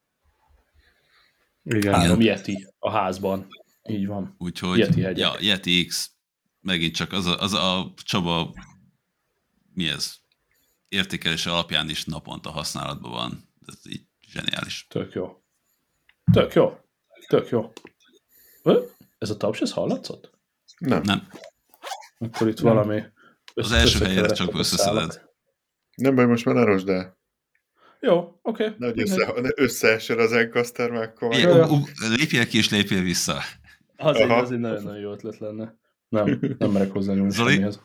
S1: Igen. Három Yeti a házban. Így van.
S2: Úgyhogy, Yeti, ja, Yeti X, megint csak az a, az a Csaba, mi ez, értékelése alapján is naponta használatban van. Ez így zseniális.
S1: Tök jó. Tök jó. Tök jó. Ö? Ez a taps, ez hallatszott?
S4: Nem.
S2: Nem.
S1: Akkor itt nem. Valami...
S2: Az első helyre csak összeszeded.
S4: Nem baj, most már ne rosd el.
S1: Jó, oké. Okay.
S4: Ne, hogy össze, összeessen az Encaster, mert akkor...
S2: Lépjél ki és lépjél vissza.
S1: Az egy, az egy nagyon-nagyon jó ötlet lenne. Nem, nem merek hozzá nyúlni semmihez.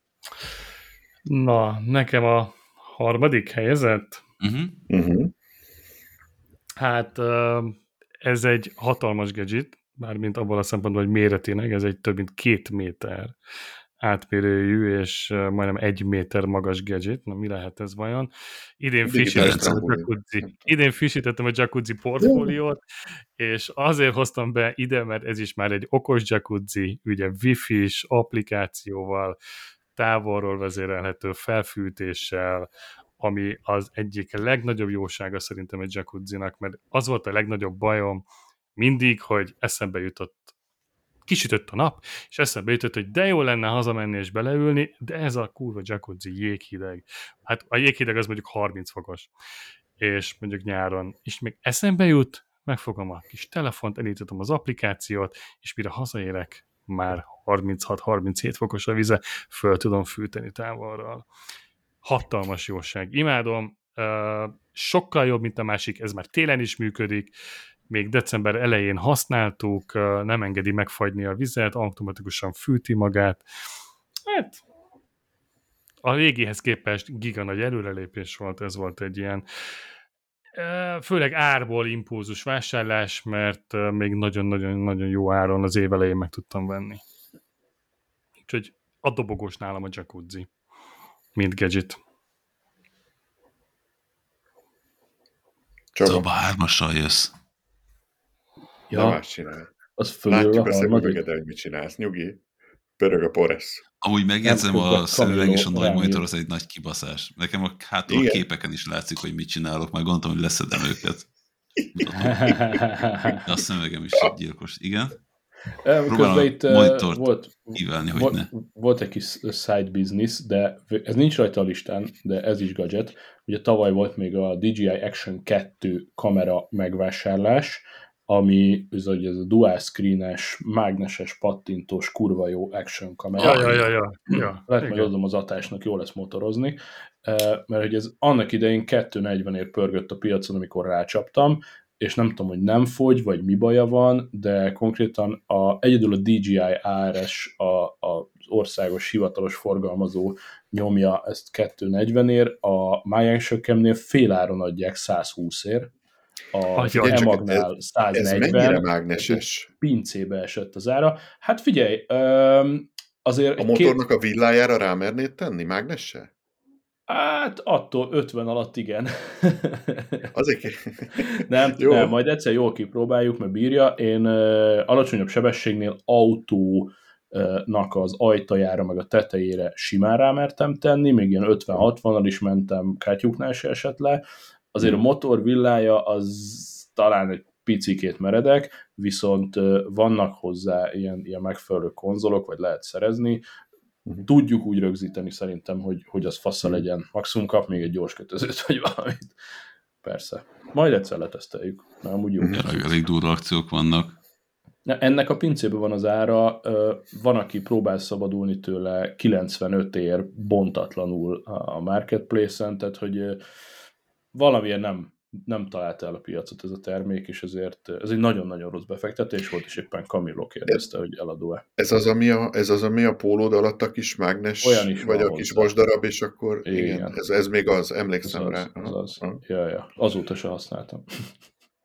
S3: Na, nekem a harmadik helyezett.
S2: Uh-huh.
S4: Uh-huh.
S3: Hát ez egy hatalmas gadget, mármint abban a szempontból, hogy méretének, ez egy több mint két méter átmérőjű és majdnem egy méter magas gadget. Na, mi lehet ez vajon? Idén frissítettem a jacuzzi, idén frissítettem a jacuzzi portfóliót, és azért hoztam be ide, mert ez is már egy okos jacuzzi, ugye wifi-s applikációval, távolról vezérelhető felfűtéssel, ami az egyik legnagyobb jósága szerintem egy jacuzzinak, mert az volt a legnagyobb bajom mindig, hogy eszembe jutott, kisütött a nap, és eszembe jutott, hogy de jó lenne hazamenni és beleülni, de ez a kurva jacuzzi jéghideg. Hát a jéghideg az mondjuk harminc fokos, és mondjuk nyáron, és még eszembe jut, megfogom a kis telefont, elindítom az applikációt, és mire hazaérek, már harminchat-harminchét fokos a vize, föl tudom fűteni távolról. Hatalmas jóság. Imádom, sokkal jobb, mint a másik, ez már télen is működik, még december elején használtuk, nem engedi megfagyni a vizet, automatikusan fűti magát. Hát a régihez képest giga nagy előrelépés volt, ez volt egy ilyen főleg árból impulzus vásárlás, mert még nagyon-nagyon-nagyon jó áron az év elején meg tudtam venni. Úgyhogy a dobogós nálam a jacuzzi, mint gadget.
S2: Csaba hármassal jössz.
S4: Ja. Nem más csinál.
S1: Az
S4: fölül látjuk a szemüveged, hogy mit csinálsz. Nyugi. Pörög a poresz.
S2: Amúgy megjegyzem, a szemüveg és a nagy monitor az egy nagy kibaszás. Nekem a hátul a képeken is látszik, hogy mit csinálok, majd gondolom, hogy leszedem őket. De a szemüvegem is egy gyilkos. Igen?
S1: Próbálom itt, monitort
S2: volt, kívánni, hogy
S1: volt,
S2: ne.
S1: Volt egy kis side business, de ez nincs rajta a listán, de ez is gadget. Ugye tavaly volt még a dé jé i Action kettő kamera megvásárlás, ami ez, ez a dual screen-es, mágneses, pattintós, kurva jó action kamera.
S3: Ja, ja, ja, ja. ja.
S1: Lehet, hogy adom az Atásnak, jó lesz motorozni, mert hogy ez annak idején kettőszáznegyvenért pörgött a piacon, amikor rácsaptam, és nem tudom, hogy nem fogy, vagy mi baja van, de konkrétan a, egyedül a dé jé i á er es, a, a, az országos hivatalos forgalmazó nyomja ezt kettőszáznegyvenért, a Májánksökkemnél féláron adják százhúszért, a Emagnál száznegyven,
S4: ez mennyire mágneses?
S1: Pincébe esett az ára. Hát figyelj, azért...
S4: A motornak két... a villájára rámernéd tenni mágnessel?
S1: Hát attól ötven alatt igen.
S4: Azért
S1: nem, nem, majd egyszer jól kipróbáljuk, mert bírja. Én uh, alacsonyabb sebességnél autónak az ajtajára, meg a tetejére simán rámertem tenni, még ilyen ötven-hatvannal is mentem, kátyuknál se esett le. Azért a motor villája az talán egy picikét meredek, viszont vannak hozzá ilyen, ilyen megfelelő konzolok, vagy lehet szerezni. Tudjuk úgy rögzíteni szerintem, hogy, hogy az fassa legyen. Maximum kap még egy gyors kötözőt, vagy valamit. Persze. Majd egyszer leteszteljük. Nem, úgy jó.
S2: Elég durva akciók vannak.
S1: Ennek a pincében van az ára, van, aki próbál szabadulni tőle kilencvenöt ér bontatlanul a marketplace-en, tehát hogy valamilyen nem, nem találta el a piacot ez a termék, és ezért ez egy nagyon-nagyon rossz befektetés volt, és éppen Camillo kérdezte, hogy eladó-e.
S4: Ez az, ami a, ez az, ami a pólód alatt a kis mágnes, olyan is vagy a kis vasdarab, és akkor igen, igen ez, ez még az, emlékszem
S1: az
S4: rá.
S1: Az, az, az. Ja, ja. Azóta se használtam.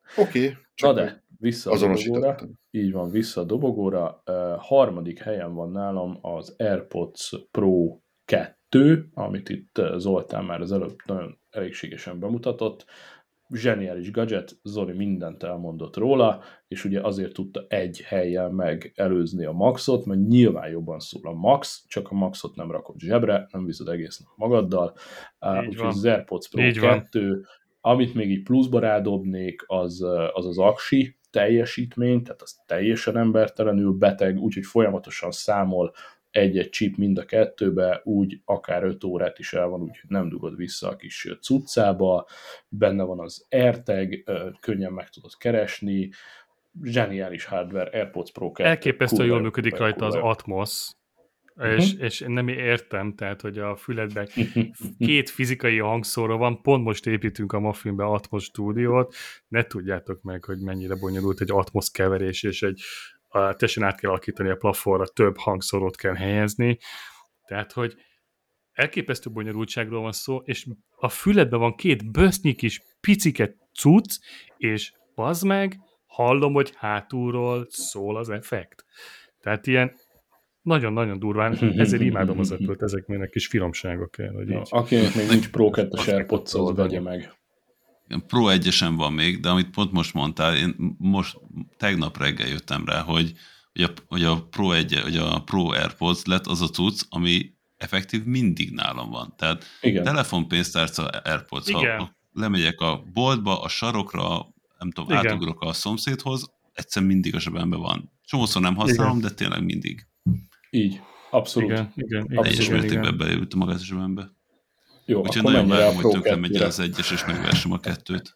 S4: Oké, okay,
S1: Na de, vissza a dobogóra. Így van, vissza a dobogóra. Uh, harmadik helyen van nálam az AirPods Pro kettő, amit itt Zoltán már az előbb nagyon elégségesen bemutatott. Zseniális gadget, Zoli mindent elmondott róla, és ugye azért tudta egy helyen megelőzni a Maxot, mert nyilván jobban szól a Max, csak a Maxot nem rakod zsebre, nem viszed egész nap magaddal. Uh, úgyhogy az AirPods Pro így kettő, van. Amit még így pluszba rádobnék, az az, az aksi teljesítmény, tehát az teljesen embertelenül beteg, úgyhogy folyamatosan számol egy-egy chip mind a kettőbe, úgy akár öt órát is el van, úgyhogy nem dugod vissza a kis cuccába, benne van az AirTag, könnyen meg tudod keresni, zseniális hardware, AirPods Pro kettő.
S3: Elképesztően jól működik rajta az Atmos, és, uh-huh. és nem értem, tehát, hogy a füledben két fizikai hangszóró van, pont most építünk a Muffinbe Atmos stúdiót, ne tudjátok meg, hogy mennyire bonyolult egy Atmos keverés, és egy teljesen át kell alakítani a plafonra, több hangszórót kell helyezni, tehát, hogy elképesztő bonyolultságról van szó, és a füledben van két bösznyi kis picike cucc, és bazd meg, hallom, hogy hátulról szól az effekt. Tehát ilyen nagyon-nagyon durván, ezért imádom az Apple-t, ezek még kis finomságok kell, hogy így.
S1: Akinek még nincs Pro kettes AirPods, az vegye meg.
S2: Pro egyesen van még, de amit pont most mondtál, én most tegnap reggel jöttem rá, hogy, hogy, a, hogy a Pro egy, hogy a Pro AirPods lett az a cucc, ami effektív mindig nálam van. Tehát igen. Telefonpénztárca AirPods, igen. ha lemegyek a boltba, a sarokra, nem tudom, igen. átugrok a szomszédhoz, egyszer mindig a zsebemben van. Csomószor nem használom, igen. de tényleg mindig.
S1: Így, abszolút. Igen,
S3: igen, igen,
S2: teljes mértékben beült a magát a zsebembe.
S1: Jó,
S2: úgyhogy nagyon várom, hogy tönkre megy az egyes, és megversem a kettőt.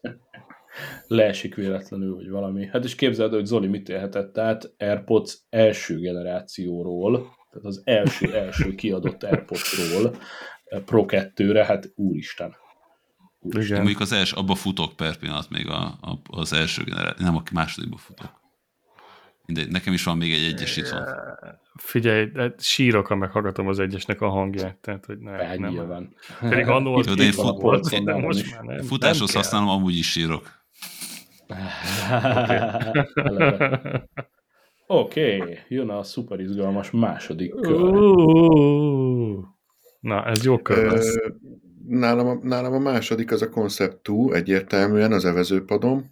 S1: Leesik véletlenül, hogy valami. Hát és képzeld, hogy Zoli mit élhetett át AirPods első generációról, tehát az első, első kiadott AirPodsról Pro kettőre, hát úristen.
S2: úristen. Mondjuk az első, abba futok per pillanat még a, a, az első generáció, nem a másodikba futok. Mindegy, nekem is van még egy egyes itt van.
S3: Figyelj, sírok, ha meghallgatom az egyesnek a hangját, tehát, hogy ne,
S1: Bár
S3: nem.
S1: Nyilván.
S3: Pedig annól
S2: az két fut, volt, de most már nem. Futáshoz nem használom, amúgy is sírok.
S1: Oké, okay, jön a szuper izgalmas második kör.
S3: Uh, na, ez jó kör lesz.
S4: Nálam a, nálam a második az a Concept kettő, egyértelműen az evezőpadom.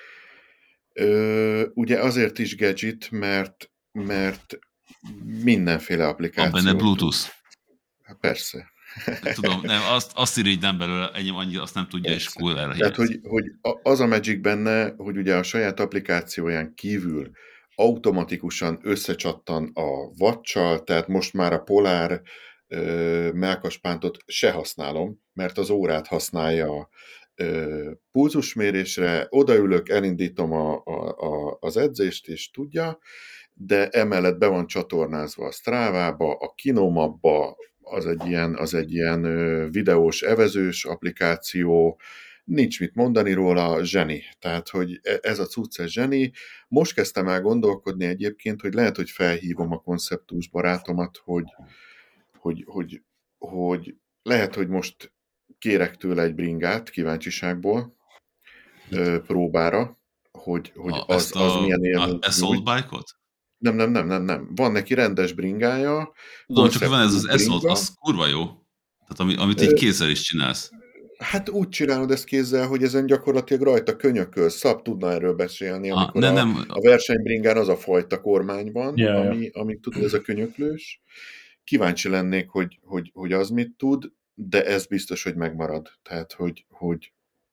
S4: Ö, ugye azért is gadget, mert, mert mindenféle applikáció.
S2: Van benne Bluetooth?
S4: Hát persze.
S2: Tudom, nem, azt, azt írj nem belőle, ennyi annyi, azt nem tudja, persze. És cool erre.
S4: Tehát, hogy, hogy az a magic benne, hogy ugye a saját applikációján kívül automatikusan összecsattan a watch-sal, tehát most már a Polar ö, mellkaspántot se használom, mert az órát használja pulzusmérésre, odaülök, elindítom a, a, a, az edzést, és tudja, de emellett be van csatornázva a Strava-ba, a Kinomapba, az egy ilyen, az egy ilyen videós, evezős applikáció, nincs mit mondani róla, zseni. Tehát, hogy ez a cucc, ez zseni. Most kezdtem el gondolkodni egyébként, hogy lehet, hogy felhívom a konceptus barátomat, hogy, hogy, hogy, hogy lehet, hogy most kérek tőle egy bringát kíváncsiságból ö, próbára, hogy, hogy
S2: a,
S4: az, az
S2: a,
S4: milyen élmény.
S2: A Assault bike-ot?
S4: Nem, nem, nem, nem, nem. Van neki rendes bringája.
S2: Tudom, csak van ez az Assault, az kurva jó. Tehát ami, amit így kézzel is csinálsz.
S4: Hát úgy csinálod ezt kézzel, hogy ezen gyakorlatilag rajta könyököl. Szab tudna erről beszélni, amikor ah, ne, a, nem. a versenybringán az a fajta kormány van, yeah, ami, ami tudod, ez a könyöklős. Kíváncsi lennék, hogy, hogy, hogy az mit tud, de ez biztos, hogy megmarad. Tehát, hogy, hogy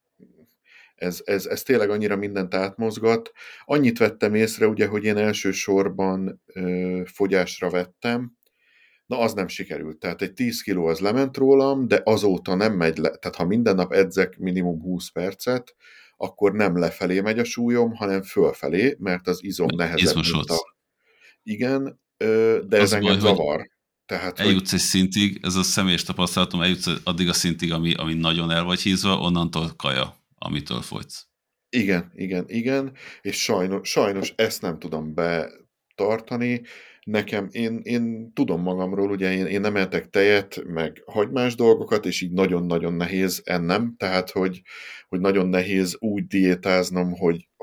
S4: ez, ez, ez tényleg annyira mindent átmozgat. Annyit vettem észre, ugye, hogy én elsősorban ö, fogyásra vettem, na az nem sikerült. Tehát egy tíz kiló az lement rólam, de azóta nem megy le. Tehát ha minden nap edzek minimum húsz percet, akkor nem lefelé megy a súlyom, hanem fölfelé, mert az izom nehezebb, mint a... Igen, ö, de ez az engem baj, zavar. Tehát,
S2: eljutsz hogy... egy szintig, ez a személyes tapasztalatom, eljutsz addig a szintig, ami, ami nagyon el vagy hízva, onnantól kaja, amitől fogysz.
S4: Igen, igen, igen, és sajnos, sajnos ezt nem tudom betartani. Nekem, én, én tudom magamról, ugye én, én nem ettek tejet, meg hagymás dolgokat, és így nagyon-nagyon nehéz ennem, tehát, hogy, hogy nagyon nehéz úgy diétáznom, hogy,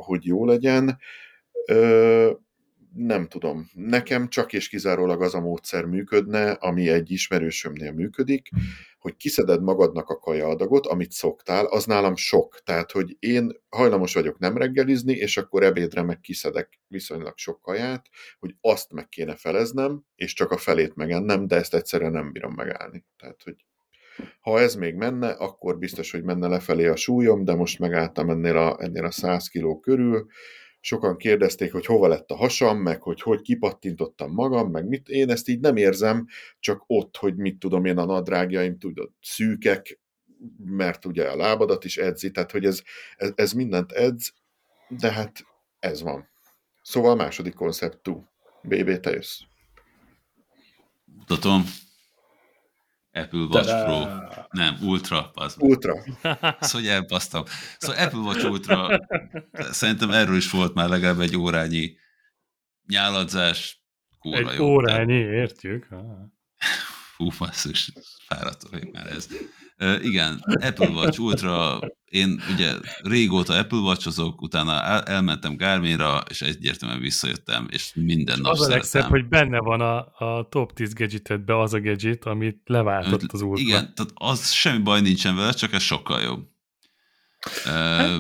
S4: hogy jó legyen. Ö, nem tudom. Nekem csak és kizárólag az a módszer működne, ami egy ismerősömnél működik, hogy kiszeded magadnak a kajaadagot, amit szoktál, az nálam sok. Tehát, hogy én hajlamos vagyok nem reggelizni, és akkor ebédre meg kiszedek viszonylag sok kaját, hogy azt meg kéne feleznem, és csak a felét megennem, de ezt egyszerűen nem bírom megállni. Tehát, hogy ha ez még menne, akkor biztos, hogy menne lefelé a súlyom, de most megálltam ennél a, ennél a száz kiló körül. Sokan kérdezték, hogy hova lett a hasam, meg hogy hogy kipattintottam magam, meg mit. Én ezt így nem érzem, csak ott, hogy mit tudom én, a nadrágjaim, tudod, szűkek, mert ugye a lábadat is edzi, tehát hogy ez, ez, ez mindent edz, de hát ez van. Szóval a második konceptú. bé bé, te jössz.
S2: Mutatom. Apple Watch
S1: Ta-da!
S2: Pro. Nem, Ultra. Az
S4: Ultra.
S2: Azt, hogy elbasztam. Szóval Apple Watch Ultra, szerintem erről is volt már legalább egy órányi nyáladzás.
S3: Egy
S2: jó.
S3: órányi, értjük.
S2: Hú, basszus, fáradt vagyok már ez. Uh, igen, Apple Watch Ultra, én ugye régóta Apple Watch-ozok, utána el, elmentem Garminra, és egyértelműen visszajöttem, és minden nap
S3: az a legszebb,
S2: szeretem.
S3: hogy benne van a, a top tíz gadgetedbe az a gadget, amit leváltott az Ultra.
S2: Igen, tehát az semmi baj nincsen vele, csak ez sokkal jobb. Uh, hát,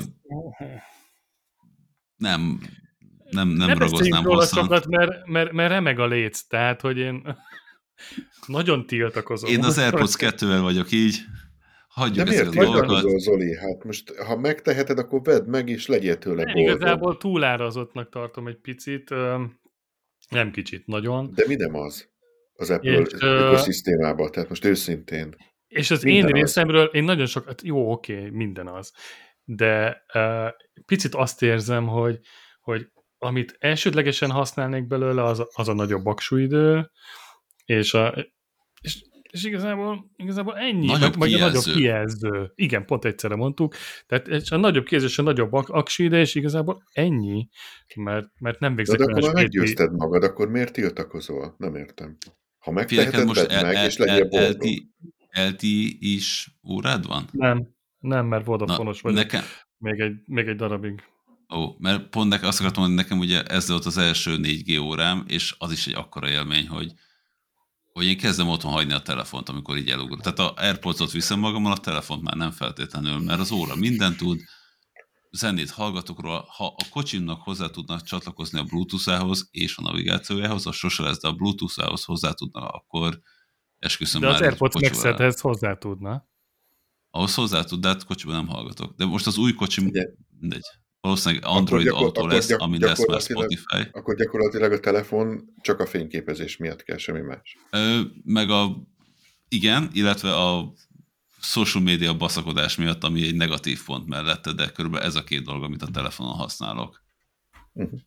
S2: nem, nem, nem
S3: ne
S2: ragoznám
S3: róla
S2: hosszan.
S3: sokat, mert, mert, mert remeg a léc, tehát, hogy én nagyon tiltakozom.
S2: Én az AirPods kettővel vagyok így. Hagyjuk
S4: de
S2: ezeket
S4: miért
S2: a dolgokat.
S4: tiltakozol, Zoli? Hát most, ha megteheted, akkor vedd meg, és legyél tőle
S3: Nem,
S4: boldog.
S3: igazából túlárazottnak tartom egy picit, nem kicsit, nagyon.
S4: De mi nem az? Az Apple
S3: És,
S4: ökoszisztémában, tehát most őszintén.
S3: És az
S4: Minden
S3: én
S4: az.
S3: részemről, én nagyon sokat, jó, oké, minden az, de uh, picit azt érzem, hogy, hogy amit elsődlegesen használnék belőle, az, az a nagyobb aksúidő, és, a, és, és igazából, igazából ennyi,
S2: nagyobb
S3: meg, meg a nagyobb
S2: kijelző.
S3: kijelző. Igen, pont egyszerre mondtuk, tehát és a nagyobb kijelző és a nagyobb ak- aksúidő, és igazából ennyi, mert, mert nem
S4: De,
S3: végzek
S4: de akkor
S3: olyan
S4: már
S3: spéti-
S4: meggyőzted magad, akkor miért tiltakozol? Nem értem. Ha
S2: Féleket
S4: megteheted,
S2: most
S4: vedd meg, és legyél boldog.
S2: el té is órád van?
S3: Nem, nem, mert Vodafone-os vagyok.
S2: Nekem,
S3: Még egy, még egy darabig.
S2: ó, mert pont nekem, azt akartam mondani, nekem ugye ez volt az első négy gé órám, és az is egy akkora élmény, hogy, hogy én kezdem otthon hagyni a telefont, amikor így elugrok. Tehát a AirPods-ot viszem magammal, a telefont már nem feltétlenül, mert az óra mindent tud, zenét hallgatok róla, ha a kocsimnak hozzá tudnak csatlakozni a Bluetooth-ához és a navigációjához, az sose lesz, de a Bluetooth-ához hozzá tudnak, akkor esküszöm
S3: De
S2: már
S3: az
S2: egy
S3: AirPods
S2: kocsival.
S3: Max-edhez hozzá tudna.
S2: Ahhoz hozzá tud, de hát kocsiban nem hallgatok. De most az új kocsim,
S4: Ugye.
S2: mindegy. Valószínűleg Android
S4: gyakor-
S2: autó
S4: akkor
S2: lesz,
S4: gyak-
S2: ami lesz már
S4: gyakorlatilag-
S2: Spotify.
S4: Akkor gyakorlatilag a telefon csak a fényképezés miatt kell, semmi más.
S2: Ö, meg a, igen, illetve a social media baszakodás miatt, ami egy negatív pont mellette, de körülbelül ez a két dolog, amit a telefonon használok.
S4: Uh-huh.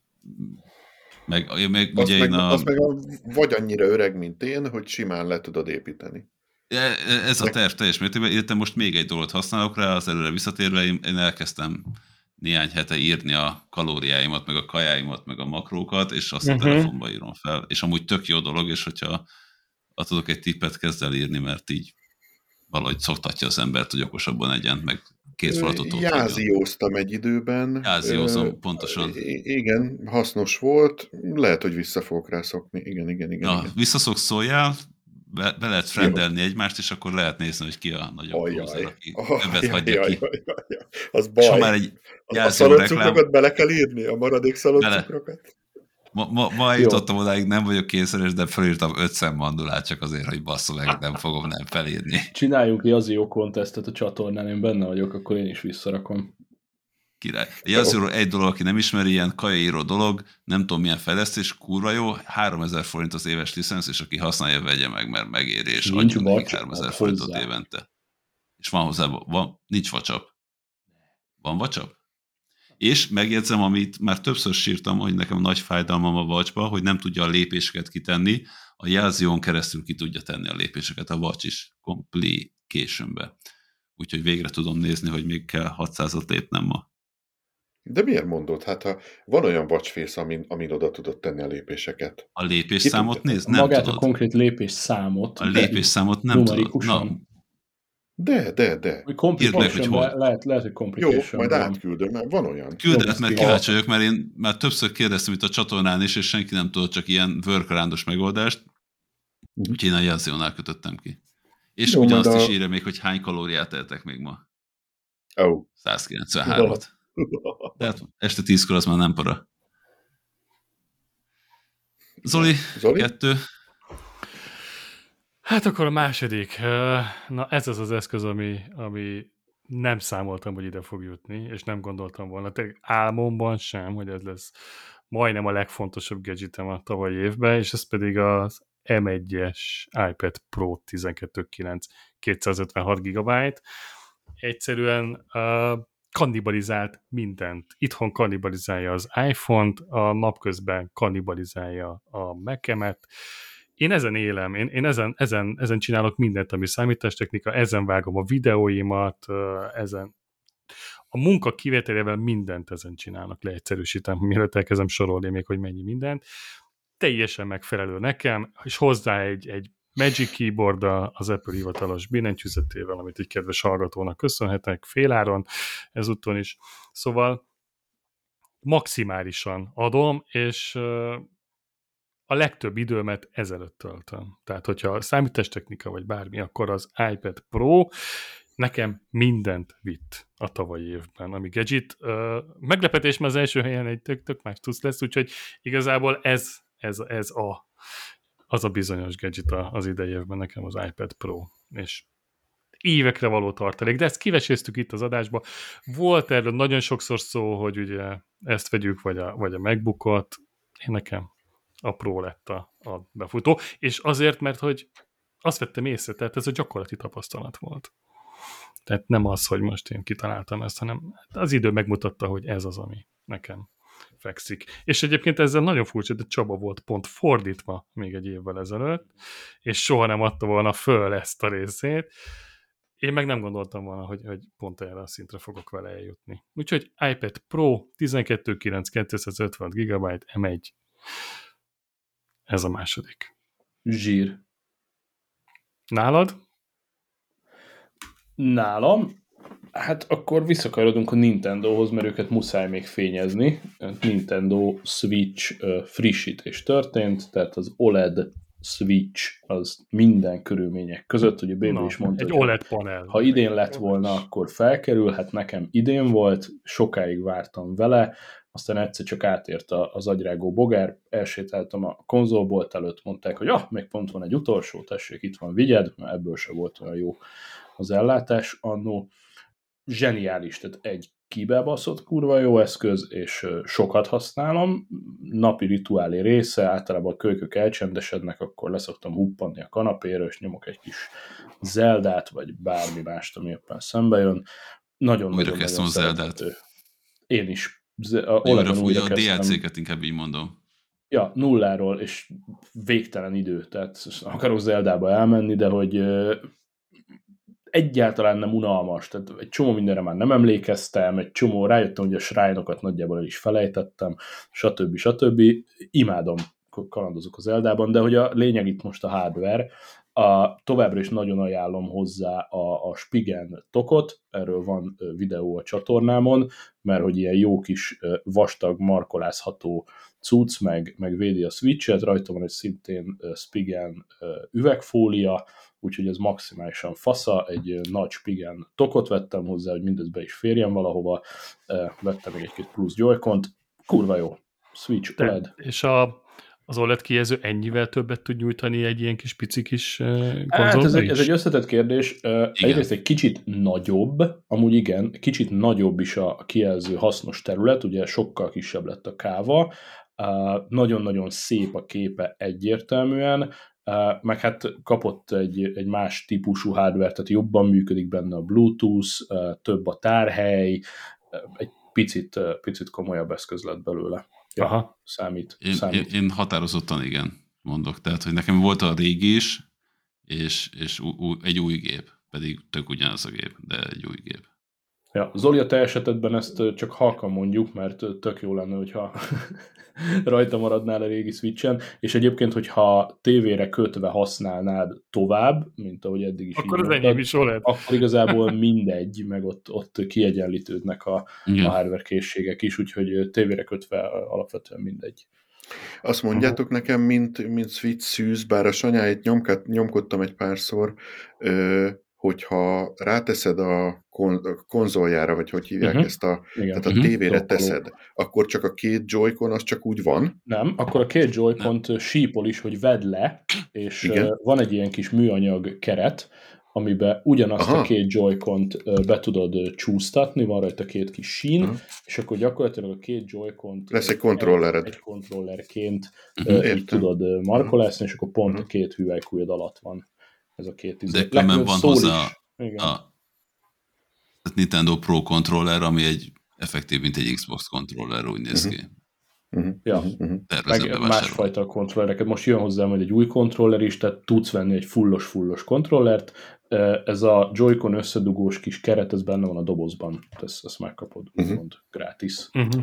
S2: Meg, meg
S4: Azt
S2: ugye
S4: meg,
S2: én a...
S4: azt meg a, vagy annyira öreg, mint én, hogy simán le tudod építeni.
S2: Ez a terv teljes mértékben, illetve most még egy dolgot használok rá, az előre visszatérve, én én elkezdtem néhány hete írni a kalóriáimat, meg a kajáimat, meg a makrókat, és azt
S3: Uh-huh.
S2: a telefonba írom fel. És amúgy tök jó dolog, és hogyha tudok egy tippet, kezd el írni, mert így valahogy szoktatja az embert, hogy okosabban egyen, meg két falatot ott hagyjon.
S4: Jázióztam egy időben.
S2: Jáziózom,
S4: Ö,
S2: pontosan.
S4: i- Igen, hasznos volt. Lehet, hogy vissza fogok rá szokni. Igen, igen, igen.
S2: Na,
S4: igen.
S2: visszaszoksz, szóljál, be, be lehet friendelni egymást, és akkor lehet nézni, hogy ki a nagyobb
S4: Ajaj.
S2: lózer, aki
S4: Ajaj,
S2: többet hagyja
S4: ajaj,
S2: ki.
S4: ajaj, ajaj. Az
S2: És ha
S4: baj.
S2: már egy
S4: A
S2: jelző reklám,
S4: szaloncukrokat bele kell írni? A maradék szaloncukrokat?
S2: ma, ma, ma eljutottam odáig, nem vagyok kényszeres, de felírtam öt szem mandulát csak azért, hogy bassza meg, nem fogom nem felírni.
S1: Csináljunk Yazio contestet a csatornán, én benne vagyok, akkor én is visszarakom.
S2: Király. Yazio egy dolog, aki nem ismeri, ilyen kajaíró dolog, nem tudom milyen fejlesztés, kurva jó, háromezer forint az éves licensz, és aki használja, vegye meg, mert megéri, és
S1: Nincs
S2: adjunk nekik
S1: vacs
S2: háromezer
S1: hozzá.
S2: forintot évente. És van hozzá, van, nincs vacsap. Van vacsap? És megjegyzem, amit már többször sírtam, hogy nekem nagy fájdalmam a vacsba, hogy nem tudja a lépéseket kitenni, a Yazion keresztül ki tudja tenni a lépéseket, a vacs is complication-be. Úgyhogy végre tudom nézni, hogy még kell hatszázat lépnem ma.
S4: De miért mondod? Hát ha van olyan watchface, amin, amin oda tudod tenni a lépéseket.
S2: A lépésszámot
S4: tudja?
S2: nézd? Nem
S1: Magát
S2: tudod.
S1: a konkrét lépésszámot.
S2: A lépésszámot nem tudod.
S1: numerikusan.
S2: Na,
S4: De, de, de.
S1: Complication, le, lehet, lehet, hogy complication.
S4: Jó, majd átküldöm, mert van olyan.
S2: Küld át, mert kíváncsi vagyok, mert én már többször kérdeztem itt a csatornán is, és senki nem tudott csak ilyen workaroundos megoldást, uh-huh. úgyhogy én a Yazio-nál kötöttem ki. És jó, ugyanazt a... is írja még, hogy hány kalóriát eltek még ma.
S4: Oh.
S2: százkilencvenhármat. De hát este tízkor az már nem para. Zoli, Zoli? kettő.
S3: Hát akkor a második. Na ez az az eszköz, ami, ami nem számoltam, hogy ide fog jutni, és nem gondoltam volna. Tényleg álmomban sem, hogy ez lesz majdnem a legfontosabb gadgetem a tavalyi évben, és ez pedig az em egyes iPad Pro tizenkettő kilenc kétszázötvenhat gigabyte. Egyszerűen uh, kannibalizált mindent. Itthon kannibalizálja az iPhone-t, a napközben kannibalizálja a Mac-emet. Én ezen élem, én, én ezen, ezen, ezen csinálok mindent, ami számítástechnika, ezen vágom a videóimat, ezen a munka kivételével mindent ezen csinálnak, leegyszerűsítem, mielőtt elkezdem sorolni még, hogy mennyi mindent. Teljesen megfelelő nekem, és hozzá egy, egy Magic Keyboard az Apple hivatalos billentyűzetével, amit egy kedves hallgatónak köszönhetek féláron, ezúton is. Szóval maximálisan adom, és a legtöbb időmet ezelőtt töltöm. Tehát, hogyha számítástechnika vagy bármi, akkor az iPad Pro nekem mindent vitt a tavalyi évben, ami gadget. Meglepetés, mert az első helyen egy tök-tök más tudsz lesz, úgyhogy igazából ez, ez, ez a, az a bizonyos gadget az idei évben nekem az iPad Pro. És évekre való tartalék, de ezt kiveséztük itt az adásba. Volt erről nagyon sokszor szó, hogy ugye ezt vegyük, vagy a, vagy a MacBookot. Én nekem a Pro lett a, a befutó, és azért, mert hogy azt vettem észre, tehát ez a gyakorlati tapasztalat volt. Tehát nem az, hogy most én kitaláltam ezt, hanem az idő megmutatta, hogy ez az, ami nekem fekszik. És egyébként ezzel nagyon furcsa, de Csaba volt pont fordítva még egy évvel ezelőtt, és soha nem adta volna föl ezt a részét. Én meg nem gondoltam volna, hogy, hogy pont erre a szintre fogok vele eljutni. Úgyhogy iPad Pro tizenkettő kilenc kétszázötven gigabyte em egy. Ez a második.
S1: Zsír.
S3: Nálad?
S1: Nálam? Hát akkor visszakanyarodunk a Nintendohoz, mert őket muszáj még fényezni. Nintendo Switch frissítés történt, tehát az o el e dé Switch az minden körülmények között, ugye Bébi is mondta,
S3: egy o el e dé panel.
S1: Ha idén lett volna, akkor felkerül, hát nekem idén volt, sokáig vártam vele, aztán egyszer csak átért az agyrágó bogár, elsétáltam a konzolbolt előtt, mondták, hogy ah, még pont van egy utolsó, tessék, itt van, vigyed, mert ebből se volt olyan jó az ellátás annó. Zseniális, tehát egy kibebaszott kurva jó eszköz, és sokat használom, napi rituálé része, általában a kölykök elcsendesednek, akkor leszoktam huppanni a kanapéről, és nyomok egy kis Zeldát, vagy bármi mást, ami éppen szembe jön. Nagyon-nagyon nagyon szerethető. Én is.
S2: A, újra, újra a dé el cé-ket inkább így mondom.
S1: Ja, nulláról, és végtelen idő, tehát akarok Zeldába elmenni, de hogy egyáltalán nem unalmas, tehát egy csomó mindenre már nem emlékeztem, egy csomó, rájöttem, hogy a shrine-okat nagyjából el is felejtettem, stb. stb. Imádom, kalandozok az Zeldában, de hogy a lényeg itt most a hardware, a, továbbra is nagyon ajánlom hozzá a, a Spigen tokot, erről van videó a csatornámon, mert hogy ilyen jó kis vastag, markolázható cucc, meg, meg védi a Switch-et, rajta van egy szintén Spigen üvegfólia, úgyhogy ez maximálisan fasza, egy nagy Spigen tokot vettem hozzá, hogy mindez be is férjen valahova, vettem még egy-két plusz Joy-Cont, kurva jó, Switch o el e dé.
S3: És a az o el e dé kijelző ennyivel többet tud nyújtani egy ilyen kis pici kis konzolba
S1: hát ez, egy, ez egy összetett kérdés. Igen. Egyrészt egy kicsit nagyobb, amúgy igen, kicsit nagyobb is a kijelző hasznos terület, ugye sokkal kisebb lett a káva, nagyon-nagyon szép a képe egyértelműen, meg hát kapott egy, egy más típusú hardware, tehát jobban működik benne a Bluetooth, több a tárhely, egy picit, picit komolyabb eszköz lett belőle. Ja, aha, számít.
S2: Én,
S1: számít.
S2: Én, én határozottan igen mondok. Tehát, hogy nekem volt a régi is, és, és ú, ú, egy új gép. Pedig tök ugyanaz a gép, de egy új gép.
S1: Ja, Zoli, a te esetedben ezt csak halkan mondjuk, mert tök jó lenne, hogyha rajta maradnál a régi Switchen, és egyébként, hogyha tévére kötve használnád tovább, mint ahogy eddig is
S3: Akkor
S1: így
S3: az
S1: mondtad,
S3: enyém is OLED.
S1: akkor igazából mindegy, meg ott, ott kiegyenlítődnek a,
S2: Igen.
S1: a hardware készségek is, úgyhogy tévére kötve alapvetően mindegy.
S4: Azt mondjátok nekem, mint, mint Switch szűz, bár a Sanyáit nyomkat, nyomkodtam egy párszor, ö, hogyha ráteszed a, kon, a konzoljára, vagy hogy hívják
S1: Uh-huh.
S4: ezt a,
S1: Igen.
S4: tehát a
S2: Mhm.
S4: tévére
S1: Dokkoló.
S4: teszed, akkor csak a két Joy-Con az csak úgy van?
S1: Nem, akkor a két Joy-Cont sípol is, hogy vedd le, és
S4: Igen.
S1: uh, van egy ilyen kis műanyag keret, amiben ugyanazt
S4: Aha.
S1: a két Joy-Cont uh, be tudod uh, csúsztatni, van rajta két kis sín,
S4: Aha.
S1: és akkor gyakorlatilag a két Joy-Cont
S4: Lesz egy
S1: uh,
S4: kontrollered.
S1: egy, egy kontrollerként
S2: Mhm.
S1: uh, így
S4: Értem.
S1: tudod uh, markolászni, és akkor pont
S4: Mhm.
S1: a két hüvelykujjad alatt van ez a két izé.
S2: De különben
S1: Legtöbb
S2: van
S1: szól
S2: hozzá
S1: is. Igen.
S2: a a Nintendo Pro controller, ami egy effektív, mint egy Xbox controller, úgy néz ki.
S4: Uh-huh.
S1: Ja.
S4: Uh-huh. Uh-huh.
S2: Tervezem
S1: Meg
S2: bevásárolni.
S1: másfajta kontrollereket. Most jön hozzá majd egy új kontroller is, tehát tudsz venni egy fullos-fullos kontrollert. Ez a Joy-Con összedugós kis keret, ez benne van a dobozban. Ezt, ezt megkapod,
S4: Uh-huh.
S1: úgymond, gratis.
S3: Uh-huh.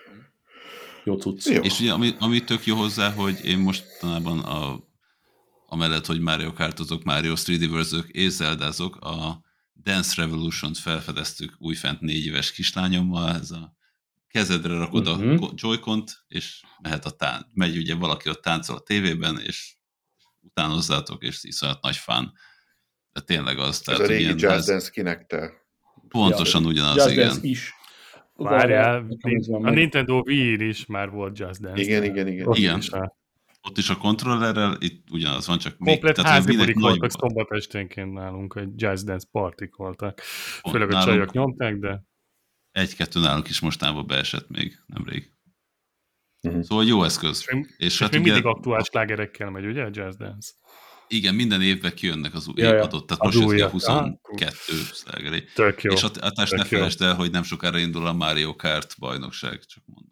S1: Jó cucc.
S4: Jó.
S2: És ugye, ami, ami tök jó hozzá, hogy én mostanában a, amellett, hogy Mario Kartozok, Mario három dé World-ök és Zeldázok, a Dance Revolution-t felfedeztük újfent négy éves kislányommal, ez a kezedre rakod
S1: Uh-huh.
S2: a Joy-Cont, és mehet a tánc. Megy ugye valaki ott táncol a tévében, és utánozzátok, és iszonyat nagy fán. De tényleg az.
S4: Ez
S2: Tehát,
S4: a régi
S2: ilyen,
S4: Just Dance kinektel.
S2: pontosan
S1: Ja,
S2: ugyanaz,
S1: Just
S2: igen.
S1: Dance is.
S3: Várjál,
S1: Nekem ez van
S3: a
S1: meg.
S3: Nintendo Wii-n is már volt Just Dance.
S4: Igen, igen, igen.
S3: Ott
S2: Igen.
S3: is a
S2: Ott is a kontrollerrel, itt ugyanaz van, csak még,
S3: komplet
S2: tehát hogy
S3: házi
S2: minek
S3: bulik voltak
S2: nagy
S3: szombat esténként nálunk, egy Just Dance partik voltak.
S2: Pont
S3: Főleg a
S2: nálunk.
S3: csajok nyomták, de
S2: egy-kettő nálunk is mostanában beesett még nemrég.
S4: Uh-huh.
S2: Szóval jó eszköz.
S3: és még,
S2: És
S3: és
S2: hát
S3: még
S2: ugye,
S3: mindig aktuális slágerekkel megy, ugye, a Just Dance?
S2: igen, minden évben kijönnek az új
S1: Ja, ja.
S2: adott, tehát
S3: Az
S2: most jött ki a
S3: újak.
S2: huszonkettő szlágeré.
S3: Tök jó.
S2: És a, a társ ne
S3: Tök jó.
S2: felejtsd el, hogy nem sokára indul a Mario Kart bajnokság, csak mondom.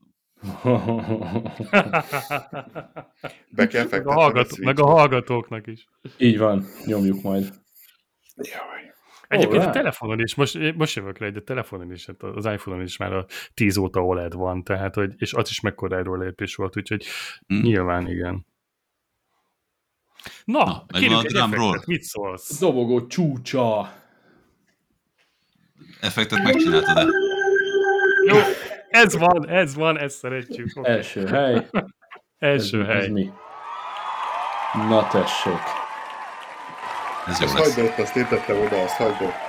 S4: Be kell
S3: meg, a
S4: fektetni
S3: hallgató, meg a hallgatóknak is.
S1: Így van, nyomjuk majd.
S4: Jaj.
S3: Egyébként
S1: Alright.
S3: a telefonon is, most, most jövök rá, de a telefonon is, hát az iPhone-on is már a tíz óta OLED van, tehát, hogy, és az is mekkoráról lépés volt, úgyhogy
S2: Hm?
S3: nyilván igen. Na,
S2: Na, megvan
S3: kérjük
S2: a
S3: egy
S2: drum roll.
S3: effektet, mit szólsz?
S1: Dobogó csúcsa.
S2: Effektet megcsináltad-e?
S3: Jó, ez van, ez van, ezt szeretjük. Okay.
S1: Első hely.
S3: Első
S1: ez,
S3: hely.
S1: Ez mi? Na tessék.
S2: Ez jó
S4: Azt
S2: lesz.
S4: hagyd ott, azt én tettem oda, azt hagyd ott.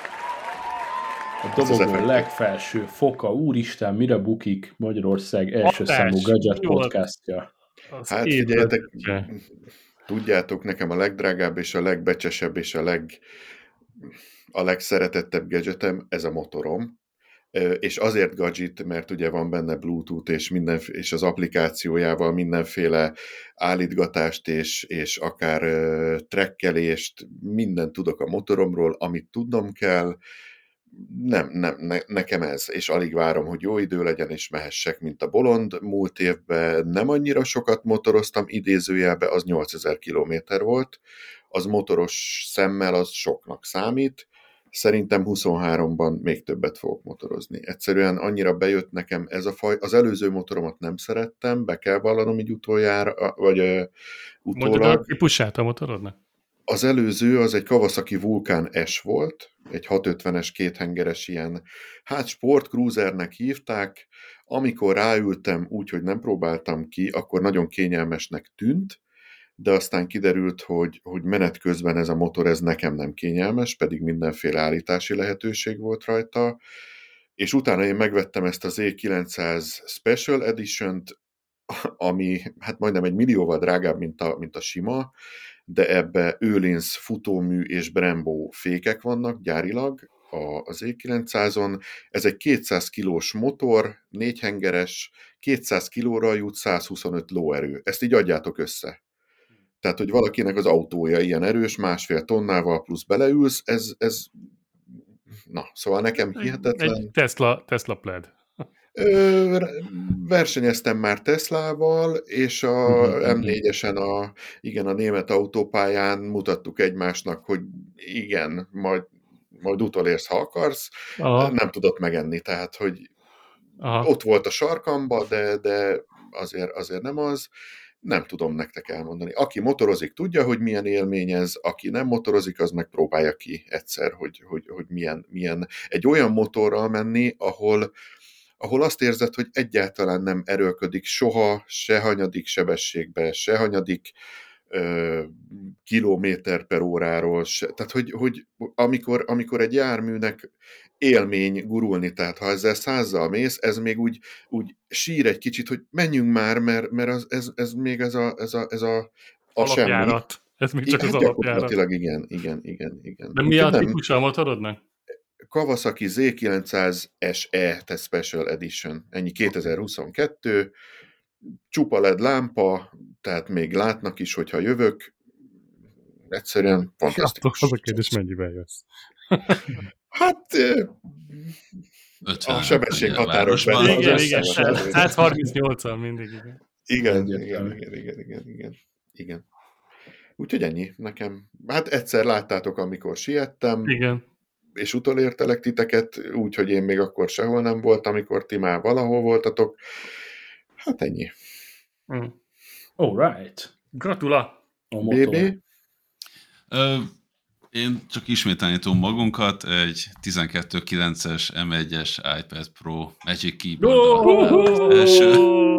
S1: A
S4: az
S1: dobogó
S4: effektet.
S1: legfelső foka, úristen, mire bukik Magyarország első
S3: Hatás.
S1: számú gadget
S3: Jó.
S1: podcastja.
S3: Az
S4: Hát
S3: év
S4: figyeljetek,
S3: vezetője.
S4: tudjátok, nekem a legdrágább és a legbecsesebb és a leg a legszeretettebb gadgetem, ez a motorom. Ö, És azért gadget, mert ugye van benne Bluetooth, és, minden, és az applikációjával mindenféle állítgatást, és, és akár ö, trekkelést, mindent tudok a motoromról, amit tudnom kell. Nem, nem, ne, nekem ez, és alig várom, hogy jó idő legyen, és mehessek, mint a bolond. Múlt évben nem annyira sokat motoroztam, idézőjelben az nyolcezer kilométer volt, az motoros szemmel az soknak számít, szerintem huszonháromban még többet fogok motorozni. Egyszerűen annyira bejött nekem ez a faj, az előző motoromat nem szerettem, be kell vallanom így utoljára, vagy uh,
S3: Mondod,
S4: utólag.
S3: hogy pushálta a motorodnak?
S4: Az előző az egy Kawasaki Vulcan S volt, egy hatszázötvenes kéthengeres ilyen, hát sportcruisernek hívták. Amikor ráültem úgy, hogy nem próbáltam ki, akkor nagyon kényelmesnek tűnt, de aztán kiderült, hogy, hogy menet közben ez a motor, ez nekem nem kényelmes, pedig mindenféle állítási lehetőség volt rajta, és utána én megvettem ezt az E kilencszáz Special Edition-t, ami hát majdnem egy millióval drágább, mint a, mint a sima, de ebbe Öhlins futómű és Brembo fékek vannak gyárilag az E kilencszázon. Ez egy kétszáz kilós motor, négyhengeres, kétszáz kilóra jut százhuszonöt lóerő. Ezt így adjátok össze. Tehát, hogy valakinek az autója ilyen erős, másfél tonnával plusz beleülsz, ez, ez na, szóval nekem hihetetlen.
S3: Egy Tesla, Tesla Plaid.
S4: Ö, versenyeztem már Teslával, és a em négyesen a, igen, a német autópályán mutattuk egymásnak, hogy igen, majd majd utolérsz, ha akarsz,
S3: Aha.
S4: nem tudott megenni, tehát, hogy
S3: Aha.
S4: ott volt a sarkamba, de, de azért, azért nem az. Nem tudom nektek elmondani. Aki motorozik, tudja, hogy milyen élmény ez, aki nem motorozik, az megpróbálja ki egyszer, hogy, hogy, hogy milyen, milyen egy olyan motorral menni, ahol, ahol azt érzed, hogy egyáltalán nem erőlködik soha, se hanyadik sebességbe, se hanyadik ö, kilométer per óráról, se, tehát hogy, hogy amikor, amikor egy járműnek élmény gurulni, tehát ha ezzel százzal mész, ez még úgy, úgy sír egy kicsit, hogy menjünk már, mert, mert az, ez, ez még ez a, ez a, ez a, a semmi.
S3: Alapjárat. Ez még csak
S4: Hát
S3: az alapjárat.
S4: gyakorlatilag igen, igen, igen, igen.
S3: De mi a
S4: nem,
S3: típusa a motorodnak?
S4: Kawasaki zé kilencszáz es e, te Special Edition. Ennyi kétezer-huszonkettő, csupa led lámpa, tehát még látnak is, hogyha jövök. Egyszerűen fantasztikus.
S3: Az a kérdés, mennyiben jössz?
S4: Hát
S2: ötven,
S4: a sebesség
S2: ugye,
S4: határos
S2: városban.
S4: benne.
S3: Igen,
S4: az
S3: igen,
S4: összes-
S3: százharmincnyolcan mindig, igen.
S4: Igen,
S1: Egyértelmű.
S4: igen, igen, igen, igen, igen, igen. Úgyhogy ennyi nekem. Hát egyszer láttátok, amikor siettem,
S3: Igen.
S4: és utolértelek titeket, úgyhogy én még akkor sehol nem voltam, amikor ti már valahol voltatok. Hát ennyi.
S3: Mm.
S1: All right.
S3: Gratula!
S1: A
S4: bé
S1: motor.
S4: bé?
S2: Ö, én csak ismételni tudom magunkat, egy tizenkettő kilences em egyes iPad Pro Magic Keyboard. Az első.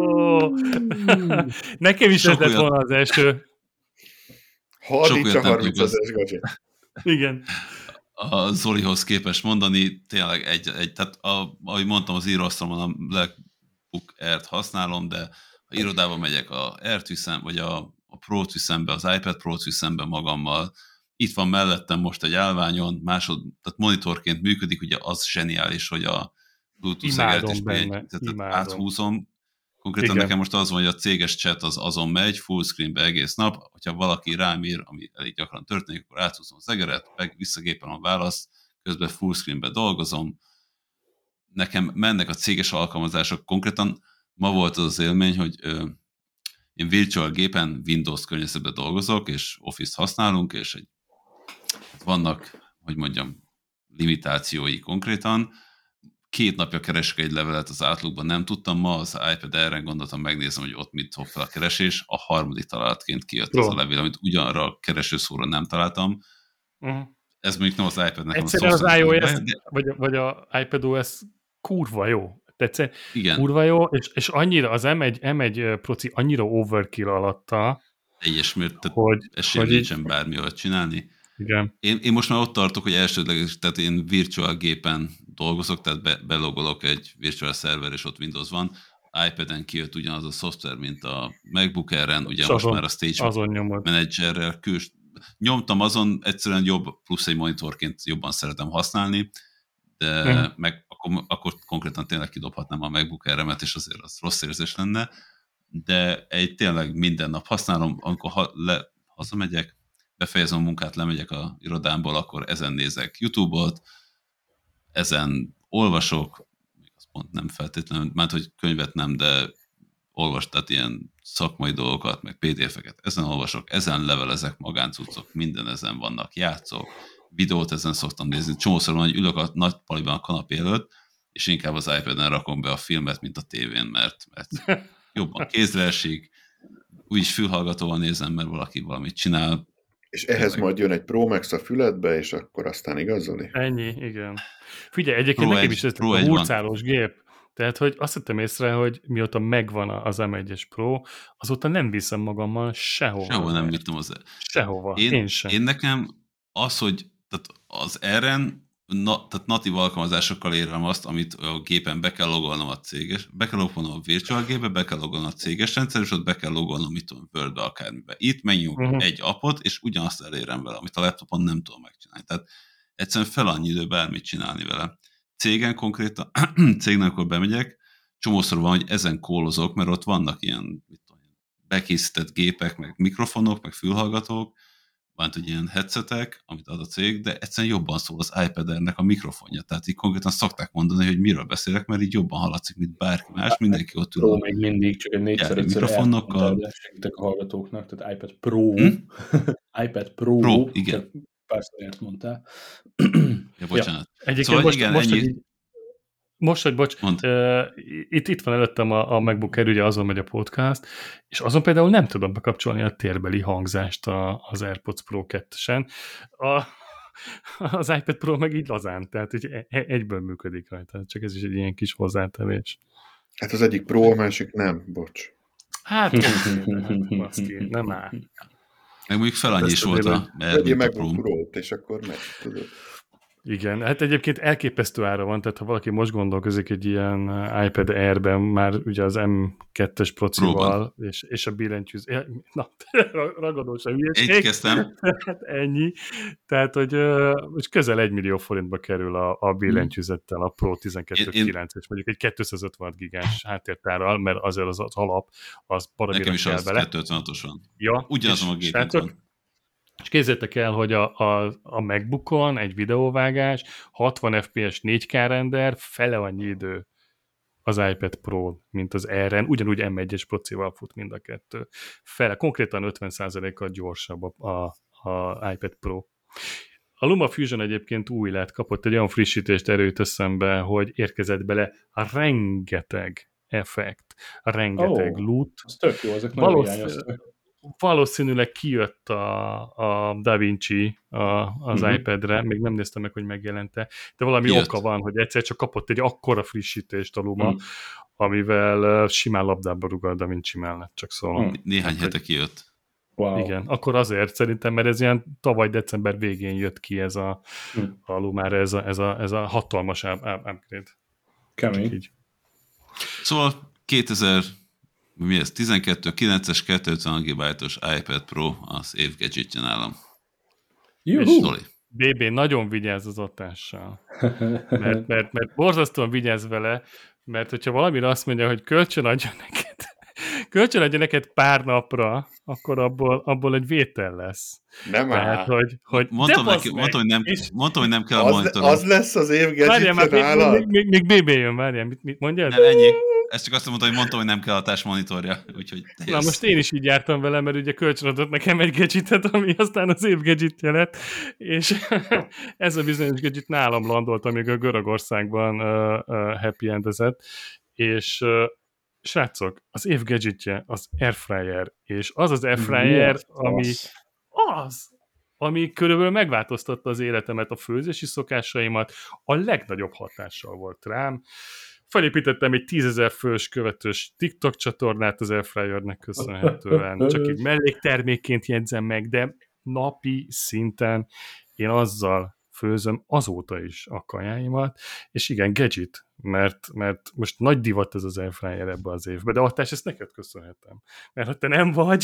S3: Nekem is
S2: Sok
S3: ez lett
S2: olyan-
S3: volna az első.
S4: Hardítsa
S2: olyat nem
S4: harmincezres gadget.
S3: Igen.
S2: A Zolihoz képest mondani, tényleg egy, egy tehát a, ahogy mondtam, az íróasztalon a MacBook Air-t használom, de ha irodába megyek, a Air-t viszem, vagy a, a Pro-t viszem be, az iPad Pro-t viszem be magammal. Itt van mellettem most egy állványon, másod, tehát monitorként működik, ugye az zseniális, hogy a Bluetooth
S3: Imádom
S2: szegert is
S3: benne,
S2: billentyűzetet
S3: imádom.
S2: áthúzom. Konkrétan
S3: Igen.
S2: nekem most az van, hogy a céges chat az azon megy, full screenbe egész nap, hogyha valaki rám ír, ami elég gyakran történik, akkor áthúzom az egeret, meg visszagépelem a választ, közben full screenbe dolgozom. Nekem mennek a céges alkalmazások, konkrétan ma volt az az élmény, hogy ö, én virtual gépen Windows környezetben dolgozok, és Office használunk, és egy, vannak, hogy mondjam, limitációi konkrétan. Két napja keresek egy levelet az Outlookban, nem tudtam, ma az iPad Air-en gondoltam, megnézem, hogy ott mit fog fel a keresés. A harmadik találatként kijött
S3: Jó.
S2: az a levél, amit ugyanarra a keresőszóra nem találtam.
S3: Uh-huh.
S2: Ez mondjuk nem az iPad-nek,
S3: Egyszerűen az
S2: hanem a
S3: iOS,
S2: szoftver, de
S3: vagy, vagy a iPadOS kurva jó. Tetszett,
S2: igen,
S3: kurva jó, és, és annyira az em egy, em egy proci annyira overkill alatta,
S2: teljes mért, tehát
S3: hogy,
S2: esély
S3: hogy így,
S2: nincsen bármi olyat csinálni.
S3: igen.
S2: Én, én most már ott tartok, hogy elsődleges, tehát én virtual gépen dolgozok, tehát be, belogolok egy virtual server, és ott Windows van. iPad-en kijött ugyanaz a szoftver, mint a MacBook Air-en, ugye
S3: És
S2: most
S3: azon-
S2: már a Stage
S3: Azon nyomod.
S2: Managerrel küls... Nyomtam azon, egyszerűen jobb, plusz egy monitorként jobban szeretem használni, de
S3: Mhm.
S2: meg akkor, akkor konkrétan tényleg kidobhatnám a MacBook Air-emet, és azért az rossz érzés lenne, de egy tényleg minden nap használom, amikor ha, le, hazamegyek, befejezem a munkát, lemegyek a irodámból, akkor ezen nézek YouTube-ot, ezen olvasok, még azt pont nem feltétlenül, mert hogy könyvet nem, de olvas, tehát ilyen szakmai dolgokat, meg pé dé ef-eket, ezen olvasok, ezen levelezek, magáncuccok, minden ezen vannak, játszok, videót ezen szoktam nézni, csomószor van, hogy ülök a nappaliban a kanapé előtt, és inkább az iPad-en rakom be a filmet, mint a tévén, mert, mert jobban kézre esik, úgyis fülhallgatóval nézem, mert valaki valamit csinál.
S4: És ehhez majd jön egy Pro Max a füledbe, és akkor aztán igazolni.
S3: Ennyi, igen. Figyelj, egyébként
S2: Pro
S3: nekem
S2: egy-
S3: is ez
S2: Pro
S3: a
S2: egy van.
S3: hurcálós gép. Tehát, hogy azt hittem észre, hogy mióta megvan az em egyes Pro, azóta nem viszem magammal sehova.
S2: Sehol nem
S3: azért.
S2: vittem az.
S3: Sehova.
S2: Én,
S3: Én sem.
S2: én nekem az, hogy tehát az Air-en na, tehát natív alkalmazásokkal érem azt, amit a gépen be kell logolnom a céges, be kell logolnom a virtual gépbe, be kell logolnom a céges rendszer, és ott be kell logolnom, mit tudom, Word-be, akármibe. Itt megnyomok
S3: Uh-huh.
S2: egy appot, és ugyanazt elérem vele, amit a laptopon nem tudom megcsinálni. Tehát egyszerűen fel annyi idő bármit csinálni vele. Cégen konkrétan, cégnek, akkor bemegyek, csomószor van, hogy ezen kólozok, mert ott vannak ilyen mit tudom, bekészített gépek, meg mikrofonok, meg fülhallgatók, van egy ilyen headsetek, amit ad a cég, de egyszerűen jobban szól az iPad Air-nek a mikrofonja. Tehát így konkrétan szokták mondani, hogy miről beszélek, mert így jobban hallatszik, mint bárki más, mindenki ott
S1: Pro
S2: ül.
S1: még mindig, csak egy négyszer
S2: Gyári
S1: ötször
S2: mikrofonokkal.
S1: elmondtál, de segítek a hallgatóknak, tehát iPad Pro,
S2: Hm?
S1: iPad Pro,
S2: Pro, igen.
S1: csak pár szóért mondtál.
S2: Ja, bocsánat.
S3: Ja. Egyébként
S2: Szóval
S3: most,
S2: igen,
S3: most,
S2: ennyi...
S3: hogy így, most, hogy bocs, uh, itt, itt van előttem a, a MacBook Air, ugye azon megy a podcast, és azon például nem tudom bekapcsolni a térbeli hangzást a, az AirPods Pro kettősen. A, az iPad Pro meg így lazán, tehát így egyből működik rajta, csak ez is egy ilyen kis hozzátevés.
S4: Hát az egyik Pro, a másik nem, bocs.
S3: Hát, hát baszki, nem áll.
S2: Meg mondjuk fel annyi is volt a
S4: Vegyél MacBook Pro-t, és akkor meg tudod.
S3: Igen, hát egyébként elképesztő ára van, tehát ha valaki most gondolkozik egy ilyen iPad Airben, már ugye az em kettes procival, és, és a billentyűz... Na, ragadós a hülyeség.
S2: Így kezdtem.
S3: Hát ennyi. Tehát, hogy most közel egy millió forintba kerül a, a billentyűzettel a Pro tizenkettő kilenc, és mondjuk egy kétszázötvenhat gigás háttértárral, mert azért az, az alap, az paramira kell bele.
S2: Nekem is az kétszázötvenhatos van.
S3: Ja,
S2: ugyanazon a gépen van.
S3: És képzeljétek el, hogy a, a, a MacBookon egy videóvágás, hatvan ef pé es négy ká render, fele annyi idő az iPad Pro, mint az Air-en, ugyanúgy em egyes procival fut mind a kettő. Fele, konkrétan ötven százalékkal gyorsabb a, a, a iPad Pro. A LumaFusion egyébként új lett, kapott egy olyan frissítést, erőt eszembe, hogy érkezett bele a rengeteg effekt, a rengeteg oh, loot.
S1: Az tök jó, ezek nagyon hiányoztak.
S3: Valószínűleg kijött a, a DaVinci a, az uh-huh. iPad-re, még nem néztem meg, hogy megjelente, de valami kijött. Oka van, hogy egyszer csak kapott egy akkora frissítést a Luma, uh-huh. amivel simán labdába rúg a DaVinci mellett, csak szólom.
S2: Uh-huh. Néhány hát, hete kijött.
S3: Wow. Igen, akkor azért szerintem, mert ez ilyen tavaly december végén jött ki ez a, uh-huh. a Lumára, ez a, ez a, ez a hatalmas upgrade.
S1: Kemény. Így.
S2: Szóval kétezer mi ez? tizenkettő kilences kétszázötven gigabájtos iPad Pro az év gadgetje nálam.
S3: Juhu! bé bé, nagyon vigyázz az adással. Mert, mert, mert borzasztóan vigyázz vele, mert hogyha valamire azt mondja, hogy kölcsön adja neked, kölcsön adja neked pár napra, akkor abból, abból egy vétel lesz.
S4: Nem áll.
S3: Hogy, hogy
S2: mondtam, neki, mondtam, hogy nem, mondtam, hogy nem kell a monitorom.
S4: Az lesz az év gadgetje nálad?
S3: Még, még, még bé bé jön, várjál, mit, mit mondjad?
S2: Nem, ennyi. Ezt csak azt mondtam, hogy mondtam, hogy nem kell hatásmonitorja. Úgyhogy
S3: na most én is így jártam vele, mert ugye kölcsönadott nekem egy gadgetet, ami aztán az év gadgetje lett, és ez a bizonyos gadget nálam landolt, amíg a Görögországban uh, uh, happy endezett, és uh, srácok, az év gadgetje az Airfryer, és az az Airfryer, ami az, ami körülbelül megváltoztatta az életemet, a főzési szokásaimat, a legnagyobb hatással volt rám. Felépítettem egy tízezer fős követős TikTok csatornát az Airfryernek köszönhetően. Csak egy melléktermékként jegyzem meg, de napi szinten én azzal főzöm azóta is a kajáimat, és igen, gadget, mert, mert most nagy divat ez az Airfryer ebbe az évben, de Attás, ezt neked köszönhetem. Mert ha te nem vagy,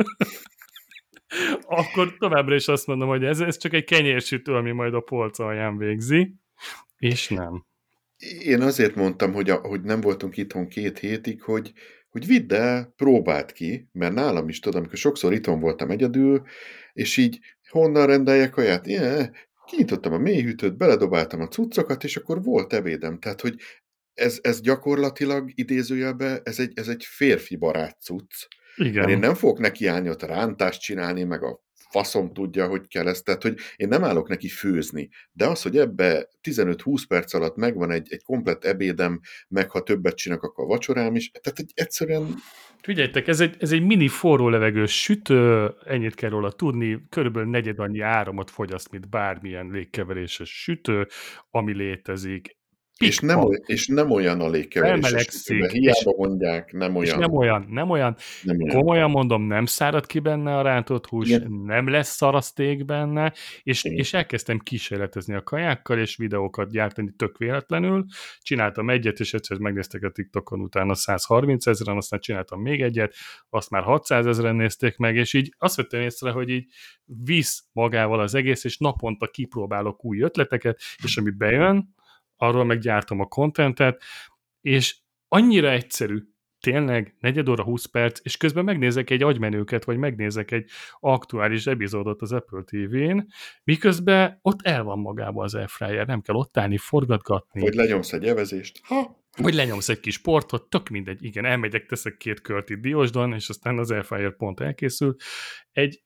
S3: akkor továbbra is azt mondom, hogy ez, ez csak egy kenyérsütő, ami majd a polc alján végzi, és nem.
S4: Én azért mondtam, hogy, a, hogy nem voltunk itthon két hétig, hogy, hogy vidd el, próbáld ki, mert nálam is tudom, amikor sokszor itthon voltam egyedül, és így honnan rendeljek kaját? Yeah, kinyitottam a mélyhűtőt, beledobáltam a cuccokat, és akkor volt ebédem. Tehát, hogy ez, ez gyakorlatilag idézőjelben, ez egy, ez egy férfi barát cucc. Igen. Mert én nem fogok nekiállni ott a rántást csinálni, meg a faszom tudja, hogy kell ezt, tehát, hogy én nem állok neki főzni, de az, hogy ebbe tizenöt-húsz perc alatt megvan egy, egy komplett ebédem, meg ha többet csinálok, akkor a vacsorám is, tehát egy egyszerűen...
S3: Figyeljetek, ez egy, ez egy mini forró levegős sütő, ennyit kell róla tudni, körülbelül negyed annyi áramot fogyaszt, mint bármilyen légkeveréses sütő, ami létezik.
S4: És nem, olyan, és nem olyan a légkeveréses sütőben, hiába mondják, nem olyan.
S3: És nem olyan, nem olyan. Nem olyan. Komolyan mondom, nem szárad ki benne a rántott hús, igen. Nem lesz szaraszték benne, és, és elkezdtem kísérletezni a kajákkal, és videókat gyártani tök véletlenül. Csináltam egyet, és egyszer megnéztek a TikTokon, utána százharminc ezeren, aztán csináltam még egyet, azt már hatszázezren nézték meg, és így azt vettem észre, hogy így visz magával az egész, és naponta kipróbálok új ötleteket, és ami bejön, arról meg gyártom a kontentet, és annyira egyszerű, tényleg negyed óra, húsz perc, és közben megnézek egy agymenőket, vagy megnézek egy aktuális epizódot az Apple té vén, miközben ott el van magában az Airfryer, nem kell ott állni, forgatgatni.
S4: Vagy lenyomsz egy evezést. Ha.
S3: Vagy lenyomsz egy kis sportot, tök mindegy, igen, elmegyek, teszek két kört itt Diósdon, és aztán az Airfryer pont elkészül. Egy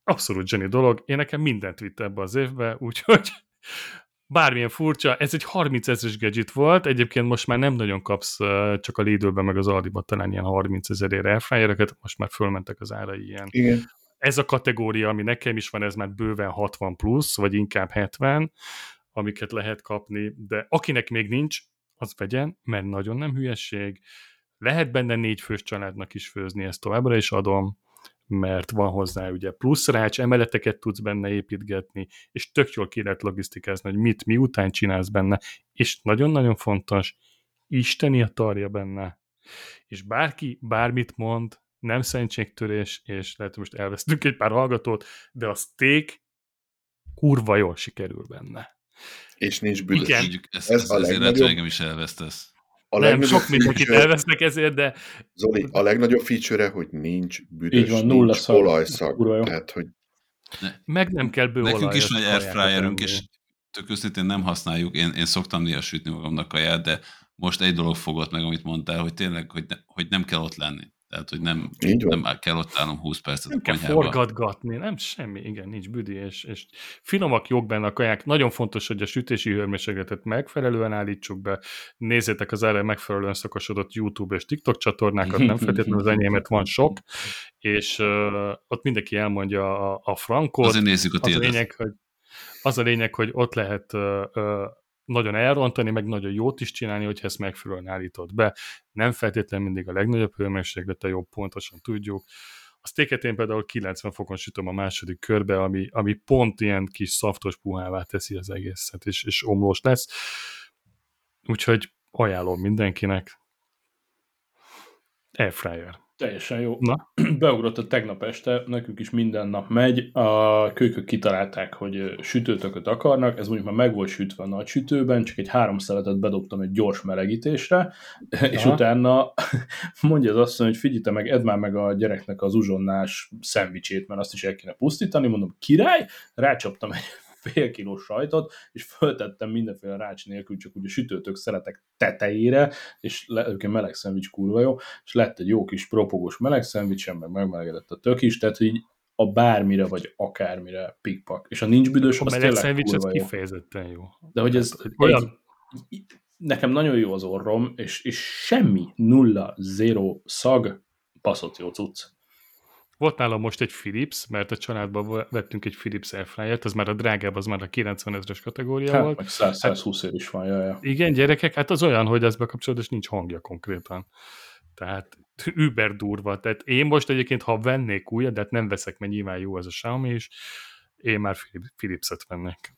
S3: abszolút zseni dolog. Én nekem mindent vitt ebbe az évbe, úgyhogy bármilyen furcsa, ez egy harminc ezres gadget volt, egyébként most már nem nagyon kapsz csak a Lidl-ben meg az Aldiban talán ilyen harminc ezerért airfryereket, most már fölmentek az árai ilyen.
S4: Igen.
S3: Ez a kategória, ami nekem is van, ez már bőven hatvan plusz, vagy inkább hetven, amiket lehet kapni, de akinek még nincs, az vegyen, mert nagyon nem hülyesség. Lehet benne négy fős családnak is főzni, ezt továbbra is adom, mert van hozzá ugye plusz rács, emeleteket tudsz benne építgetni, és tök jól ki lehet logisztikázni, hogy mit, miután csinálsz benne, és nagyon-nagyon fontos, isteni a tarja benne. És bárki bármit mond, nem szentségtörés, és lehet, hogy most elvesztünk egy pár hallgatót, de a steak kurva jól sikerül benne.
S4: És nincs büdös.
S3: Igen.
S2: Mondjuk ez,
S4: Ez
S2: ez,
S4: a
S2: ezért lehet,
S4: legnagyobb-
S2: hogy engem is elvesztesz.
S4: A
S3: Nem,
S4: legnagyobb
S3: sok mindenkit
S4: feature-
S3: elvesznek ezért, de
S4: Zoli, a legnagyobb feature hogy nincs büdös,
S1: Így van, nulla
S4: nincs
S1: szag.
S4: olajszag.
S1: Kurva jó.
S4: Tehát, hogy
S3: meg nem kell bőolajat.
S2: Nekünk is van egy
S3: kajákat
S2: airfryerünk,
S3: enni.
S2: és tök őszintén nem használjuk. Én, én szoktam néha sütni magamnak kaját, de most egy dolog fogott meg, amit mondtál, hogy tényleg, hogy, ne, hogy nem kell ott lenni. Tehát, hogy nem,
S4: Így van.
S2: nem kell ott állnom húsz percet
S3: Nem
S2: a
S3: kell
S2: konyhába.
S3: forgatgatni, nem semmi, igen, nincs büdi, és, és finomak jók benne a kaják. Nagyon fontos, hogy a sütési hőmérsékletet megfelelően állítsuk be. Nézzétek az erre megfelelően szakosodott YouTube és TikTok csatornákat, nem feltétlenül az enyémet van sok, és uh, ott mindenki elmondja a, a frankot.
S2: Azért nézzük a
S3: Az a
S2: tiédet.
S3: lényeg, hogy, az a lényeg, hogy ott lehet uh, uh, nagyon elrontani, meg nagyon jót is csinálni, hogyha ezt megfelelően állítod be. Nem feltétlenül mindig a legnagyobb hőmérséklet a jobb, pontosan tudjuk. A steaket én például kilencven fokon sütöm a második körbe, ami, ami pont ilyen kis szaftos puhává teszi az egészet, és, és omlós lesz. Úgyhogy ajánlom mindenkinek. Airfryer.
S1: Teljesen jó.
S3: Na?
S1: Beugrott a tegnap este, nekünk is minden nap megy. A kölykök kitalálták, hogy sütőtököt akarnak, ez mondjuk már meg volt sütve a nagy sütőben, csak egy három szeletet bedobtam egy gyors melegítésre, és
S3: Aha.
S1: utána mondja az asszony, hogy figyelj meg, edd már meg a gyereknek az uzsonnás szendvicsét, mert azt is el kéne pusztítani, mondom, király, rácsaptam egy fél kilós sajtot, és föltettem mindenféle rács nélkül, csak ugye sütőtök szeletek tetejére, és le, őként meleg szendvics kurva jó, és lett egy jó kis propogós meleg szendvicsem, meg megmelegedett a tök is, tehát így a bármire, vagy akármire pikpak. És a nincs büdös,
S3: A
S1: az
S3: meleg
S1: tényleg
S3: szendvics az
S1: kurva jó.
S3: kifejezetten jó.
S1: De hogy ez
S3: Tehát, olyan-
S1: egy, nekem nagyon jó az orrom, és, és semmi, nulla, zero szag, baszott jó cucc.
S3: Volt nálam most egy Philips, mert a családban vettünk egy Philips Airfryert, az már a drágább, az már a kilencven ezres kategória
S1: Hát,
S3: volt.
S1: meg száz-százhúsz ér is van, jaj, jaj.
S3: Igen, gyerekek, hát az olyan, hogy ez bekapcsolod, és nincs hangja konkrétan. Tehát über durva. Tehát én most egyébként, ha vennék újat, de hát nem veszek, mert nyilván jó ez a Xiaomi is, én már Philips-et vennék.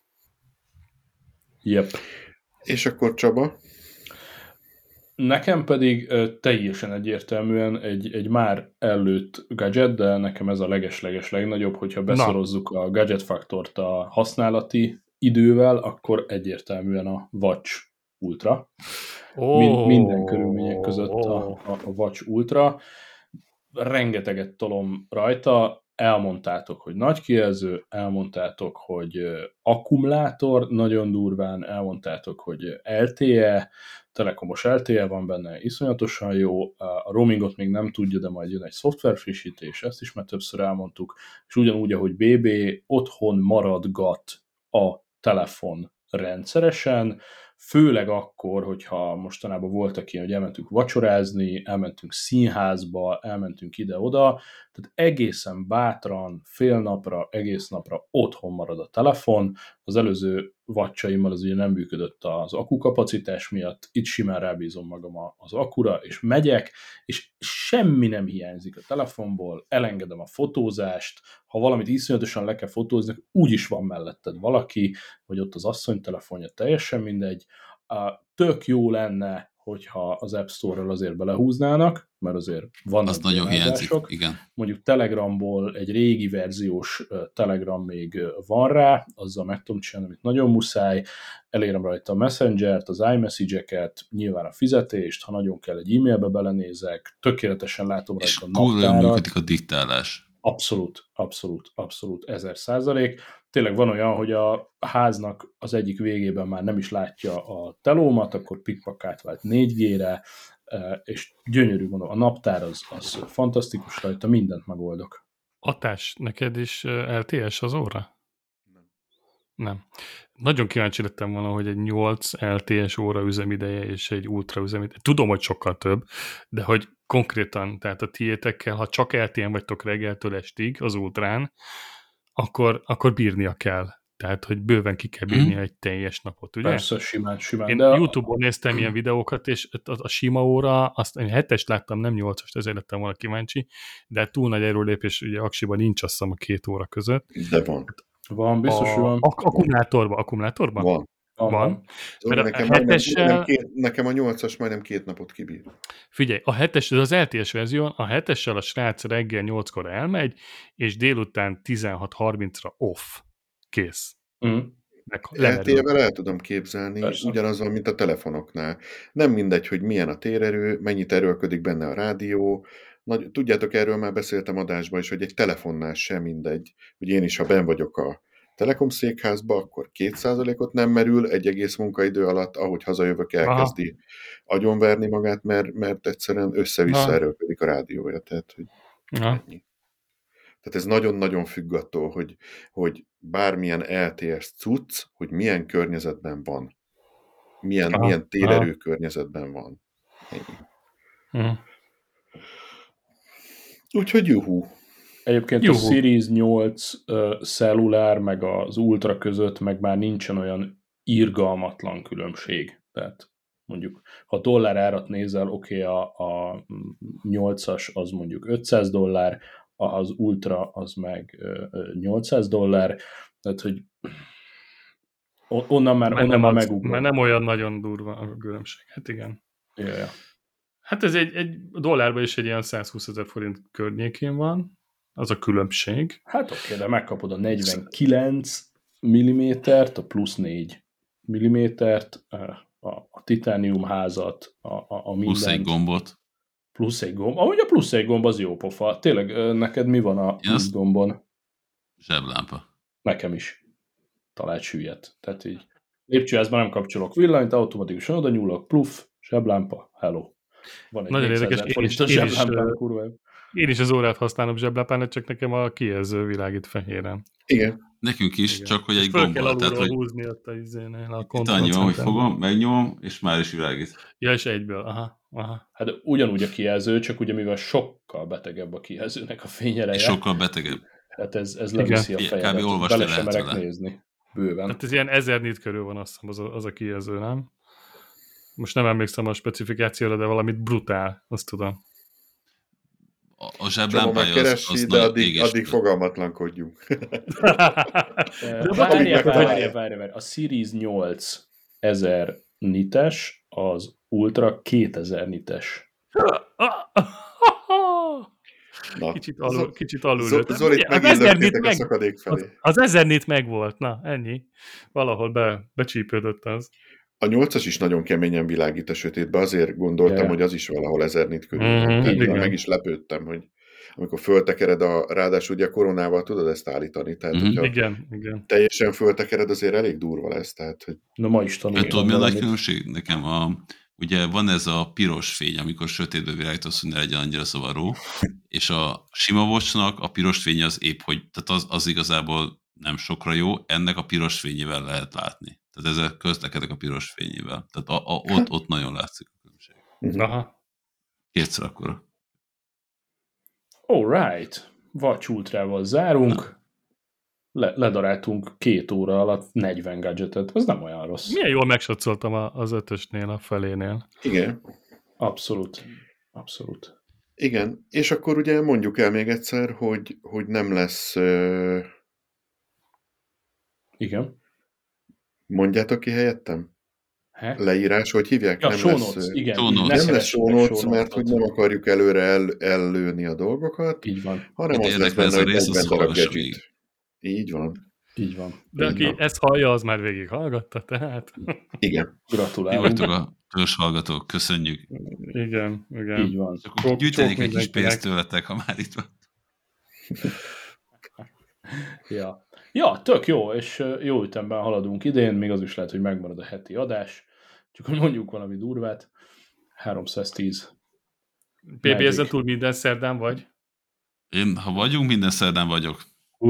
S1: Yep.
S4: és akkor Csaba,
S1: Nekem pedig ö, teljesen egyértelműen egy, egy már előtt gadget, de nekem ez a leges-leges legnagyobb, hogyha beszorozzuk a gadget faktort a használati idővel, akkor egyértelműen a Watch Ultra.
S3: Oh,
S1: Min- minden körülmények között a, a, a Watch Ultra. Rengeteget tolom rajta, elmondtátok, hogy nagy kijelző, elmondtátok, hogy ö, akkumulátor, nagyon durván, elmondtátok, hogy el té e, telekomos el té e van benne, iszonyatosan jó, a roamingot még nem tudja, de majd jön egy szoftver frissítés, ezt is már többször elmondtuk, és ugyanúgy, ahogy bé bé, otthon maradgat a telefon rendszeresen, főleg akkor, hogyha mostanában voltak ilyen, hogy elmentünk vacsorázni, elmentünk színházba, elmentünk ide-oda, tehát egészen bátran, fél napra, egész napra otthon marad a telefon. Az előző vacsaimmal az ugye nem működött az akkukapacitás miatt, itt simán rábízom magam az akkura, és megyek, és semmi nem hiányzik a telefonból, elengedem a fotózást, ha valamit iszonyatosan le kell fotózni, úgyis van melletted valaki, vagy ott az asszony telefonja, teljesen mindegy. Tök jó lenne, hogyha az App Store-ral azért belehúznának, mert azért vannak
S2: Az nagyon hiányzik,
S1: beállások.
S2: igen.
S1: Mondjuk Telegramból egy régi verziós Telegram még van rá, azzal meg tudom csinálni, amit nagyon muszáj, elérem rajta a Messengert, az iMessage-eket, nyilván a fizetést, ha nagyon kell egy e-mailbe belenézek, tökéletesen látom
S2: És
S1: rajta a
S2: kurva
S1: naptárat.
S2: működik a diktálás.
S1: Abszolút, abszolút, abszolút, ezer százalék. Tényleg van olyan, hogy a háznak az egyik végében már nem is látja a telómat, akkor pikpakát vált négy gére, és gyönyörű, mondom, a naptár az, az fantasztikus rajta, mindent megoldok.
S3: Atás, neked is el té es az óra? Nem. Nagyon kíváncsi lettem volna, hogy egy nyolc el té es óra üzemideje és egy ultra üzemideje. Tudom, hogy sokkal több, de hogy konkrétan, tehát a tiétekkel, ha csak el té en vagytok reggeltől estig az ultrán, akkor, akkor bírnia kell. Tehát, hogy bőven ki kell bírnia mm. egy teljes napot, ugye?
S1: Persze, simán, simán.
S3: Én
S1: de
S3: YouTube-on néztem ilyen videókat, és a, a sima óra, azt én hetest láttam, nem nyolcast, ezért lettem volna kíváncsi, de túl nagy erőlépés, ugye Aksiban nincs, azt hiszem, a két óra között.
S4: De van.
S1: Van, biztos,
S3: a,
S1: hogy van.
S3: Ak- akkumulátorban, akkumulátorban?
S4: Van.
S3: Van. van.
S4: Szóval nekem, a hetessel... majdnem, két, nekem a nyolcas majdnem két napot kibír.
S3: Figyelj, a hetes, ez az el té es verzión, a hetessel a srác reggel nyolckor elmegy, és délután tizenhat harmincra off. Kész.
S1: Mm.
S4: el té e-vel el tudom képzelni, Persze. ugyanaz van, mint a telefonoknál. Nem mindegy, hogy milyen a térerő, mennyit erőlködik benne a rádió. Nagy, tudjátok, erről már beszéltem adásban is, hogy egy telefonnál sem mindegy, hogy én is, ha benn vagyok a Telekom székházba, akkor két százalékot nem merül egy egész munkaidő alatt, ahogy hazajövök, elkezdi Aha. agyonverni magát, mert, mert egyszerűen össze-vissza erőlködik a rádiója. Tehát, hogy ennyi. Tehát ez nagyon-nagyon függ attól, hogy, hogy bármilyen el té es cucc, hogy milyen környezetben van. Milyen, Aha. milyen térerő Aha. környezetben van. Ennyi. Úgyhogy juhú.
S1: Egyébként juhú. A Series nyolc uh, cellulár meg az Ultra között meg már nincsen olyan irgalmatlan különbség. Tehát mondjuk, ha dollár árat nézel, oké, okay, a, a nyolcas az mondjuk ötszáz dollár, az Ultra az meg nyolcszáz dollár, tehát hogy onnan már,
S3: már
S1: onnan
S3: nem
S1: már megugrott.
S3: Már nem olyan nagyon durva a különbség, hát igen.
S1: Ja, ja.
S3: Hát ez egy, egy dollárban is egy ilyen százhúszezer forint környékén van, az a különbség.
S1: Hát oké, de megkapod a negyvenkilenc millimétert, a plusz négy millimétert, a, a titánium házat, a, a, a mindent.
S2: Plusz egy gombot.
S1: Plusz egy gomb. Ahogy a plusz egy gomb az jó pofa. Tényleg, neked mi van a plusz yes. gombon?
S2: Zseblámpa.
S1: Nekem is. Talált süllyed. Tehát így lépcsőházban nem kapcsolok villanyt, automatikusan oda nyúlok, pluff, zseblámpa, hello. Van egy
S3: nagyon érdekes, én is, én, is,
S1: kurva.
S3: én is az órát használom zseblámpának, csak nekem a kijelző világít fehéren.
S4: Igen.
S2: Nekünk is, igen. Csak hogy egy gombbal.
S3: Tehát, hogy húzni ott a izénél. A
S2: itt annyi van, hogy fogom, megnyomom, és már is világít.
S3: Ja, és egyből, aha. aha.
S1: Hát ugyanúgy a kijelző, csak ugye mivel sokkal betegebb a kijelzőnek a fényereje.
S2: És sokkal betegebb.
S1: Hát ez, ez leviszi a fejedet.
S2: Kb. Olvasni
S1: bele sem merek nézni. Bőven.
S3: Hát ez ilyen ezer nit körül van, azt hiszem, az a, az a kijelző, nem? Most nem emlékszem a specifikációra, de valamit brutál, azt tudom.
S2: A, a zseblámpája
S4: az, az de addig, addig fogalmatlankodjunk.
S1: Várjál, várjál, várjál. A Series nyolc ezer nites, az Ultra kétezer nites.
S3: Na, kicsit alul, kicsit alul
S4: Zol, Zolit megindöktétek a szakadék felé.
S3: Az, az ezer nit meg volt, na, ennyi. Valahol be, becsípődött az.
S4: A nyolcas is nagyon keményen világít a sötétbe, azért gondoltam, yeah. hogy az is valahol ezer nit körül. Mm-hmm, meg is lepődtem, hogy amikor föltekered, a, ráadásul ugye a koronával tudod ezt állítani, tehát mm-hmm. hogyha
S3: igen, igen.
S4: teljesen föltekered, azért elég durva lesz. Tehát, hogy...
S1: Na ma is tanultam.
S2: Tudod, mi a nagy különbség? Nekem a, ugye van ez a piros fény, amikor sötétbe világítasz, hogy ne legyen annyira szavaró, és a sima watchnak a piros fény az épp, hogy tehát az, az igazából nem sokra jó, ennek a piros fényével lehet látni. Tehát ezzel közlekedek a piros fényével. Tehát a, a, ott, ott nagyon látszik a különbség.
S3: Aha.
S2: Kétszer akkora.
S1: All right. Watch Ultrával zárunk. Le, ledaráltunk két óra alatt negyven gadgetet. Az nem olyan rossz.
S3: Milyen jól megsatszoltam az ötösnél, a felénél.
S4: Igen.
S1: Abszolút. Abszolút.
S4: Igen. És akkor ugye mondjuk el még egyszer, hogy, hogy nem lesz... Uh...
S1: Igen.
S4: Mondjátok ki helyettem? He? Leírás, hogy hívják?
S1: Ja,
S4: nem
S1: show
S4: lesz,
S1: notes, igen.
S2: Show notes.
S4: Nem lesz show notes, mert hogy nem akarjuk előre el, ellőni a dolgokat,
S1: így van.
S4: hanem az lesz benne, hogy egyben darab gadget. Így van.
S1: Így van.
S3: De
S1: így
S3: aki
S1: van.
S3: ezt hallja, az már végig hallgatta, tehát...
S4: Igen.
S1: Gratulálunk.
S2: Mi vagytok a törzs hallgatók, köszönjük.
S3: Igen, igen.
S1: Így van.
S2: Csak gyűjtenék egy kis pénzt tőletek, ha már itt van.
S1: ja. Ja, tök jó, és jó ütemben haladunk idén, még az is lehet, hogy megmarad a heti adás, csak hogy mondjuk valami durvát, háromszáztíz.
S3: bé bé ezen túl minden szerdán vagy?
S2: Én, ha vagyunk, minden szerdán vagyok.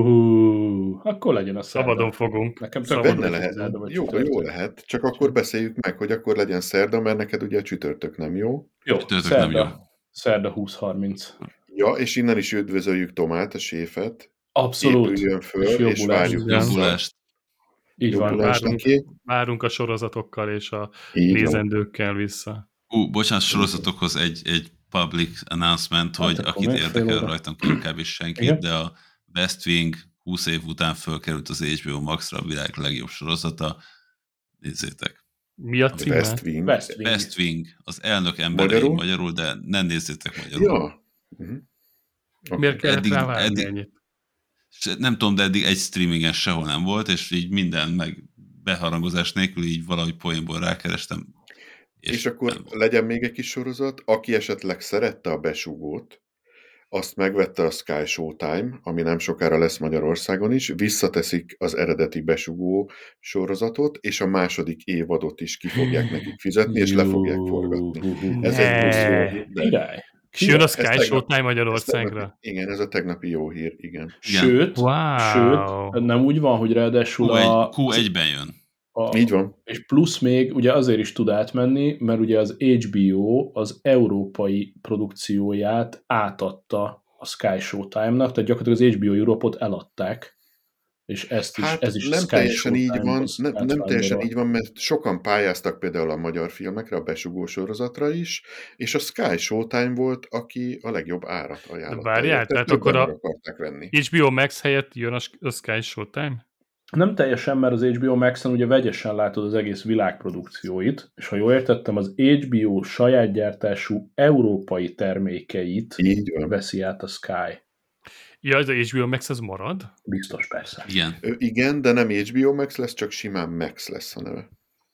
S1: Uh, akkor legyen a szerda.
S3: Szabadon fogunk.
S1: Nekem
S3: Szabadon
S4: Benne
S1: lehet,
S4: lehet.
S1: vagy
S4: Jó,
S1: csütörtök.
S4: jó lehet, csak akkor beszéljük meg, hogy akkor legyen szerda, mert neked ugye a csütörtök nem jó.
S1: Jó,
S2: Csütörtök nem
S1: szerda,
S2: jó.
S1: szerda húsz harminc.
S4: Ja, és innen is üdvözöljük Tomát, a séfet.
S1: Abszolút.
S4: Épüljön
S1: És
S4: föl, és
S1: jobbulást.
S4: várjuk
S3: Igen.
S4: vissza.
S2: Jobbulást.
S1: Így van.
S4: Jobbulást
S3: Várunk.
S4: neki.
S3: Várunk a sorozatokkal és a
S4: Így van.
S3: nézendőkkel vissza.
S2: Ú, bocsánat, sorozatokhoz egy, egy public announcement,
S1: Hát
S2: hogy
S1: akkor
S2: akit
S1: még fél
S2: érdekel
S1: óra.
S2: rajtam kívül kb. Senkit,
S1: Igen.
S2: de a West Wing húsz év után fölkerült az há bé o Max-ra, a világ legjobb sorozata. Nézzétek.
S3: Mi a címe?
S4: West Wing.
S1: West Wing.
S2: West Wing, az elnök emberei
S4: Magyarul?
S2: magyarul, de nem nézzétek magyarul.
S4: Ja. Uh-huh. Okay.
S3: Miért kellett
S2: Eddig-
S3: rá várni
S2: eddig-
S3: ennyit?
S2: Se- Nem tudom, de eddig egy streamingen sehol nem volt, és így minden meg beharangozás nélkül így valahogy poénból rákerestem.
S4: És, és akkor
S2: nem volt.
S4: legyen még egy kis sorozat, aki esetleg szerette a besugót, azt megvette a Sky Showtime, ami nem sokára lesz Magyarországon is, visszateszik az eredeti besugó sorozatot, és a második évadot is ki fogják nekik fizetni, és le fogják forgatni. Ez egy plusz jó hír, de
S1: Király.
S3: És jön a
S4: Ez
S3: Sky
S4: tegnap-
S3: Showtime
S4: ez
S3: Magyarországra.
S4: tegnapi- igen, ez a tegnapi jó hír, igen.
S2: Igen.
S1: Sőt,
S3: Wow.
S1: sőt, nem úgy van, hogy ráadásul
S2: Q egy,
S1: a,
S2: Q egyben jön.
S1: a,
S4: Így van.
S1: és plusz még ugye azért is tud átmenni, mert ugye az há bé o az európai produkcióját átadta a Sky Showtime-nak, tehát gyakorlatilag az há bé o Europe-ot eladták, és ezt is,
S4: Hát
S1: ez is
S4: nem
S1: Sky
S4: teljesen így van,
S1: Showtime-hoz
S4: nem, nem
S1: átvállalva.
S4: teljesen így van, mert sokan pályáztak például a magyar filmekre, a besugó sorozatra is, és a Sky Showtime volt, aki a legjobb árat ajánlotta.
S3: várjál,
S4: érted?
S3: tehát
S4: Többen
S3: akkor a-
S4: meg akarták venni.
S3: há bé o Max helyett jön a a Sky Showtime?
S1: Nem teljesen, mert az há bé o Max-en ugye vegyesen látod az egész világprodukcióit, és ha jól értettem, az há bé o saját gyártású európai termékeit
S4: Így van.
S1: veszi át a Sky.
S3: Ja, az a há bé o Max az marad?
S1: Biztos persze.
S2: Igen.
S4: Ö, igen, de nem há bé o Max lesz, csak simán Max lesz a neve.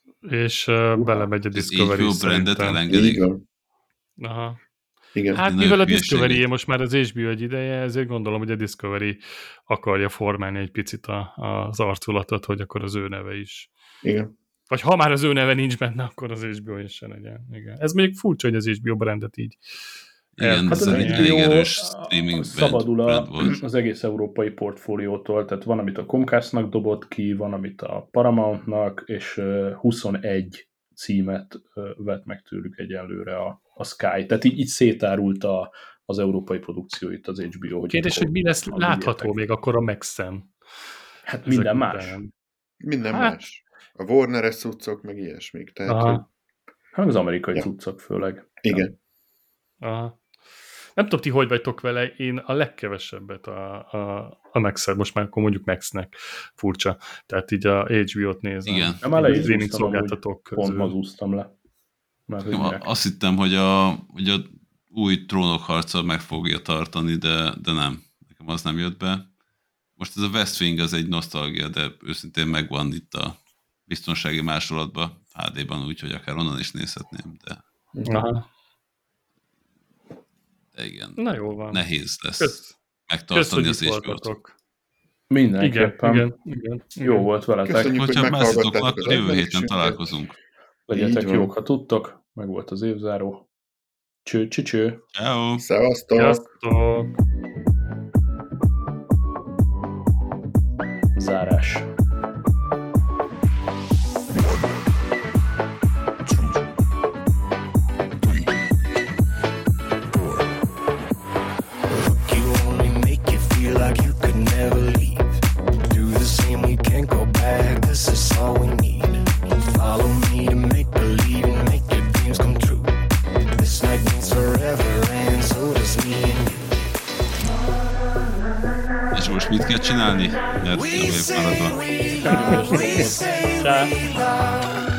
S3: És uh, belemegy a
S2: Ez
S3: Discovery
S2: há bé o brandet
S3: szerintem.
S2: elengedik.
S4: Így van.
S3: Aha.
S4: Igen.
S3: Hát
S2: Nagy
S3: mivel a
S2: hülyeség.
S3: Discovery most már az há bé o egy ideje, ezért gondolom, hogy a Discovery akarja formálni egy picit a, az arculatot, hogy akkor az ő neve is.
S4: Igen.
S3: Vagy ha már az ő neve nincs benne, akkor az há bé o is se legyen. Igen. Ez mondjuk furcsa, hogy az há bé o brandet így.
S2: Igen,
S1: Hát
S2: ez
S1: az
S2: egy
S1: há
S2: elég
S1: bé o
S2: erős streaming
S1: szabadul a,
S2: brand volt.
S1: az egész európai portfóliótól, tehát van, amit a Comcastnak dobott ki, van, amit a Paramountnak, és uh, huszonegy címet uh, vett meg tőlük egyelőre a, a Sky. Tehát így, így szétárult a, az európai produkció itt az há bé o. Hogy
S3: Kérdés,
S1: akkor
S3: hogy mi lesz
S1: hol
S3: látható
S1: vigyétek.
S3: még akkor a Max-en.
S1: Hát minden
S3: Ezek
S1: más.
S3: után.
S4: Minden
S3: Hát-
S4: más. A Warner-es cuccok, meg ilyesmik. Tehát,
S3: Aha.
S4: hogy,
S1: Hát az amerikai
S4: Ja.
S1: cuccok főleg.
S4: igen.
S3: Aha. Nem tudom, ti hogy vagytok vele, én a legkevesebbet a, a, a Max-el, most már akkor mondjuk Maxnek furcsa. Tehát így a há bé o-t nézem.
S2: Igen.
S1: Nem, már le is
S3: Streaming
S1: zúztam, amúgy.
S3: szolgáltatók
S1: Pont
S3: közül.
S1: ma zúztam le. Már hogy
S2: Nekem
S1: minek.
S2: azt hittem, hogy a, hogy a új Trónok harca meg fogja tartani, de, de nem. Nekem az nem jött be. Most ez a West Wing az egy nosztalgia, de őszintén megvan itt a biztonsági másolatban, há dé-ban, úgyhogy akár onnan is nézhetném, de,
S3: Aha.
S2: de igen,
S3: Na jó van.
S2: nehéz lesz
S3: Kösz, kösz,
S2: megtartani
S3: hogy
S2: az
S3: itt
S2: há bé o-t.
S3: voltatok. Igen,
S1: Mindenképpen.
S3: igen, igen, igen.
S1: Jó volt veletek.
S4: Köszönjük, hogy
S2: Hogyha mászotok,
S4: meghallgattátok
S2: akkor
S4: az
S2: jövő héten
S4: emlékszünket.
S2: találkozunk.
S1: Legyetek
S4: Így van.
S1: jók, ha tudtok. Meg volt az évzáró. Cső, cső, cső.
S2: Ciao.
S4: Szevasztok!
S3: Sziasztok!
S1: Zárás.
S5: You only make you feel like you could never leave. Do the same, we can't go back, this is all we need. Follow me to make believe and make your dreams come true. This night means forever and so does me and you.
S2: És most mit kell csinálni? Mert nem vagyok maradva.
S5: We say
S1: Csá.
S5: love.